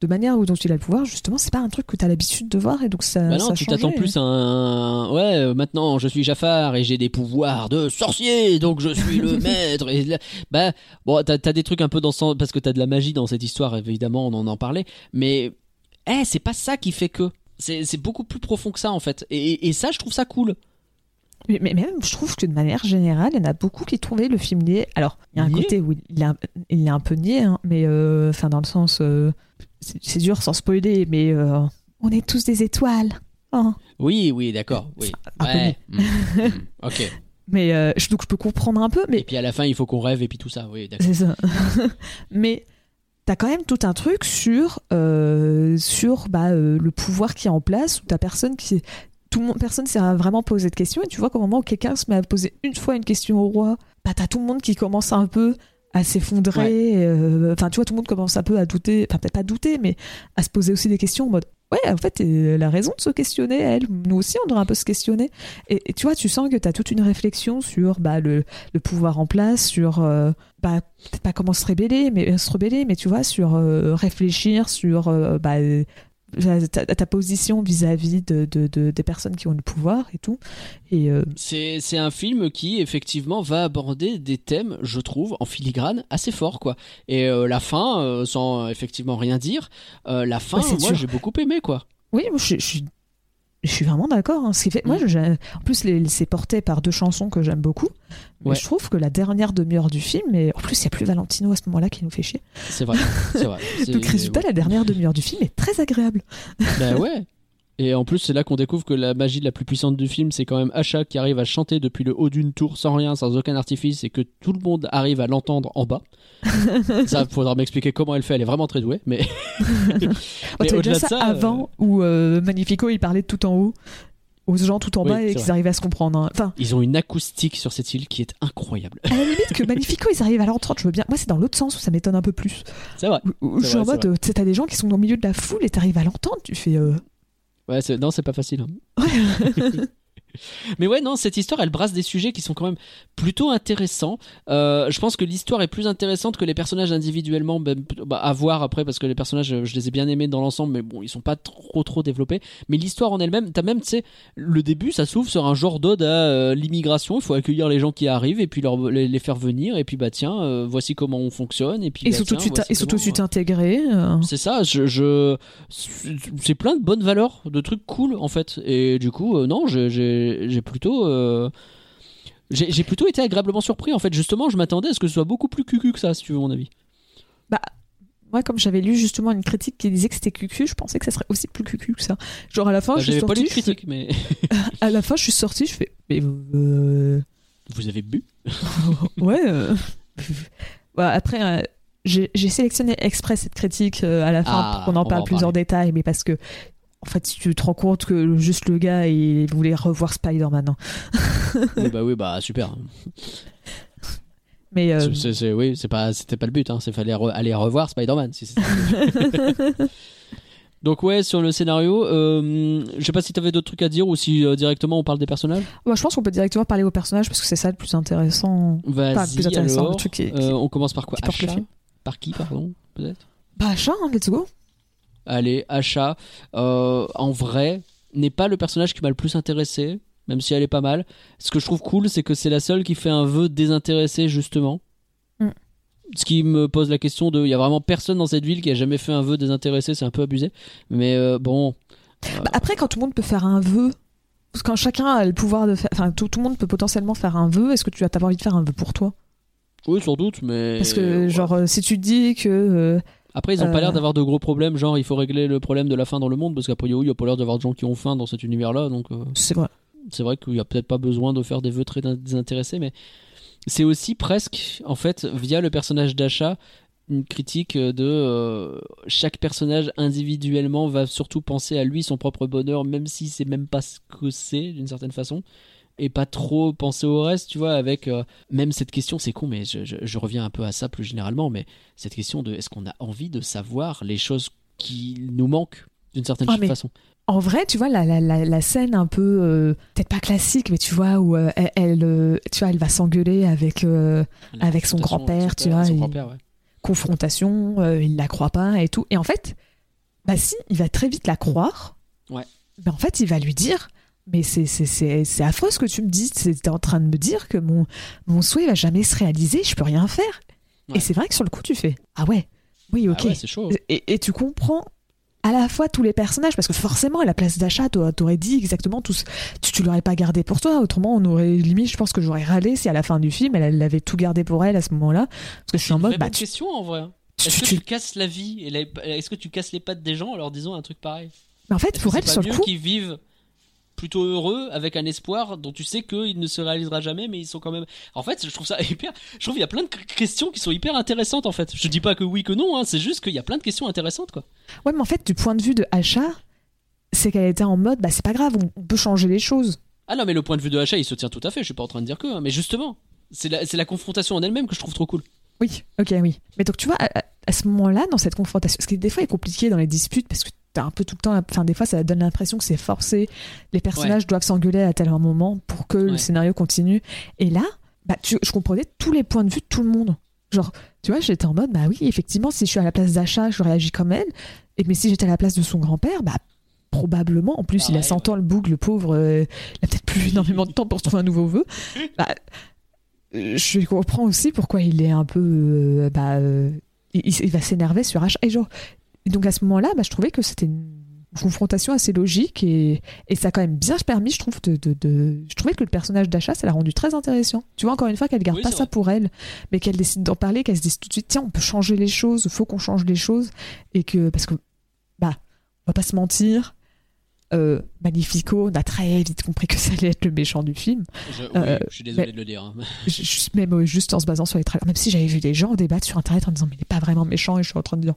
de manière dont il a le pouvoir, justement, c'est pas un truc que t'as l'habitude de voir et donc ça. Bah non, ça tu changeait. t'attends plus à un. Ouais, euh, maintenant je suis Jafar et j'ai des pouvoirs de sorcier, donc je suis le maître. Et là, bah, bon, t'as, t'as des trucs un peu dans ce sens, parce que t'as de la magie dans cette histoire, évidemment, on en en parlait, mais. Eh, c'est pas ça qui fait que. C'est, c'est beaucoup plus profond que ça, en fait. Et, et ça, je trouve ça cool. Mais, mais même, je trouve que de manière générale, il y en a beaucoup qui trouvaient le film niais. Alors, il y a un Niais côté où il est un, il est un peu niais, hein, mais enfin, euh, dans le sens. Euh, c'est, c'est dur sans spoiler, mais euh, on est tous des étoiles. Hein. Oui, oui, d'accord. Oui. Un Ouais. Mmh, mmh, ok. Mais euh, je, donc, je peux comprendre un peu, mais. Et puis à la fin, il faut qu'on rêve et puis tout ça. Oui, d'accord. C'est ça. Mais. T'as quand même tout un truc sur, euh, sur bah, euh, le pouvoir qui est en place, où t'as personne qui. Tout le monde, personne s'est vraiment posé de questions, et tu vois qu'au moment où quelqu'un se met à poser une fois une question au roi, bah t'as tout le monde qui commence un peu à s'effondrer. Enfin, ouais. euh, tu vois, tout le monde commence un peu à douter, enfin peut-être pas douter, mais à se poser aussi des questions en mode. Ouais, en fait, elle a raison de se questionner, elle. Nous aussi, on devrait un peu se questionner. Et, et tu vois, tu sens que tu as toute une réflexion sur bah, le, le pouvoir en place, sur, euh, bah, peut-être pas comment se rebeller, mais, se rebeller, mais tu vois, sur euh, réfléchir, sur euh, bah, ta, ta position vis-à-vis de, de, de, des personnes qui ont le pouvoir et tout. Et, euh... c'est, c'est un film qui, effectivement, va aborder des thèmes, je trouve, en filigrane, assez forts, quoi. Et euh, la fin, euh, sans effectivement rien dire, euh, la fin, ouais, moi, sûr. j'ai beaucoup aimé, quoi. Oui, moi, je, je, je suis vraiment d'accord. Hein. Ce qui fait, mmh. Moi, je, en plus, les, c'est porté par deux chansons que j'aime beaucoup. Mais ouais. Je trouve que la dernière demi-heure du film, et en plus, il n'y a plus Valentino à ce moment-là qui nous fait chier. C'est vrai, c'est vrai. C'est... Donc, résultat, ouais. La dernière demi-heure du film est très agréable. Ben ouais. Et en plus, c'est là qu'on découvre que la magie la plus puissante du film, c'est quand même Asha qui arrive à chanter depuis le haut d'une tour sans rien, sans aucun artifice, et que tout le monde arrive à l'entendre en bas. Ça, faudra m'expliquer comment elle fait. Elle est vraiment très douée, mais. mais oh, au-delà de ça, ça avant euh... où euh, Magnifico il parlait de tout en haut aux gens tout en oui, bas et qu'ils vrai. arrivaient à se comprendre. Hein. Enfin, ils ont une acoustique sur cette île qui est incroyable. À la limite que Magnifico ils arrivent à l'entendre, je veux bien. Moi, c'est dans l'autre sens où ça m'étonne un peu plus. C'est vrai. Où, où c'est je suis vrai, en mode, tu sais, t'as des gens qui sont au milieu de la foule et t'arrives à l'entendre, tu fais. Euh... Ouais, c'est... non, c'est pas facile. Hein. Ouais. Mais ouais, non, cette histoire, elle brasse des sujets qui sont quand même plutôt intéressants. Euh, je pense que l'histoire est plus intéressante que les personnages individuellement, bah, bah, à voir après, parce que les personnages, je les ai bien aimés dans l'ensemble, mais bon, ils sont pas trop trop développés. Mais l'histoire en elle-même, t'as même, tu sais, le début, ça s'ouvre sur un genre d'ode à euh, l'immigration. Il faut accueillir les gens qui arrivent et puis leur, les, les faire venir. Et puis, bah tiens, euh, voici comment on fonctionne. Et puis, ils bah, sont tiens, tout de suite, voici ils sont tout de suite euh... intégrés. Euh... C'est ça, je, je, c'est plein de bonnes valeurs, de trucs cool en fait. Et du coup, euh, non, j'ai, j'ai, j'ai plutôt. Euh, j'ai, j'ai plutôt été agréablement surpris en fait. Justement, je m'attendais à ce que ce soit beaucoup plus cucu que ça, si tu veux mon avis. Bah, moi, comme j'avais lu justement une critique qui disait que c'était cucu, je pensais que ça serait aussi plus cucu que ça. Genre à la fin, bah, je suis sortie. J'avais pas lu de critique, fais... mais. À la fin, je suis sortie, je fais. Mais euh... Vous avez bu? Ouais. Euh... bah, après, euh, j'ai, j'ai sélectionné exprès cette critique euh, à la fin ah, pour qu'on en parle en plus parler. En détail, mais parce que. En fait, tu te rends compte que juste le gars, il voulait revoir Spider-Man. Hein. oui, bah oui, bah super. Mais euh... c'est, c'est, c'est, oui, c'est pas, c'était pas le but. Hein. C'est fallait re- aller revoir Spider-Man. Si c'était Donc ouais, sur le scénario, euh, je sais pas si t'avais d'autres trucs à dire ou si euh, directement on parle des personnages. Ouais, je pense qu'on peut directement parler aux personnages parce que c'est ça le plus intéressant. Vas-y, enfin, le plus intéressant, alors, le truc qui, qui, euh, on commence par quoi? Achat, par qui, pardon, peut-être? Bah Achat, hein, let's go. Allez, Achat, euh, en vrai, n'est pas le personnage qui m'a le plus intéressé, même si elle est pas mal. Ce que je trouve cool, c'est que c'est la seule qui fait un vœu désintéressé, justement. Mm. Ce qui me pose la question de... Il y a vraiment personne dans cette ville qui a jamais fait un vœu désintéressé, c'est un peu abusé. Mais euh, bon... Euh... Bah après, quand tout le monde peut faire un vœu, quand chacun a le pouvoir de faire... Enfin, tout, tout le monde peut potentiellement faire un vœu, est-ce que tu as envie de faire un vœu pour toi? Oui, sans doute, mais... Parce que, ouais. genre, euh, si tu te dis que... Euh... Après, ils ont euh... pas l'air d'avoir de gros problèmes, genre il faut régler le problème de la faim dans le monde, parce qu'à priori, il y a pas l'air d'avoir de gens qui ont faim dans cet univers-là, donc... Euh... C'est vrai. C'est vrai qu'il y a peut-être pas besoin de faire des vœux très désintéressés, mais c'est aussi presque, en fait, via le personnage d'Achat, une critique de euh, chaque personnage individuellement va surtout penser à lui, son propre bonheur, même si c'est même pas ce que c'est, d'une certaine façon. Et pas trop penser au reste, tu vois, avec euh, même cette question, c'est con, mais je, je, je reviens un peu à ça plus généralement, mais cette question de est-ce qu'on a envie de savoir les choses qui nous manquent d'une certaine oh, façon. En vrai, tu vois, la, la, la, la scène un peu, euh, peut-être pas classique, mais tu vois, où euh, elle, elle, euh, tu vois, elle va s'engueuler avec, euh, avec son grand-père, tu vois, son et... grand-père, ouais. confrontation, euh, il la croit pas et tout. Et en fait, bah si, il va très vite la croire. Ouais. Mais en fait, il va lui dire, mais c'est, c'est, c'est, c'est affreux ce que tu me dis. T'es en train de me dire que mon, mon souhait va jamais se réaliser, je peux rien faire. Ouais. Et c'est vrai que sur le coup, tu fais, ah ouais, oui, ok. Ah ouais, c'est chaud. Et, et tu comprends à la fois tous les personnages, parce que forcément, à la place d'Asha, t'aurais dit exactement tout. Tu, tu l'aurais pas gardé pour toi, autrement, on aurait limite, je pense que j'aurais râlé si à la fin du film, elle, elle avait tout gardé pour elle à ce moment-là. Parce que je suis en mode. C'est une bah, bonne tu... question en vrai. Est-ce que tu... tu casses la vie et la... Est-ce que tu casses les pattes des gens en leur disant un truc pareil? Mais en fait, est-ce pour que elle, c'est sur pas le mieux coup. qu'ils vivent plutôt heureux avec un espoir dont tu sais qu'il ne se réalisera jamais, mais ils sont quand même. En fait, je trouve ça hyper. Je trouve qu'il y a plein de questions qui sont hyper intéressantes en fait. Je dis pas que oui, que non, hein, c'est juste qu'il y a plein de questions intéressantes quoi. Ouais, mais en fait, du point de vue de Asha, c'est qu'elle était en mode, bah c'est pas grave, on, on peut changer les choses. Ah non, mais le point de vue de Asha, il se tient tout à fait. Je suis pas en train de dire que, hein, mais justement, c'est la, c'est la confrontation en elle-même que je trouve trop cool. Oui, ok, oui. Mais donc tu vois, à, à ce moment-là, dans cette confrontation, ce qui des fois est compliqué dans les disputes, parce que t'as un peu tout le temps, enfin des fois ça donne l'impression que c'est forcé, les personnages ouais. doivent s'engueuler à tel moment pour que ouais. le scénario continue. Et là, bah, tu, je comprenais tous les points de vue de tout le monde. Genre, tu vois, j'étais en mode, bah oui, effectivement, si je suis à la place d'Asha, je réagis comme elle. Et mais si j'étais à la place de son grand-père, bah probablement, en plus, ah, il a ouais, cent ans, ouais. le bouc, le pauvre, euh, il a peut-être plus énormément de temps pour se trouver un nouveau vœu. Bah, je comprends aussi pourquoi il est un peu euh, bah, euh, il, il va s'énerver sur Asha et genre et donc à ce moment-là bah, je trouvais que c'était une confrontation assez logique et, et ça a quand même bien permis je trouve de, de, de... je trouvais que le personnage d'Asha ça l'a rendu très intéressant, tu vois, encore une fois qu'elle garde oui, pas ça vrai. Pour elle mais qu'elle décide d'en parler, qu'elle se dise tout de suite tiens on peut changer les choses, faut qu'on change les choses et que parce que bah on va pas se mentir Euh, Magnifico, on a très vite compris que ça allait être le méchant du film. Je, oui, euh, je suis désolé mais, de le dire. Hein. je, même juste en se basant sur les trailers. Même si j'avais vu des gens débattre sur internet en disant mais il n'est pas vraiment méchant et je suis en train de dire.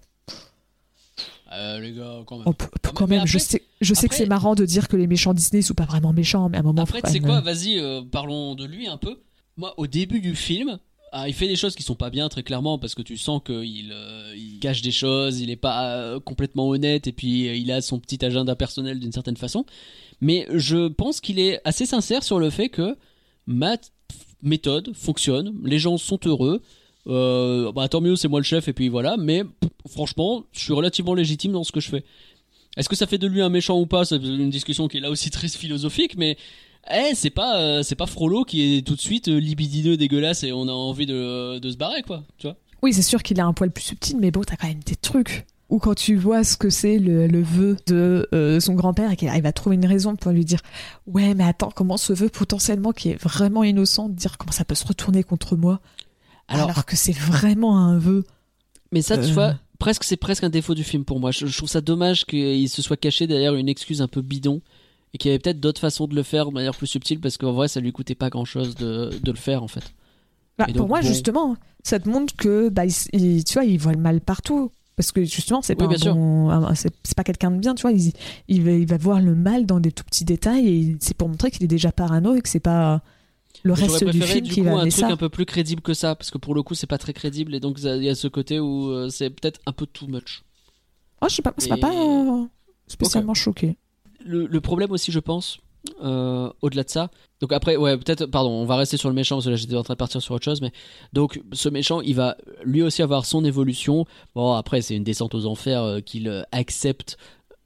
Euh, les gars, quand même. On peut, quand, quand même, après, je sais, je sais après, que c'est marrant de dire que les méchants Disney sont pas vraiment méchants, mais à un moment. Après, tu sais quoi, vas-y, euh, parlons de lui un peu. Moi, au début du film. Ah, il fait des choses qui sont pas bien très clairement parce que tu sens qu'il euh, il cache des choses, il est pas euh, complètement honnête et puis euh, il a son petit agenda personnel d'une certaine façon. Mais je pense qu'il est assez sincère sur le fait que ma t- méthode fonctionne, les gens sont heureux. Euh, bah tant mieux, c'est moi le chef et puis voilà. Mais pff, franchement, je suis relativement légitime dans ce que je fais. Est-ce que ça fait de lui un méchant ou pas? C'est une discussion qui est là aussi très philosophique, mais. Eh, c'est pas, euh, c'est pas Frollo qui est tout de suite euh, libidineux, dégueulasse et on a envie de, de se barrer, quoi, tu vois. Oui, c'est sûr qu'il a un poil plus subtil, mais bon, t'as quand même des trucs. Ou quand tu vois ce que c'est le, le vœu de euh, son grand-père et qu'il arrive à trouver une raison pour lui dire « Ouais, mais attends, comment ce vœu potentiellement qui est vraiment innocent, de dire comment ça peut se retourner contre moi alors, alors que c'est vraiment un vœu. » Mais ça, euh... tu vois, presque, c'est presque un défaut du film pour moi. Je, je trouve ça dommage qu'il se soit caché derrière une excuse un peu bidon. Et qu'il y avait peut-être d'autres façons de le faire de manière plus subtile parce qu'en vrai ça lui coûtait pas grand chose de, de le faire en fait. Bah, donc, pour moi bon... justement ça te montre que bah, il, il, tu vois il voit le mal partout parce que justement c'est pas, oui, un bon, un, c'est, c'est pas quelqu'un de bien, tu vois, il, il, va, il va voir le mal dans des tout petits détails et c'est pour montrer qu'il est déjà parano et que c'est pas le mais reste du film du qui coup, va un amener truc ça. Un peu plus crédible que ça parce que pour le coup c'est pas très crédible et donc il y a ce côté où euh, c'est peut-être un peu too much. Oh je sais pas, ça m'a et... pas euh, spécialement okay. choqué. Le, le problème aussi je pense Euh, au-delà de ça, donc après, ouais, peut-être, pardon, on va rester sur le méchant parce que là j'étais en train de partir sur autre chose, mais donc ce méchant, il va lui aussi avoir son évolution. Bon, après, c'est une descente aux enfers euh, qu'il euh, accepte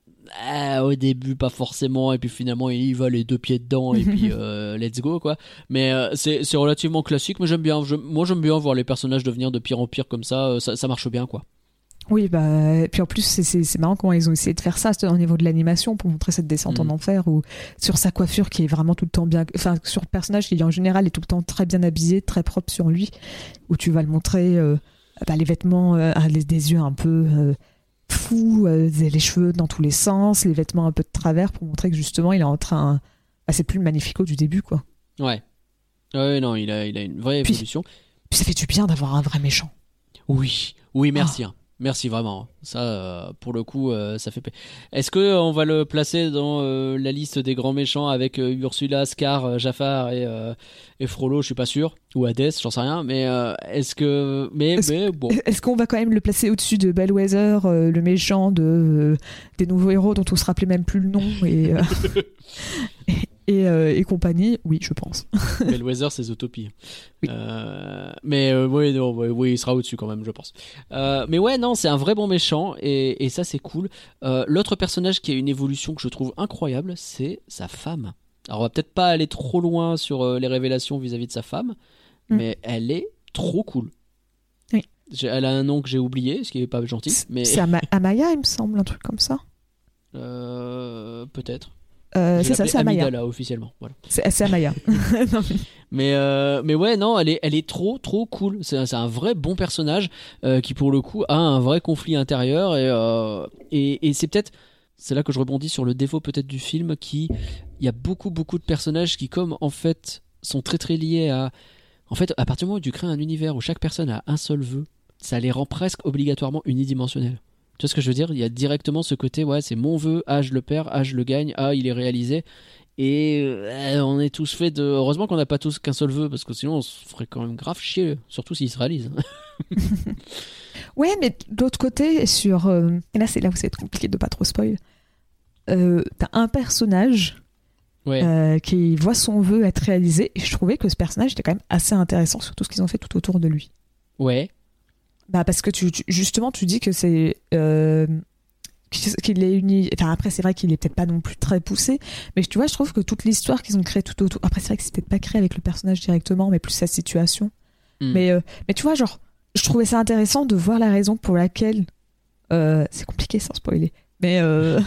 euh, au début, pas forcément, et puis finalement il va les deux pieds dedans, et puis euh, let's go, quoi. Mais euh, c'est, c'est relativement classique, mais j'aime bien, je, moi j'aime bien voir les personnages devenir de pire en pire comme ça, euh, ça, ça marche bien, quoi. Oui, bah, et puis en plus, c'est, c'est, c'est marrant comment ils ont essayé de faire ça au niveau de l'animation pour montrer cette descente mmh. en enfer ou sur sa coiffure qui est vraiment tout le temps bien. Enfin, sur le personnage qui en général est tout le temps très bien habillé, très propre sur lui, où tu vas le montrer, euh, bah, les vêtements, euh, les, des yeux un peu euh, fous, euh, les cheveux dans tous les sens, les vêtements un peu de travers pour montrer que justement il est en train. Bah, c'est plus le Magnifico du début, quoi. Ouais. Ouais, non, il a, il a une vraie puis, évolution. Puis ça fait du bien d'avoir un vrai méchant. Oui, oui, merci. Oh. Hein. Merci vraiment, ça euh, pour le coup euh, ça fait pa... Est-ce que on va le placer dans euh, la liste des grands méchants avec euh, Ursula, Scar, euh, Jafar et, euh, et Frollo, je suis pas sûr, ou Hades, j'en sais rien, mais euh, est-ce que mais, est-ce, mais bon. Est-ce qu'on va quand même le placer au-dessus de Bellwether, euh, le méchant de euh, des nouveaux héros dont on se rappelait même plus le nom et, euh, et, et, euh, et compagnie, oui, je pense. Bellwether, c'est Zootopie. Oui. Euh, mais euh, oui, non, oui, oui, il sera au-dessus quand même, je pense. Euh, mais ouais, non, c'est un vrai bon méchant et, et ça, c'est cool. Euh, l'autre personnage qui a une évolution que je trouve incroyable, c'est sa femme. Alors, on va peut-être pas aller trop loin sur euh, les révélations vis-à-vis de sa femme, mm. mais elle est trop cool. Oui. J'ai, elle a un nom que j'ai oublié, ce qui est pas gentil. C'est, mais... c'est Ama- Amaya, il me semble, un truc comme ça. Euh, peut-être. Euh, c'est ça, c'est Amaya. Amidala, officiellement. Voilà. C'est, c'est Amaya. Non, mais... Mais, euh, mais ouais, non, elle est, elle est trop, trop cool. C'est, c'est un vrai bon personnage euh, qui, pour le coup, a un vrai conflit intérieur. Et, euh, et, et c'est peut-être, c'est là que je rebondis sur le défaut peut-être du film, qui, il y a beaucoup, beaucoup de personnages qui, comme en fait, sont très, très liés à. En fait, à partir du moment où tu crées un univers où chaque personne a un seul vœu, ça les rend presque obligatoirement unidimensionnels. Tu vois ce que je veux dire ? Il y a directement ce côté, ouais, c'est mon vœu, ah, je le perds, ah, je le gagne, ah, il est réalisé. Et euh, on est tous faits de. Heureusement qu'on n'a pas tous qu'un seul vœu, parce que sinon on se ferait quand même grave chier, surtout s'il se réalise. Ouais, mais de l'autre côté, sur. Euh... Et là, c'est là où c'est compliqué de pas trop spoil. Euh, t'as un personnage ouais. euh, qui voit son vœu être réalisé, et je trouvais que ce personnage était quand même assez intéressant sur tout ce qu'ils ont fait tout autour de lui. Ouais. Bah parce que tu, tu, justement tu dis que c'est euh, qu'il est uni. Enfin après c'est vrai qu'il est peut-être pas non plus très poussé, mais tu vois je trouve que toute l'histoire qu'ils ont créée tout autour. Après c'est vrai que c'est peut-être pas créé avec le personnage directement, mais plus sa situation. Mm. Mais euh, mais tu vois genre je trouvais ça intéressant de voir la raison pour laquelle euh, c'est compliqué sans spoiler. Mais euh,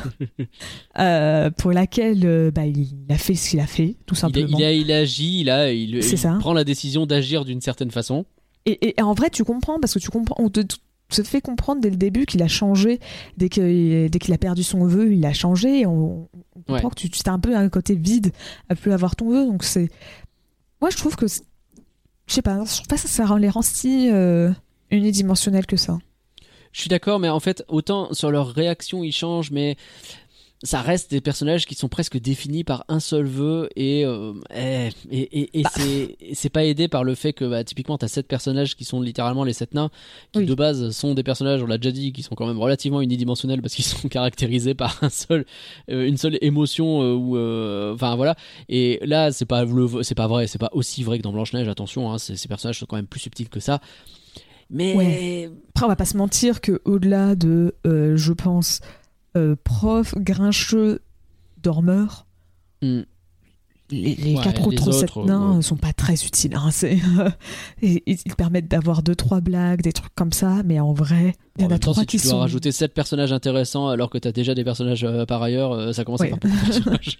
euh, pour laquelle euh, bah, il a fait ce qu'il a fait tout simplement. Il a, il a, il a agi, il a il, il ça. prend la décision d'agir d'une certaine façon. Et, et, et en vrai, tu comprends, parce que tu comprends, on te, te fait comprendre dès le début qu'il a changé, dès, que, dès qu'il a perdu son vœu, il a changé, et on, on comprend ouais. que tu, tu as un peu un côté vide à plus avoir ton vœu, donc c'est... Moi, je trouve que... Je sais pas, je trouve pas que ça, ça rend les rend si euh, unidimensionnels que ça. Je suis d'accord, mais en fait, autant sur leur réaction, ils changent, mais... ça reste des personnages qui sont presque définis par un seul vœu et euh, et, et, et bah. c'est, c'est pas aidé par le fait que bah, typiquement t'as sept personnages qui sont littéralement les sept nains qui oui. de base sont des personnages, on l'a déjà dit, qui sont quand même relativement unidimensionnels parce qu'ils sont caractérisés par un seul euh, une seule émotion euh, ou euh, enfin voilà. Et là c'est pas le, c'est pas vrai, c'est pas aussi vrai que dans Blanche-Neige, attention hein, c'est, ces personnages sont quand même plus subtils que ça. Mais ouais. Après on va pas se mentir que au-delà de euh, je pense Euh, prof, grincheux, dormeur. Mm. Les, les ouais, quatre autres sept nains ouais. sont pas très utiles. Hein, c'est, euh, ils, ils permettent d'avoir deux trois blagues, des trucs comme ça, mais en vrai, il y en, en a trois si qui tu sont. dois rajouter sept personnages intéressants alors que t'as déjà des personnages euh, par ailleurs, euh, ça commence ouais. à faire beaucoup de personnages.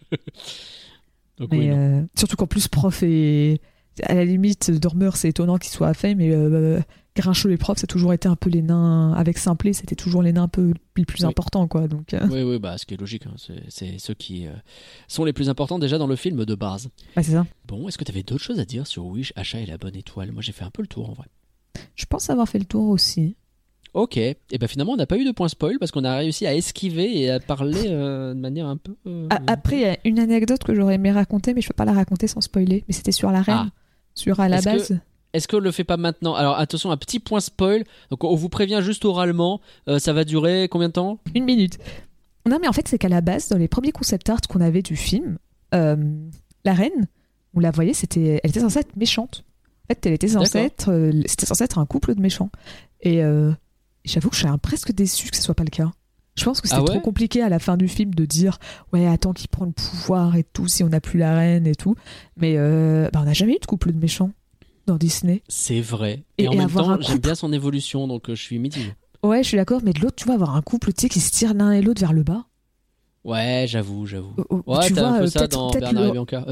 Donc, mais, oui, euh, surtout qu'en plus, prof et à la limite, dormeur, c'est étonnant qu'il soit fait, mais euh, grincheux et prof, ça a toujours été un peu les nains avec Simplet, c'était toujours les nains un peu les plus oui. importants, quoi. Donc, euh... oui, oui, bah, ce qui est logique, hein. c'est, c'est ceux qui euh, sont les plus importants déjà dans le film de base. Ouais, c'est ça. Bon, est-ce que tu avais d'autres choses à dire sur Wish, Achat et la bonne étoile ? Moi, j'ai fait un peu le tour en vrai. Je pense avoir fait le tour aussi. Ok, et ben finalement, on n'a pas eu de point spoil parce qu'on a réussi à esquiver et à parler euh, de manière un peu. Euh... Après, il y a une anecdote que j'aurais aimé raconter, mais je ne peux pas la raconter sans spoiler. Mais c'était sur la reine. Ah. Sur à la est-ce base. Que, est-ce qu'on le fait pas maintenant ? Alors attention, un petit point spoil. Donc on vous prévient juste oralement. Euh, ça va durer combien de temps ? Une minute. Non, mais en fait, c'est qu'à la base, dans les premiers concept art qu'on avait du film, euh, la reine, on la voyait, c'était, elle était censée être méchante. En fait, elle était censée être, euh, c'était censé être un couple de méchants. Et euh, j'avoue que je suis presque déçue que ce soit pas le cas. Je pense que c'était ah ouais trop compliqué à la fin du film de dire ouais attends qui prend le pouvoir et tout si on n'a plus la reine et tout, mais euh, bah, on n'a jamais eu de couple de méchants dans Disney. C'est vrai. Et, et en et même temps couple... j'aime bien son évolution donc euh, je suis mitigé. Ouais je suis d'accord, mais de l'autre tu vois avoir un couple tu sais qui se tire l'un et l'autre vers le bas. Ouais j'avoue j'avoue. Euh, ouais tu t'as vois, un peu euh, ça dans Bernard le... et Bianca.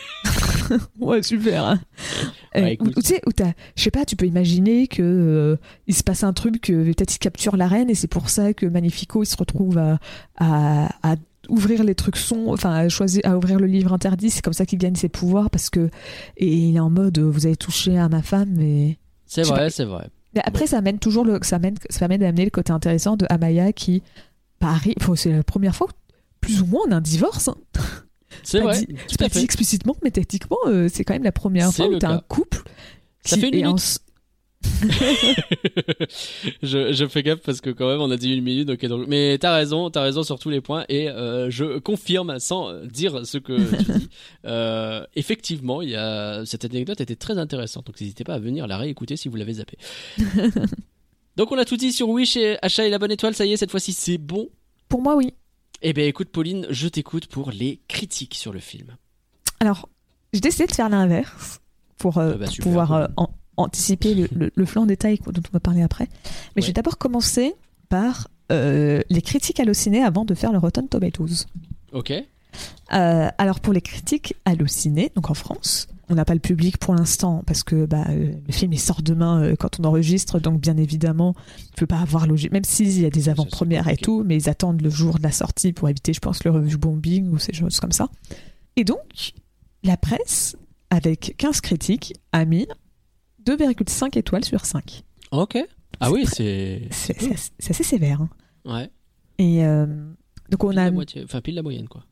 Ouais super hein. Ouais, euh, ou tu sais où t'as je sais pas tu peux imaginer que euh, il se passe un truc que peut-être il capture la reine et c'est pour ça que Magnifico il se retrouve à, à, à ouvrir les trucs sombres, enfin à choisir à ouvrir le livre interdit, c'est comme ça qu'il gagne ses pouvoirs parce que et il est en mode vous avez touché à ma femme mais c'est vrai pas. C'est vrai mais après bon. ça amène toujours le ça amène ça amène à amener le côté intéressant de Amaya qui parie enfin, c'est la première fois plus ou moins on a un divorce hein. C'est vrai, dit, c'est pas dit explicitement, mais techniquement, euh, c'est quand même la première c'est fois où t'as cas. Un couple. Ça fait une minute. En... je, je fais gaffe parce que quand même on a dit une minute, ok, donc... mais t'as raison, t'as raison sur tous les points et euh, je confirme sans dire ce que tu dis. Euh, effectivement, il y a... cette anecdote était très intéressante, donc n'hésitez pas à venir la réécouter si vous l'avez zappé. Donc on a tout dit sur Wish et Achat et la bonne étoile, ça y est, cette fois-ci c'est bon. Pour moi, oui. Eh bien écoute Pauline, je t'écoute pour les critiques sur le film. Alors, j'ai décidé de faire l'inverse pour, euh, Ah bah, pour super, pouvoir ouais. euh, en- anticiper le, le, le flanc en détail dont on va parler après. Mais Ouais. je vais d'abord commencer par euh, les critiques Allociné avant de faire le Rotten Tomatoes. Ok. Euh, alors pour les critiques Allociné, donc en France, on n'a pas le public pour l'instant parce que bah, euh, le film il sort demain euh, quand on enregistre, donc bien évidemment il ne peut pas avoir logique, même s'il y a des Ça, avant-premières c'est et compliqué. tout, mais ils attendent le jour de la sortie pour éviter, je pense, le review bombing ou ces choses comme ça. Et donc la presse, avec quinze critiques, a mis deux virgule cinq étoiles sur cinq. Ok. Ah C'est oui, très- c'est... C'est c'est assez, c'est assez sévère. hein. Ouais. Et euh, donc on Pile a, la moitié, enfin pile la moyenne quoi.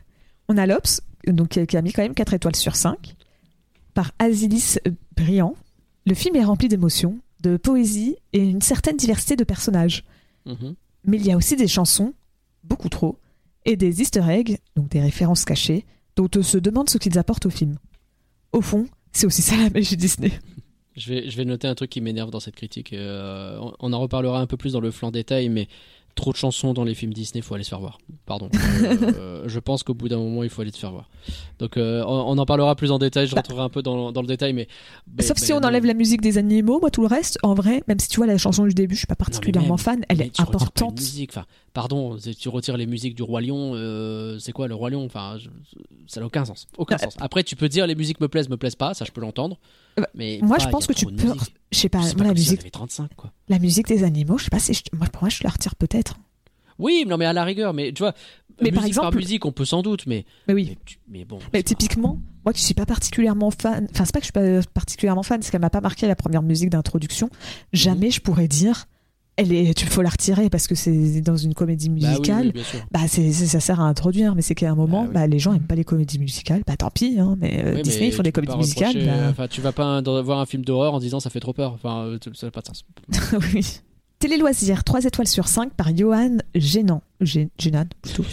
on a l'Obs, donc, qui a- qui a mis quand même quatre étoiles sur cinq, par Azilis Briand. Le film est rempli d'émotions, de poésie et une certaine diversité de personnages. Mhm. Mais il y a aussi des chansons, beaucoup trop, et des easter eggs, donc des références cachées, dont on se demande ce qu'ils apportent au film. Au fond, c'est aussi ça la magie Disney. Je vais, je vais noter un truc qui m'énerve dans cette critique. Euh, on, on en reparlera un peu plus dans le flanc détail, mais trop de chansons dans les films Disney, il faut aller se faire voir. Pardon. Euh, je pense qu'au bout d'un moment, il faut aller se faire voir. Donc, euh, on, on en parlera plus en détail. Je Bah. rentrerai un peu dans, dans le détail, mais. mais- Sauf mais si on non. enlève la musique des animaux, moi tout le reste, en vrai, même si tu vois la chanson du début, je suis pas Non, mais particulièrement même- fan, elle mais est tu retires pas une importante. musique, enfin, pardon, c'est- tu retires les musiques du Roi Lion, euh, c'est quoi le Roi Lion, enfin, je- ça n'a aucun sens, aucun Non, sens. Après, tu peux dire les musiques me plaisent, me plaisent pas, ça je peux l'entendre. Bah, Mais moi, pas, je il pense y a que tu trop de peux- musique. Je sais pas, C'est moi pas la comme si on musique, avait trente-cinq quoi. la musique des animaux, je sais pas si je- moi, pour moi je la retire peut-être. Oui, non mais à la rigueur, mais tu vois, Mais musique par exemple- musique, on peut sans doute, mais Mais oui. mais, tu- mais bon. Mais c'est typiquement, moi qui suis pas particulièrement fan, enfin c'est pas que je suis pas particulièrement fan, c'est qu'elle m'a pas marqué la première musique d'introduction. Jamais je pourrais dire, elle est, tu faut la retirer parce que c'est dans une comédie pas- Bah oui, musicale. oui, bien sûr. Bah, c'est, c'est- ça sert à introduire, mais c'est qu'à un moment, Bah oui. bah, les gens aiment pas les comédies musicales, bah tant pis, hein, mais euh, Oui, Disney mais ils font des tu peux comédies pas musicales. reprocher, bah, Enfin, tu vas pas un- voir un film d'horreur en disant ça fait trop peur. Enfin, euh, ça n'a pas de sens. oui. Télé Loisirs, trois étoiles sur cinq par Johan Génan. Gé- Génan, plutôt.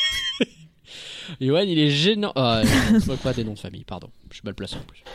Yoann, il est gênant. Ah, je ne se moque pas des noms de famille, pardon. Je suis mal placé en plus.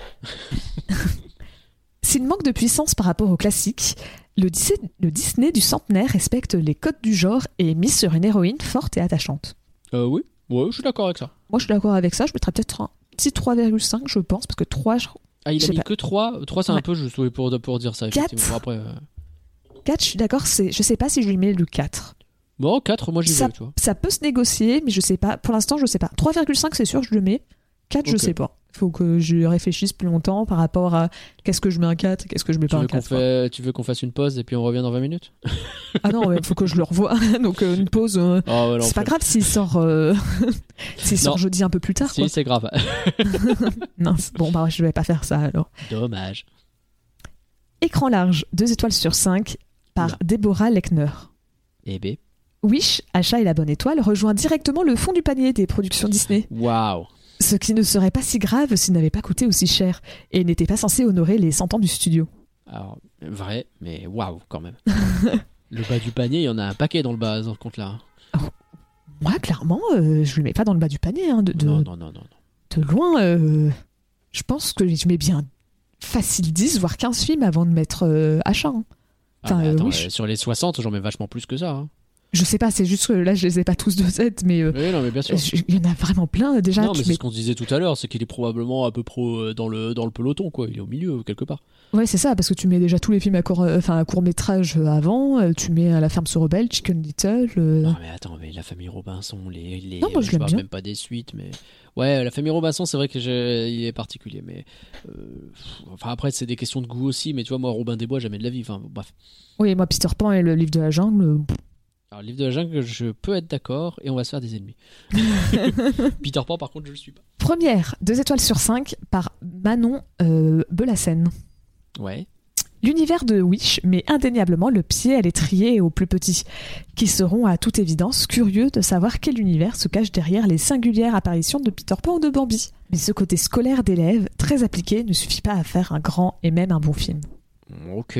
S'il manque de puissance par rapport au classique, le Disney, le Disney du centenaire respecte les codes du genre et est mis sur une héroïne forte et attachante. Euh, oui, ouais, je suis d'accord avec ça. Moi, je suis d'accord avec ça. Je mettrais peut-être un petit trois virgule cinq, je pense, parce que trois, je... Ah, il Je a sais mis pas. que trois. trois, c'est Ouais. un peu juste oui, pour, pour dire ça, Quatre. effectivement. Bon, après, euh, quatre, je suis d'accord. C'est... Je sais pas si je lui mets le quatre. bon, quatre, moi j'y Ça, vais, tu vois. ça peut se négocier, mais je sais pas. Pour l'instant, je sais pas. trois virgule cinq, c'est sûr, je le mets. quatre, je Ok. sais pas. Faut que je réfléchisse plus longtemps par rapport à qu'est-ce que je mets un quatre et qu'est-ce que je mets Tu pas un veux, qu'on quatre. quoi. fait, tu veux qu'on fasse une pause et puis on revient dans vingt minutes? Ah non, il faut que je le revoie. Donc euh, une pause. euh, Oh, ouais, non, c'est pas fait- grave s'il sort, euh, s'il sort Non. jeudi un peu plus tard. Si, Quoi. c'est grave. Mince. Bon, bah je vais pas faire ça alors. Dommage. Écran large, deux étoiles sur cinq par Oula. Déborah Lechner. Eh ben, Wish, Achat et la bonne étoile rejoint directement le fond du panier des productions Disney. waouh. Ce qui ne serait pas si grave s'il n'avait pas coûté aussi cher et n'était pas censé honorer les cent ans du studio. Alors, vrai, mais waouh, quand même. Le bas du panier, il y en a un paquet dans le bas, dans ce compte-là. Moi, clairement, euh, je le mets pas dans le bas du panier. hein, de, de- Non, non, non, non. non. de loin, euh, je pense que je mets bien facile dix, voire quinze films avant de mettre euh, Achat. hein. Ah, Enfin, mais euh, attends, Wish. euh, sur les soixante, j'en mets vachement plus que ça. Hein. Je sais pas, c'est juste que là, je les ai pas tous de tête, mais euh, Oui, non, mais bien sûr. je- il y en a vraiment plein. Déjà, non, mais tu c'est mets- ce qu'on se disait tout à l'heure, c'est qu'il est probablement à peu près euh, dans le, dans le peloton, quoi. Il est au milieu, quelque part. Ouais, c'est ça, parce que tu mets déjà tous les films à court, euh, enfin, à court métrage avant, euh, tu mets à La Ferme se rebelle, Chicken Little. euh, Non, mais attends, mais la famille Robinson, les. les Non, moi, je je l'aime parle bien. même pas des suites, mais. Ouais, la famille Robinson, c'est vrai que je... il est particulier, mais. euh, Enfin, après, c'est des questions de goût aussi, mais tu vois, moi, Robin des Bois, jamais de la vie. Enfin, bref. Oui, moi, Peter Pan et le livre de la jungle. euh, Alors, le livre de la jungle, je peux être d'accord, et on va se faire des ennemis. Peter Pan, par contre, je le suis pas. Première, deux étoiles sur cinq par Manon euh, Belassène. Ouais. L'univers de Wish met indéniablement le pied à l'étrier aux plus petits, qui seront à toute évidence curieux de savoir quel univers se cache derrière les singulières apparitions de Peter Pan ou de Bambi. Mais ce côté scolaire d'élève, très appliqué, ne suffit pas à faire un grand et même un bon film. Ok.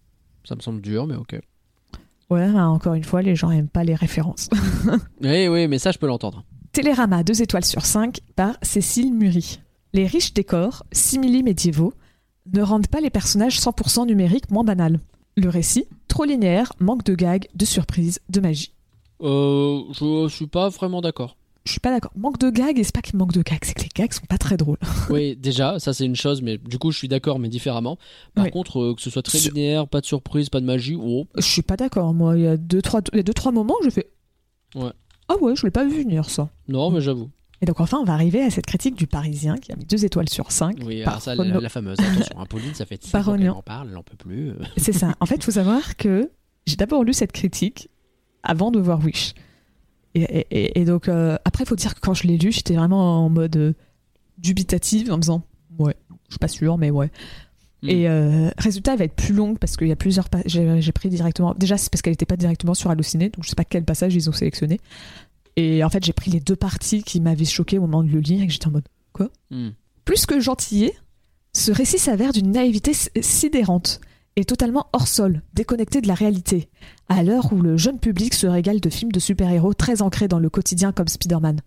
Ça me semble dur, mais ok. Ouais, bah, encore une fois, les gens aiment pas les références. Oui, oui, mais ça, je peux l'entendre. Télérama, deux étoiles sur cinq, par Cécile Muri. Les riches décors, simili-médiévaux, ne rendent pas les personnages cent pour cent numériques moins banals. Le récit, trop linéaire, manque de gags, de surprises, de magie. Euh, je suis pas vraiment d'accord. Je suis pas d'accord. Manque de gags, et c'est pas qu'il manque de gags, c'est que les gags sont pas très drôles. Oui, déjà, ça c'est une chose, mais du coup je suis d'accord, mais différemment. Par Oui. contre, euh, que ce soit très Sur- linéaire, pas de surprise, pas de magie, oh. Je suis pas d'accord, moi. Il y a deux, trois, il y a deux, trois moments où je fais. Ouais. Ah ouais, je l'ai pas vu venir ça. Non, mais j'avoue. Et donc enfin, on va arriver à cette critique du Parisien qui a mis deux étoiles sur cinq. Oui, par alors ça, Renaud. la, la fameuse. Attention, hein, Pauline, ça fait Par cinq ans qu'elle Renaud. en parle, elle en peut plus. euh. C'est ça. En fait, il faut savoir que j'ai d'abord lu cette critique avant de voir Wish. Et, et- et- et donc, euh, après, il faut dire que quand je l'ai lu, j'étais vraiment en mode euh, dubitative, en me disant ouais, je suis pas sûre, mais ouais. Hmm. Et euh, résultat, elle va être plus longue parce qu'il y a plusieurs. pa- J'ai, j'ai pris directement. Déjà, c'est parce qu'elle n'était pas directement sur Allociné, donc je sais pas quel passage ils ont sélectionné. Et en fait, j'ai pris les deux parties qui m'avaient choqué au moment de le lire et que j'étais en mode quoi. Hmm. Plus que gentillet, ce récit s'avère d'une naïveté s- sidérante et totalement hors sol, déconnecté de la réalité, à l'heure où le jeune public se régale de films de super-héros très ancrés dans le quotidien comme Spider-Man.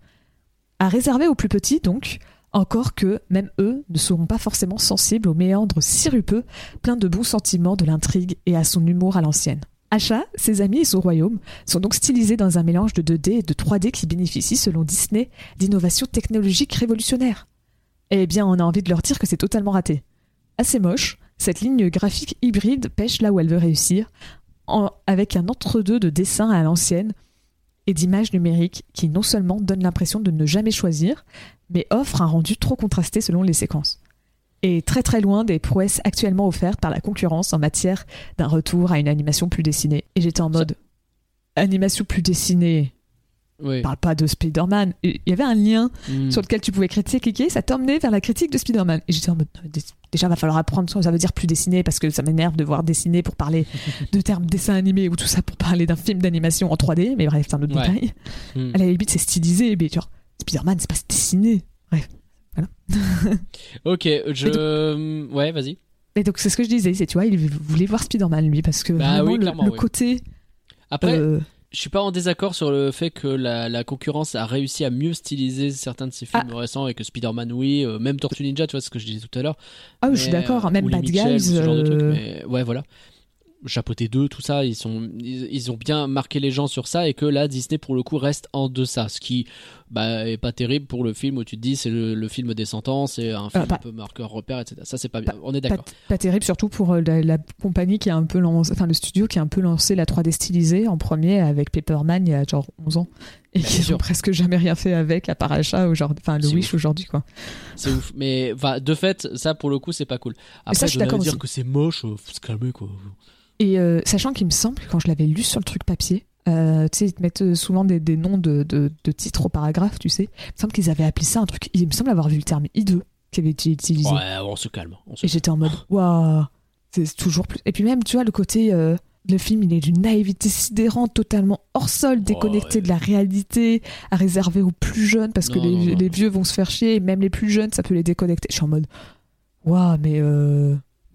À réserver aux plus petits, donc, encore que, même eux, ne seront pas forcément sensibles aux méandres sirupeux, pleins de bons sentiments de l'intrigue et à son humour à l'ancienne. Asha, ses amis et son royaume sont donc stylisés dans un mélange de deux D et de trois D qui bénéficie, selon Disney, d'innovations technologiques révolutionnaires. Eh bien, on a envie de leur dire que c'est totalement raté. Assez moche, cette ligne graphique hybride pêche là où elle veut réussir, en- avec un entre-deux de dessin à l'ancienne et d'images numériques qui non seulement donnent l'impression de ne jamais choisir, mais offre un rendu trop contrasté selon les séquences. Et très très loin des prouesses actuellement offertes par la concurrence en matière d'un retour à une animation plus dessinée. Et j'étais en mode animation plus dessinée, Oui. parle pas de Spider-Man. Il y avait un lien Hmm. sur lequel tu pouvais critiquer, ça t'emmenait vers la critique de Spider-Man. Et j'étais en mode, non, dé- déjà, va falloir apprendre ce que ça veut dire plus dessiné, parce que ça m'énerve de voir dessiner pour parler de termes dessin animé ou tout ça pour parler d'un film d'animation en trois D, mais bref, c'est un autre Ouais. détail. Hmm. À la limite, c'est stylisé, mais genre, Spider-Man, c'est pas dessiné. Bref. Ok, je. Ouais, vas-y. Et donc, c'est ce que je disais, c'est, tu vois, il voulait voir Spider-Man, lui, parce que Bah vraiment, oui, le, clairement, le oui. côté. Après, euh, je suis pas en désaccord sur le fait que la, la concurrence a réussi à mieux styliser certains de ses films récents et que Spider-Man, oui, euh, même Tortue Ninja, tu vois ce que je disais tout à l'heure. Ah oui, je Mais, suis d'accord, euh, même ou les Bad Mitchell, Guys. ou ce genre de truc, euh, mais ouais, voilà. Chapeauté deux, tout ça, ils, sont, ils, ils ont bien marqué les gens sur ça et que là, Disney, pour le coup, reste en deçà. Ce qui bah, est pas terrible pour le film où tu te dis c'est le, le film des cent ans, c'est un film pas- un peu marqueur repère, et cetera. Ça, c'est pas bien. On est Pas, d'accord. pas terrible, surtout pour euh, la, la compagnie qui a un peu lancé, enfin le studio qui a un peu lancé la trois D stylisée en premier avec Paperman il y a genre onze ans et Bah, qui bien ont sûr. presque jamais rien fait avec à part Achat aujourd'hui, enfin le C'est Wish ouf. aujourd'hui quoi. C'est ouf. Mais enfin, de fait, ça, pour le coup, c'est pas cool. Après, ça, je suis de là à d'accord dire aussi. que c'est moche, euh, faut se calmer, quoi. Et euh, sachant qu'il me semble que quand je l'avais lu sur le truc papier, euh, tu sais ils te mettent euh, souvent des, des noms de, de, de titres au paragraphe, tu sais. Il me semble qu'ils avaient appelé ça un truc. Il me semble avoir vu le terme hideux qui avait été utilisé. Ouais, on se calme. On se Et j'étais en mode waouh, c'est toujours plus. Et puis même, tu vois, le côté. Euh, le film, il est d'une naïveté sidérante, totalement hors sol, déconnecté ouais. de la réalité, à réserver aux plus jeunes, parce que Non, les, non, non. les vieux vont se faire chier, et même les plus jeunes, ça peut les déconnecter. Je suis en mode waouh, mais euh.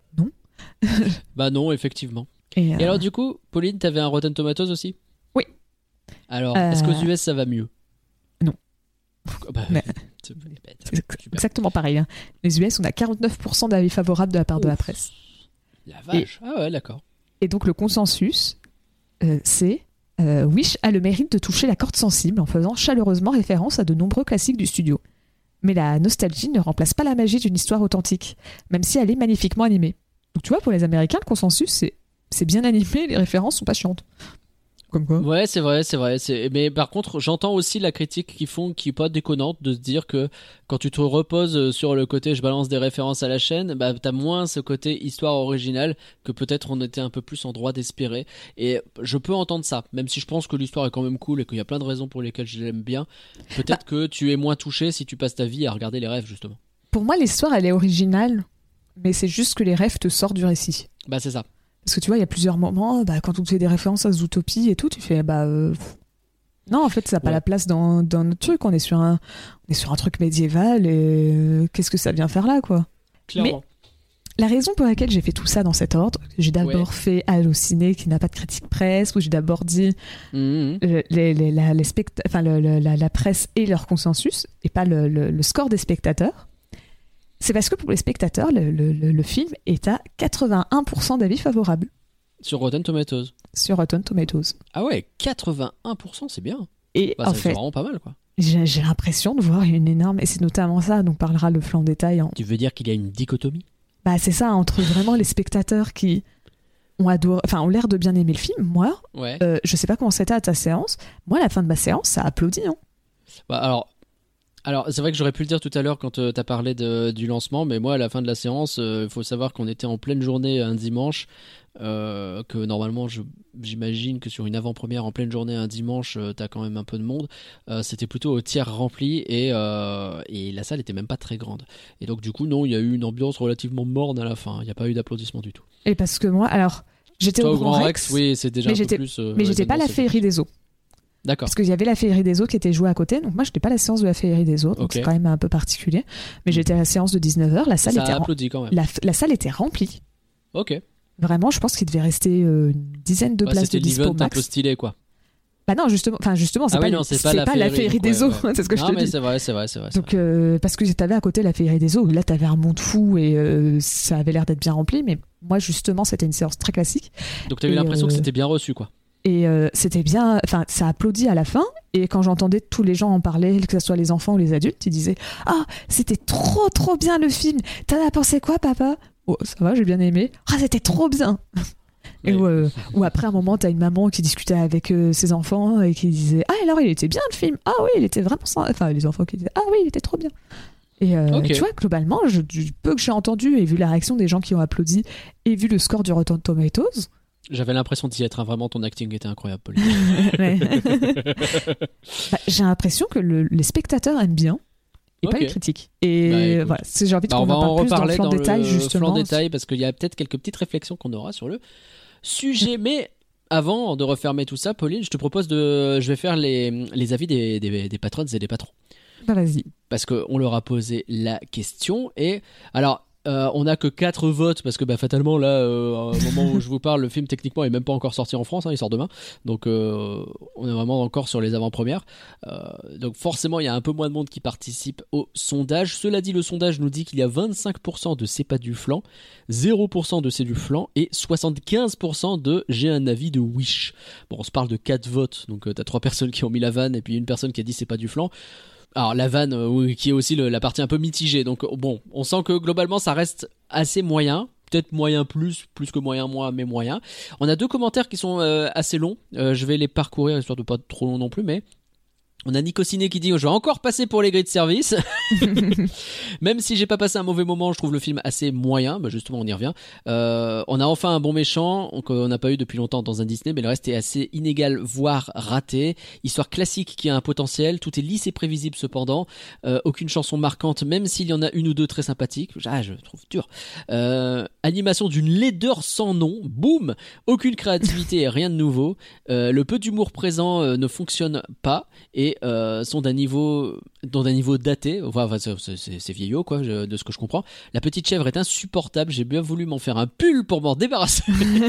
Bah non, effectivement. Et, euh, Et alors, du coup, Pauline, t'avais un Rotten Tomatoes aussi? Oui. Alors, Euh, est-ce qu'aux U S ça va mieux? Non. Bah, Mais- c'est bête. c'est ex- Super. exactement pareil. Hein. Les U S, on a quarante-neuf pour cent d'avis favorables de la part de la Ouf. presse. La vache. Ah ouais, d'accord. Et donc le consensus, euh, c'est euh, Wish a le mérite de toucher la corde sensible en faisant chaleureusement référence à de nombreux classiques du studio. Mais la nostalgie ne remplace pas la magie d'une histoire authentique, même si elle est magnifiquement animée. Donc tu vois, pour les Américains, le consensus, c'est, c'est bien animé, les références sont pas chiantes. Comme quoi. Ouais, c'est vrai, c'est vrai. C'est... Mais par contre, j'entends aussi la critique qu'ils font, qui est pas déconnante, de se dire que quand tu te reposes sur le côté je balance des références à la chaîne, bah t'as moins ce côté histoire originale que peut-être on était un peu plus en droit d'espérer. Et je peux entendre ça, même si je pense que l'histoire est quand même cool et qu'il y a plein de raisons pour lesquelles je l'aime bien. Peut-être Bah. que tu es moins touché si tu passes ta vie à regarder les rêves, justement. Pour moi, l'histoire, elle est originale, mais c'est juste que les rêves te sortent du récit. Bah c'est ça. Parce que tu vois, il y a plusieurs moments, bah, quand on te fait des références à Zootopie et tout, tu fais, bah. euh, Non, en fait, ça n'a pas Ouais. la place dans, dans notre truc. On est, sur un, on est sur un truc médiéval et euh, qu'est-ce que ça vient faire là, quoi. Clairement. la raison pour laquelle j'ai fait tout ça dans cet ordre, j'ai d'abord Ouais. fait Allociné qui n'a pas de critique presse, où j'ai d'abord dit Mhm. le- les, les- la, les spect- enfin, le- le- la, la presse et leur consensus, et pas le, le- le score des spectateurs. C'est parce que pour les spectateurs, le, le- le- le film est à quatre-vingt-un pour cent d'avis favorables Sur Rotten Tomatoes. sur Rotten Tomatoes. Ah ouais, quatre-vingt-un pour cent, c'est bien. Et Bah, en ça fait fait, vraiment pas mal, quoi. j'ai, j'ai l'impression de voir une énorme... Et c'est notamment ça dont parlera le flanc détail. En... Tu veux dire qu'il y a une dichotomie? Bah, c'est ça, entre vraiment les spectateurs qui ont, adoré... enfin, ont l'air de bien aimer le film. Moi, Ouais. euh, je sais pas comment c'était à ta séance. Moi, à la fin de ma séance, ça a applaudi. Hein. Bah, alors, alors c'est vrai que j'aurais pu le dire tout à l'heure quand euh, t'as parlé de, du lancement, mais moi, à la fin de la séance, il euh, faut savoir qu'on était en pleine journée un dimanche, euh, que normalement, je, j'imagine que sur une avant-première en pleine journée un dimanche, euh, t'as quand même un peu de monde. Euh, c'était plutôt au tiers rempli et, euh, et la salle était même pas très grande. Et donc, du coup, non, il y a eu une ambiance relativement morne à la fin. Il n'y a pas eu d'applaudissements du tout. Et parce que moi, alors, j'étais Toi, au Grand Rex, oui, c'est déjà mais un peu j'étais- plus. euh, mais j'étais pas la événementiel. féerie des eaux. D'accord. Parce qu'il y avait la féerie des eaux qui était jouée à côté, donc moi je n'étais pas à la séance de la féerie des eaux, donc Ok. c'est quand même un peu particulier. Mais j'étais à la séance de dix-neuf heures, la salle, Ça était, a rem- applaudi quand même. la, la salle était remplie. Ok. Vraiment, je pense qu'il devait rester euh, une dizaine de Ouais, places de c'était dispo l'event un peu max. stylé, quoi. Bah non, justement, enfin justement, c'est Ah pas, oui, le- non, c'est c'est pas la pas la féerie, féerie donc, des ouais, eaux, ouais. c'est ce que je Non, te mais dis. c'est vrai, c'est vrai, c'est vrai. c'est Donc euh, parce que t'avais à côté la féerie des eaux, où là t'avais un monde fou et euh, ça avait l'air d'être bien rempli, mais moi justement c'était une séance très classique. vrai. Donc t'as eu et, l'impression que euh, c'était bien reçu, quoi. Et euh, c'était bien, enfin, ça applaudit à la fin. Et quand j'entendais tous les gens en parler, que ce soit les enfants ou les adultes, ils disaient ah, c'était trop, trop bien le film. T'en as pensé quoi, papa? Oh, ça va, j'ai bien aimé. Ah, c'était trop bien. Et Ouais. où, euh, où après un moment, t'as une maman qui discutait avec euh, ses enfants et qui disait ah, alors il était bien le film. Ah oui, il était vraiment sympa. Enfin, les enfants qui disaient ah oui, il était trop bien. Et euh, Ok. tu vois, globalement, je, du peu que j'ai entendu et vu la réaction des gens qui ont applaudi et vu le score du Rotten Tomatoes, J'avais l'impression d'y être, hein. Vraiment, ton acting était incroyable, Pauline. Ouais. Bah, j'ai l'impression que le- les spectateurs aiment bien et pas Ok. les critiques. Et Bah, écoute. voilà, c'est- j'ai envie de Bah, on qu'on va en en parle plus dans le reparler flanc dans le détail justement. flanc détail parce qu'il y a peut-être quelques petites réflexions qu'on aura sur le sujet. Mais avant de refermer tout ça, Pauline, je te propose de, je vais faire les, les avis des, des, des patronnes et des patrons. Bah vas-y. Parce qu'on leur a posé la question et alors euh, on n'a que quatre votes parce que bah, fatalement là euh, au moment où je vous parle le film techniquement est même pas encore sorti en France, hein, il sort demain, donc euh, on est vraiment encore sur les avant-premières, euh, donc forcément il y a un peu moins de monde qui participe au sondage. Cela dit, le sondage nous dit qu'il y a vingt-cinq pour cent de c'est pas du flan, zéro pour cent de c'est du flan et soixante-quinze pour cent de j'ai un avis de Wish. Bon, on se parle de quatre votes, donc euh, t'as trois personnes qui ont mis la vanne et puis une personne qui a dit c'est pas du flan. Alors la vanne euh, oui, qui est aussi le- la partie un peu mitigée, donc euh, bon, on sent que globalement ça reste assez moyen, peut-être moyen plus, plus que moyen moins, mais moyen. On a deux commentaires qui sont euh, assez longs, euh, je vais les parcourir histoire de pas être trop long non plus, mais on a Nico Ciné qui dit oh, je vais encore passer pour les grilles de service. Même si j'ai pas passé un mauvais moment, je trouve le film assez moyen. Bah justement, on y revient. Euh, on a enfin un bon méchant qu'on n'a pas eu depuis longtemps dans un Disney, mais le reste est assez inégal, voire raté. Histoire classique qui a un potentiel. Tout est lisse et prévisible cependant. Euh, aucune chanson marquante, même s'il y en a une ou deux très sympathiques. Ah, je trouve dur. Euh, animation d'une laideur sans nom. Boum. Aucune créativité et rien de nouveau. Euh, le peu d'humour présent euh, ne fonctionne pas et euh, sont d'un niveau, dans d'un niveau daté. Enfin, c'est, c'est, c'est vieillot quoi, je- de ce que je comprends. La petite chèvre est insupportable. J'ai bien voulu m'en faire un pull pour m'en débarrasser.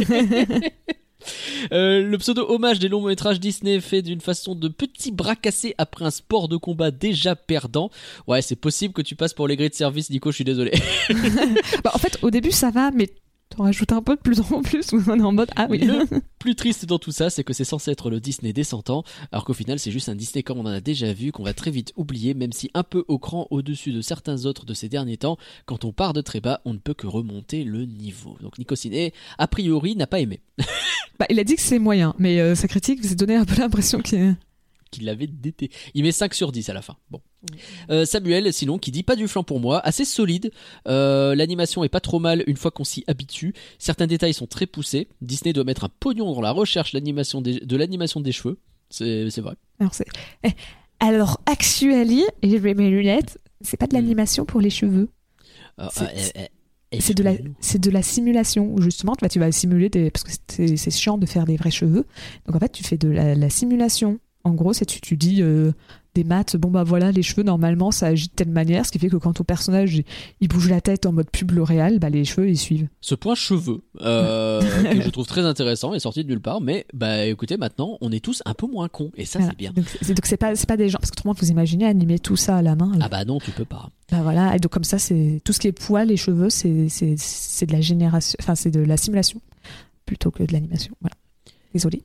Euh, le pseudo hommage des longs métrages Disney fait d'une façon de petit bras cassé après un sport de combat déjà perdant. Ouais, c'est possible que tu passes pour les grilles de service, Nico, je suis désolé. Bah, en fait, au début ça va, mais t'en rajoutes un peu de plus en plus où on est en mode ah oui. Le plus triste dans tout ça, c'est que c'est censé être le Disney des cent ans, alors qu'au final c'est juste un Disney comme on en a déjà vu, qu'on va très vite oublier, même si un peu au cran au-dessus de certains autres de ces derniers temps. Quand on part de très bas, on ne peut que remonter le niveau. Donc Nico Ciné, a priori, n'a pas aimé. Bah, il a dit que c'est moyen, mais euh, sa critique vous a donné un peu l'impression qu'il Qu'il l'avait dété. Il met cinq sur dix à la fin. Bon. Euh, Samuel, sinon, qui dit pas du flan pour moi, assez solide. Euh, l'animation est pas trop mal une fois qu'on s'y habitue. Certains détails sont très poussés. Disney doit mettre un pognon dans la recherche l'animation des, de l'animation des cheveux. C'est, c'est vrai. Alors, c'est... Eh, alors, actually, et je mets mes lunettes, c'est pas de l'animation pour les cheveux. Euh, C'est- euh, euh, euh, C'est de, la, explique-nous. c'est de la simulation où justement tu vas, tu vas simuler des. Parce que c'est, c'est chiant de faire des vrais cheveux. Donc en fait, tu fais de la, la simulation En gros, c'est tu, tu dis euh, des maths, bon bah voilà, les cheveux, normalement, ça agit de telle manière, ce qui fait que quand ton personnage, il bouge la tête en mode pub L'Oréal, bah les cheveux, ils suivent. Ce point cheveux, euh, que je trouve très intéressant, est sorti de nulle part, mais bah écoutez, maintenant, on est tous un peu moins cons, et ça, Voilà. c'est bien. Donc, c'est, donc c'est, pas, c'est pas des gens, parce que autrement, vous imaginez animer tout ça à la main. Ah bah non, tu peux pas. Bah voilà, et donc comme ça, c'est tout ce qui est poils et cheveux, c'est, c'est, c'est de la génération, enfin, c'est de la simulation, plutôt que de l'animation. Voilà. Désolée.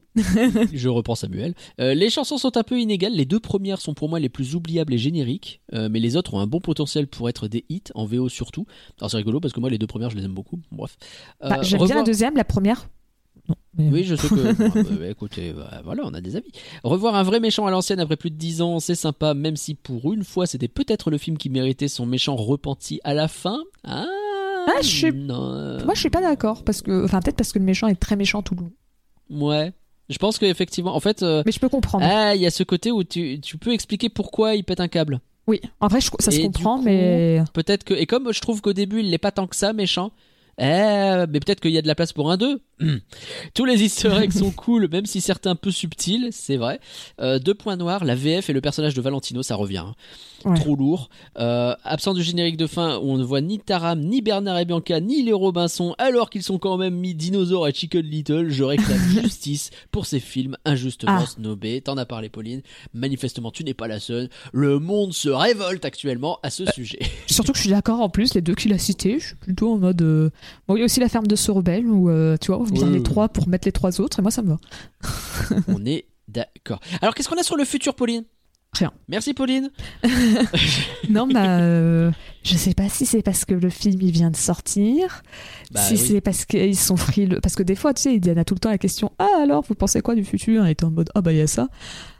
Je reprends Samuel. Euh, les chansons sont un peu inégales. Les deux premières sont pour moi les plus oubliables et génériques, euh, mais les autres ont un bon potentiel pour être des hits, en V O surtout. Alors c'est rigolo parce que moi les deux premières je les aime beaucoup. Bref. Euh, Bah, j'aime revoir... bien la deuxième, la première. Non, mais... Oui, je sais que. Bon, bah, écoutez, bah, voilà, on a des avis. Revoir un vrai méchant à l'ancienne après plus de dix ans, c'est sympa, même si pour une fois c'était peut-être le film qui méritait son méchant repenti à la fin. Ah, Ah, je suis... non. Moi, je suis pas d'accord, parce que, enfin, peut-être parce que le méchant est très méchant tout le long. Ouais. Je pense qu'effectivement, en fait. Euh... Mais je peux comprendre. Ah, il y a ce côté où tu, tu peux expliquer pourquoi il pète un câble. Oui, en vrai, je, ça se Et comprend, du coup, mais. Peut-être que. Et comme je trouve qu'au début, il n'est pas tant que ça, méchant. Eh, mais peut-être qu'il y a de la place pour un deux. Tous les easter eggs sont cool, même si certains peu subtils, c'est vrai. Euh, deux points noirs, la V F et le personnage de Valentino, ça revient. Hein. Ouais. Trop lourd. Euh, absent du générique de fin, où on ne voit ni Taram, ni Bernard et Bianca, ni les Robinson, alors qu'ils sont quand même mis dinosaures à Chicken Little. Je réclame justice pour ces films injustement Ah. snobés. T'en as parlé, Pauline. Manifestement, tu n'es pas la seule. Le monde se révolte actuellement à ce Euh, sujet. Surtout que je suis d'accord, en plus, les deux qu'il a cités, je suis plutôt en mode. Euh... Bon, il y a aussi la ferme de Sorobel, où, euh, tu vois, on vient Oui, les oui. trois pour mettre les trois autres, et moi, ça me va. On est d'accord. Alors, qu'est-ce qu'on a sur le futur, Pauline ? Rien. Merci, Pauline. Non, bah, euh, je sais pas si c'est parce que le film il vient de sortir, Bah si oui. c'est parce qu'ils sont frileux. Parce que des fois, tu sais, il y en a tout le temps la question: ah alors, vous pensez quoi du futur? Et t'es en mode: ah bah il y a ça.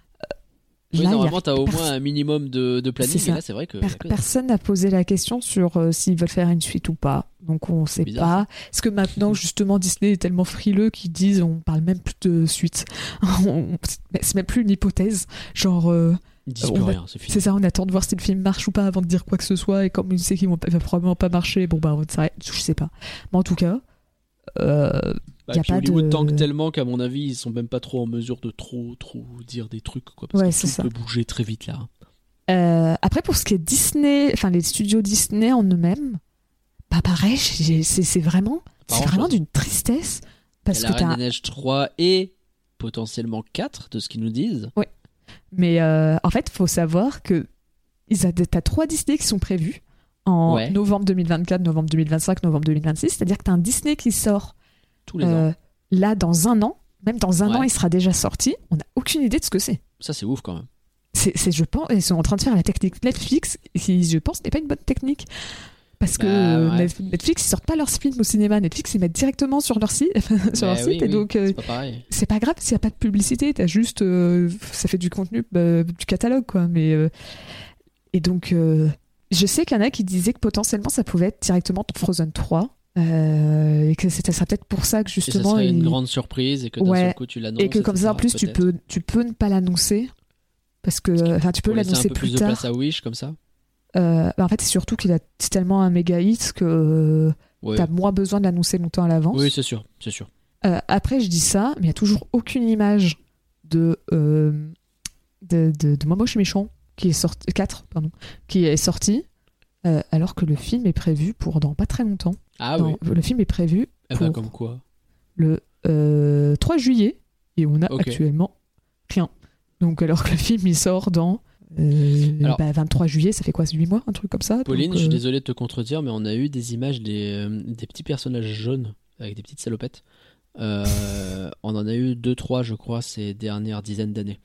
Oui, Là, il y a normalement, t'as au pers- moins un minimum de, de planning, C'est ça. et là, c'est vrai que. per- personne n'a posé la question sur euh, s'ils veulent faire une suite ou pas. Donc on sait bizarre, pas. Est-ce que maintenant, justement, Disney est tellement frileux qu'ils disent on parle même plus de suite? On- C'est même plus une hypothèse. Genre. euh, Ils disent on plus va- rien, c'est fini. C'est ça, on attend de voir si le film marche ou pas avant de dire quoi que ce soit, et comme on sait qu'il va probablement pas marcher, bon bah on s'arrête, je sais pas. Mais en tout cas, euh, Bah, y a puis pas Hollywood de- tank tellement qu'à mon avis, ils sont même pas trop en mesure de trop, trop dire des trucs, quoi. Parce Ouais, que c'est tout ça. peut bouger très vite, là. euh, après pour ce qui est Disney, enfin les studios Disney en eux-mêmes, bah pareil, j'ai- c'est c'est vraiment, Pas c'est vraiment grand-chose. d'une tristesse, parce La que Reine t'as, des Neiges trois et potentiellement quatre, de ce qu'ils nous disent. mais euh, en fait faut savoir que ils a- t'as trois Disney qui sont prévus en Ouais. novembre deux mille vingt-quatre, novembre deux mille vingt-cinq, novembre deux mille vingt-six, c'est-à-dire que t'as un Disney qui sort Tous les euh, ans. là dans un an, même dans un Ouais. an il sera déjà sorti, on n'a aucune idée de ce que c'est. Ça, c'est ouf, quand même. C'est, c'est, je pense, ils sont en train de faire la technique Netflix, qui, je pense, n'est pas une bonne technique. Parce que Bah, ouais. Net- Netflix, ils sortent pas leurs films au cinéma. Netflix, ils mettent directement sur leur site, sur Bah leur oui, site, et oui, donc euh, c'est pas pareil. c'est pas grave s'il y a pas de publicité. T'as juste, euh, ça fait du contenu, bah, du catalogue, quoi. Mais euh, et donc, euh, je sais qu'il y en a qui disaient que potentiellement, ça pouvait être directement dans Frozen trois. Euh, et que c'était ça peut-être pour ça que Et ça justement serait une ils- grande surprise et que d'un Ouais. seul coup, tu l'annonces. et que comme ça en plus et cetera, tu peux tu peux ne pas l'annoncer parce que enfin tu peux pour laisser un l'annoncer peu plus plus de tard. place à Wish, comme ça. Euh, bah en fait, c'est surtout qu'il a c'est tellement un méga hit que euh, Ouais. t'as moins besoin de l'annoncer longtemps à l'avance. Oui, c'est sûr, c'est sûr. Euh, après, je dis ça, mais il y a toujours aucune image de euh, de, de, de Moi Moche et Méchant qui est sorti quatre pardon qui est sorti euh, alors que le film est prévu pour dans pas très longtemps. Ah Dans- oui. Le film est prévu Eh pour ben, comme quoi. le euh, trois juillet et on a Ok. actuellement rien. Donc alors que le film il sort dans euh, Alors- bah, vingt-trois juillet, ça fait quoi, huit mois, un truc comme ça. Pauline, donc, je suis euh, désolé de te contredire, mais on a eu des images des, euh, des petits personnages jaunes avec des petites salopettes. Euh, on en a eu deux, trois, je crois, ces dernières dizaines d'années.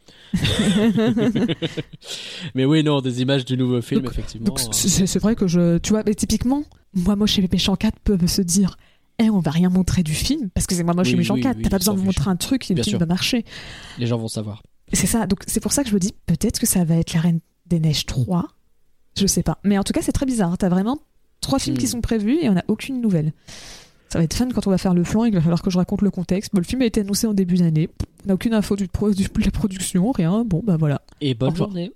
Mais oui, non, des images du nouveau film, Donc- effectivement. Donc c'est c'est vrai que je, tu vois, mais typiquement, moi Moche et Méchant quatre peuvent se dire, eh, on va rien montrer du film parce que c'est Moi Moche Oui, et Méchant oui, quatre, oui, t'as pas ils besoin s'en de fichent. montrer un truc et le Bien film sûr. va marcher. Les gens vont savoir. C'est ça, donc c'est pour ça que je me dis peut-être que ça va être La Reine des Neiges trois, je sais pas. Mais en tout cas, c'est très bizarre, hein. T'as vraiment trois films Hmm. qui sont prévus et on n'a aucune nouvelle. Ça va être fun quand on va faire le flanc, il va falloir que je raconte le contexte. Bon, le film a été annoncé en début d'année, on n'a aucune info du pro, du, de la production, rien, bon bah voilà. Et bonne Au revoir. journée.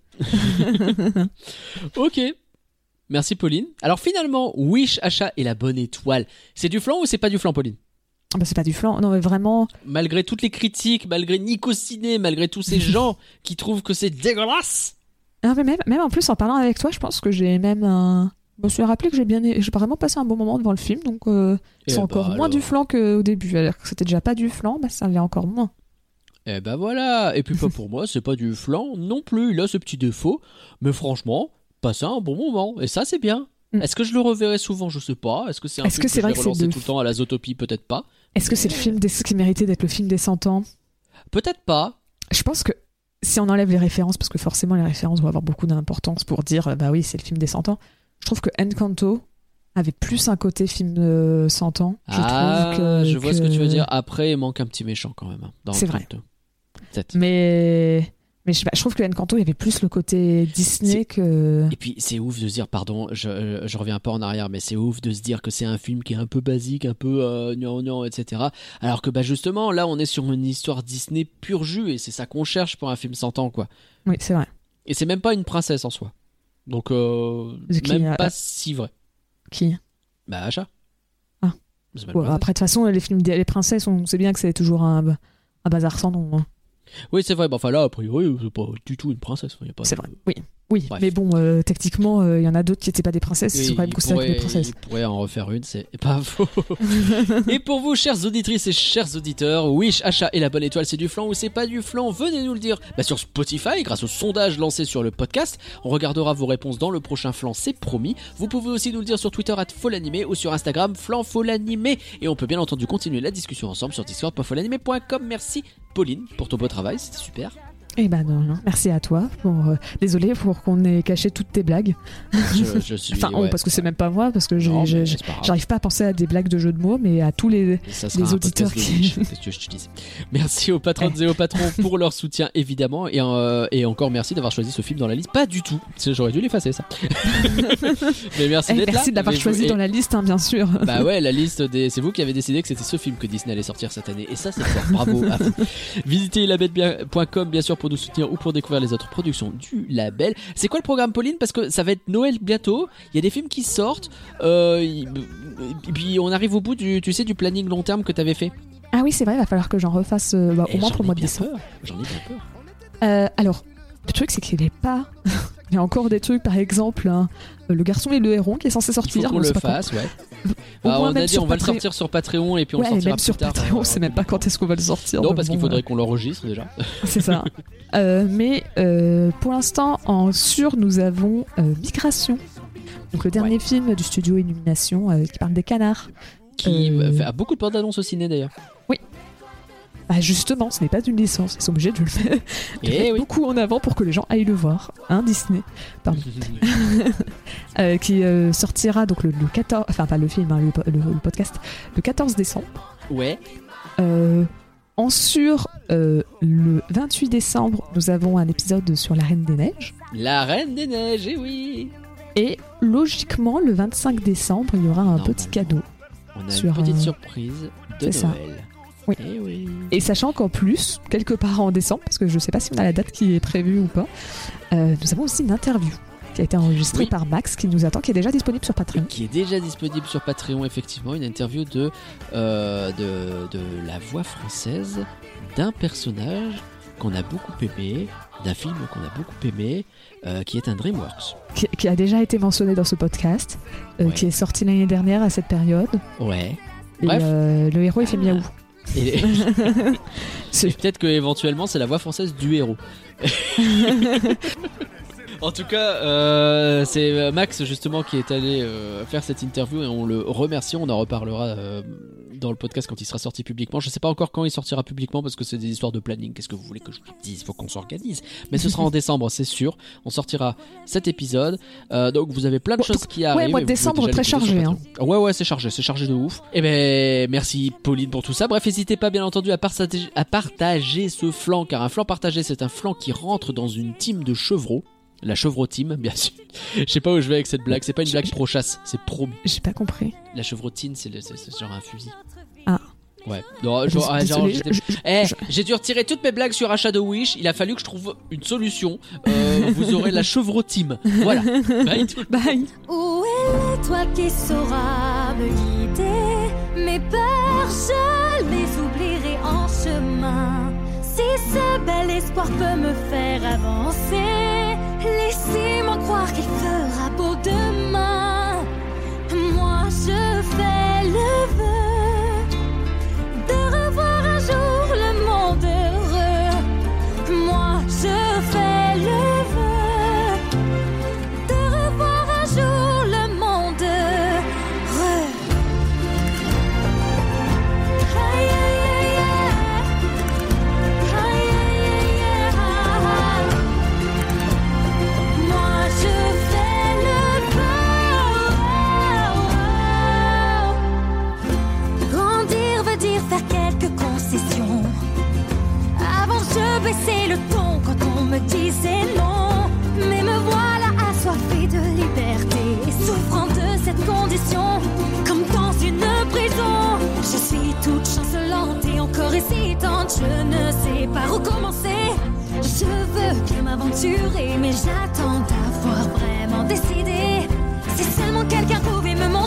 Ok. Merci, Pauline. Alors finalement, Wish achat et la bonne étoile. C'est du flan ou c'est pas du flan, Pauline? Ah bah c'est pas du flan, non mais vraiment. Malgré toutes les critiques, malgré Nico Ciné, malgré tous ces gens qui trouvent que c'est dégueulasse. Ah, mais même, même en plus en parlant avec toi, je pense que j'ai même un... Je me suis rappelé que j'ai bien, j'ai vraiment passé un bon moment devant le film, donc euh, c'est bah encore alors. moins du flan qu'au début. Alors que c'était déjà pas du flan, bah ça l'est encore moins. Eh ben voilà, et puis pas pour moi, c'est pas du flan non plus, il a ce petit défaut, mais franchement, passer un bon moment, et ça c'est bien. Mm. Est-ce que je le reverrai souvent? Je sais pas. Est-ce que c'est un Est-ce film que que, c'est je vrai vais que c'est relancer de- tout le temps à la Zootopie? Peut-être pas. Est-ce que c'est le film des... qui méritait d'être le film des cent ans? Peut-être pas. Je pense que si on enlève les références, parce que forcément les références vont avoir beaucoup d'importance pour dire, bah oui, c'est le film des cent ans, je trouve que Encanto avait plus un côté film de cent ans. Je Ah, trouve que, je vois ce que tu veux que- dire. Après, il manque un petit méchant quand même. hein, dans C'est le vrai. conte. Peut-être. Mais, mais je, sais pas, je trouve que Encanto, il y avait plus le côté Disney C'est- que... Et puis c'est ouf de se dire, pardon, je, je reviens pas en arrière, mais c'est ouf de se dire que c'est un film qui est un peu basique, un peu euh, gnangnan, et cetera. Alors que bah justement, là, on est sur une histoire Disney pur jus, et c'est ça qu'on cherche pour un film cent ans, quoi. Oui, c'est vrai. Et c'est même pas une princesse en soi. Donc, euh, De qui, même euh, pas si vrai. Qui Bah, Acha. Ah. C'est pas une Ouais, princesse. après, de toute façon, les films des les princesses, on sait bien que c'est toujours un, un bazar sans nom. hein. Oui, c'est vrai. Bah, enfin là, a priori, c'est pas du tout une princesse. Y a pas C'est de- vrai, oui. Oui, Bref. mais bon, euh, techniquement, il y en a d'autres qui n'étaient pas des princesses, Oui, qui sont quand même il considérées comme des pourrait- princesses. il pourrait en refaire une, c'est pas faux. Et pour vous, chères auditrices et chers auditeurs, Wish, Achat et la bonne étoile, c'est du flan ou c'est pas du flan? Venez nous le dire bah, sur Spotify, grâce au sondage lancé sur le podcast. On regardera vos réponses dans le prochain flan, c'est promis. Vous pouvez aussi nous le dire sur Twitter at folanimé ou sur Instagram flanfolanimé. Et on peut bien entendu continuer la discussion ensemble sur discord point folanimé point com. Merci Pauline pour ton beau travail, c'était super. Eh ben non, non. Merci à toi. Pour, euh, désolé pour qu'on ait caché toutes tes blagues. Je, je suis. Enfin, on, ouais. parce que c'est même pas moi, parce que j'ai- Non, j'ai- mais j'ai- c'est pas grave. j'arrive pas à penser à des blagues de jeux de mots, mais à tous les. Et ça sera les un auditeurs podcast qui- de Wish, qu'est-ce que tu veux que je te dise. Merci aux patrons et aux patrons pour leur soutien évidemment et, euh, et encore merci d'avoir choisi ce film dans la liste. Pas du tout, C'est- j'aurais dû l'effacer ça. Mais merci Eh, d'être là. merci de l'avoir Mais choisi vous- et- dans la liste, hein, bien sûr. Bah ouais, la liste des. C'est vous qui avez décidé que c'était ce film que Disney allait sortir cette année. Et ça, c'est fort. Bravo à vous. Visitez label point com bien sûr pour nous soutenir ou pour découvrir les autres productions du label. C'est quoi le programme, Pauline? Parce que ça va être Noël bientôt. Il y a des films qui sortent. Euh, il- et puis on arrive au bout du, tu sais, du planning long terme que t'avais fait. Ah oui, c'est vrai, il va falloir que j'en refasse euh, bah, Et au moins j'en pour le ai mois de bien décembre. peur. J'en ai bien peur. Euh, alors, le truc, c'est qu'il est pas. Il y a encore des trucs, par exemple, hein, Le Garçon et le Héron qui est censé Il faut sortir. qu'on on le sait pas quand. fasse, ouais. Au Ah, moins, on même a dit sur on va le Patreon. sortir sur Patreon et puis on Ouais, le sortira même sur plus tard. Patreon, on sait même pas quand est-ce qu'on va le sortir. Non, donc parce qu'il bon, faudrait euh, qu'on l'enregistre déjà. C'est ça. Euh, mais euh, pour l'instant, en sûr, nous avons euh, Migration. Donc le dernier Ouais. film du studio Illumination euh, qui parle des canards. Qui Euh, fait- a beaucoup de bandes annonces au ciné d'ailleurs. Bah justement, ce n'est pas une licence, ils sont obligés de le mettre, de le Eh mettre oui. beaucoup en avant pour que les gens aillent le voir. Hein, Disney. Pardon. Euh, qui euh, sortira donc le, le quatorze, enfin pas le film, hein, le, le- le podcast, le quatorze décembre. Ouais. Euh, en sur euh, le vingt-huit décembre, nous avons un épisode sur la Reine des Neiges. La Reine des Neiges, eh oui. Et logiquement, le vingt-cinq décembre, il y aura un Normalement. petit cadeau. On a Sur une petite un- surprise de C'est ça. Noël. Oui. Eh oui. Et sachant qu'en plus, quelque part en décembre, parce que je ne sais pas si on a la date qui est prévue ou pas, euh, nous avons aussi une interview qui a été enregistrée Oui. par Max, qui nous attend, qui est déjà disponible sur Patreon. Qui est déjà disponible sur Patreon, effectivement, une interview de, euh, de, de la voix française d'un personnage qu'on a beaucoup aimé, d'un film qu'on a beaucoup aimé, euh, qui est un DreamWorks. Qui, qui a déjà été mentionné dans ce podcast, euh, Ouais. qui est sorti l'année dernière à cette période. Ouais. Et Bref. euh, le héros, il fait miaou. Et, C'est- et peut-être que éventuellement c'est la voix française du héros. En tout cas, euh, c'est Max justement qui est allé euh, faire cette interview et on le remercie. On en reparlera euh, dans le podcast quand il sera sorti publiquement. Je sais pas encore quand il sortira publiquement parce que c'est des histoires de planning. Qu'est-ce que vous voulez que je vous dise? Faut qu'on s'organise. Mais ce sera en décembre, c'est sûr. On sortira cet épisode. Euh, donc vous avez plein de Bon, choses donc, qui ouais, arrivent. mois de et vous pouvez décembre, déjà très l'écouter sur chargé, Patreon. Ouais, ouais, c'est chargé, c'est chargé de ouf. Et ben, merci Pauline pour tout ça. Bref, n'hésitez pas bien entendu à partager, à partager ce flanc, car un flanc partagé, c'est un flanc qui rentre dans une team de chevreaux. La chevreau team, bien sûr. Je sais pas où je vais avec cette blague. C'est pas une blague pro-chasse, c'est pro. J'ai pas compris. La chevrotine, c'est, le- c'est, c'est genre un fusil. Ah. Ouais. Non, genre, ah, genre, Désolée, j'étais- je- je- Eh, je- j'ai dû retirer toutes mes blagues sur achat de Wish. Il a fallu que je trouve une solution. Euh, vous aurez la chevreau team. Voilà. Bye tout le monde. Bye. Où est toi qui sauras me guider, Mes peurs, je les oublierai en chemin. Si ce bel espoir peut me faire avancer, laissez-moi croire qu'il fera beau demain. Moi je fais le vœu de revoir un jour le monde heureux. Moi je fais le vœu de revoir un jour le monde heureux. Aïe, aïe, aïe, aïe, aïe, aïe, aïe. Moi je fais le vœu. Grandir veut dire faire quelques concessions. Avant je baissais le ton quand on me disait non. Mais me voilà assoiffée de liberté et souffrant de cette condition, comme dans une prison. Je suis toute chancelante et encore hésitante. Je ne sais par où commencer. Je veux bien m'aventurer, mais j'attends d'avoir vraiment décidé. Si seulement quelqu'un pouvait me montrer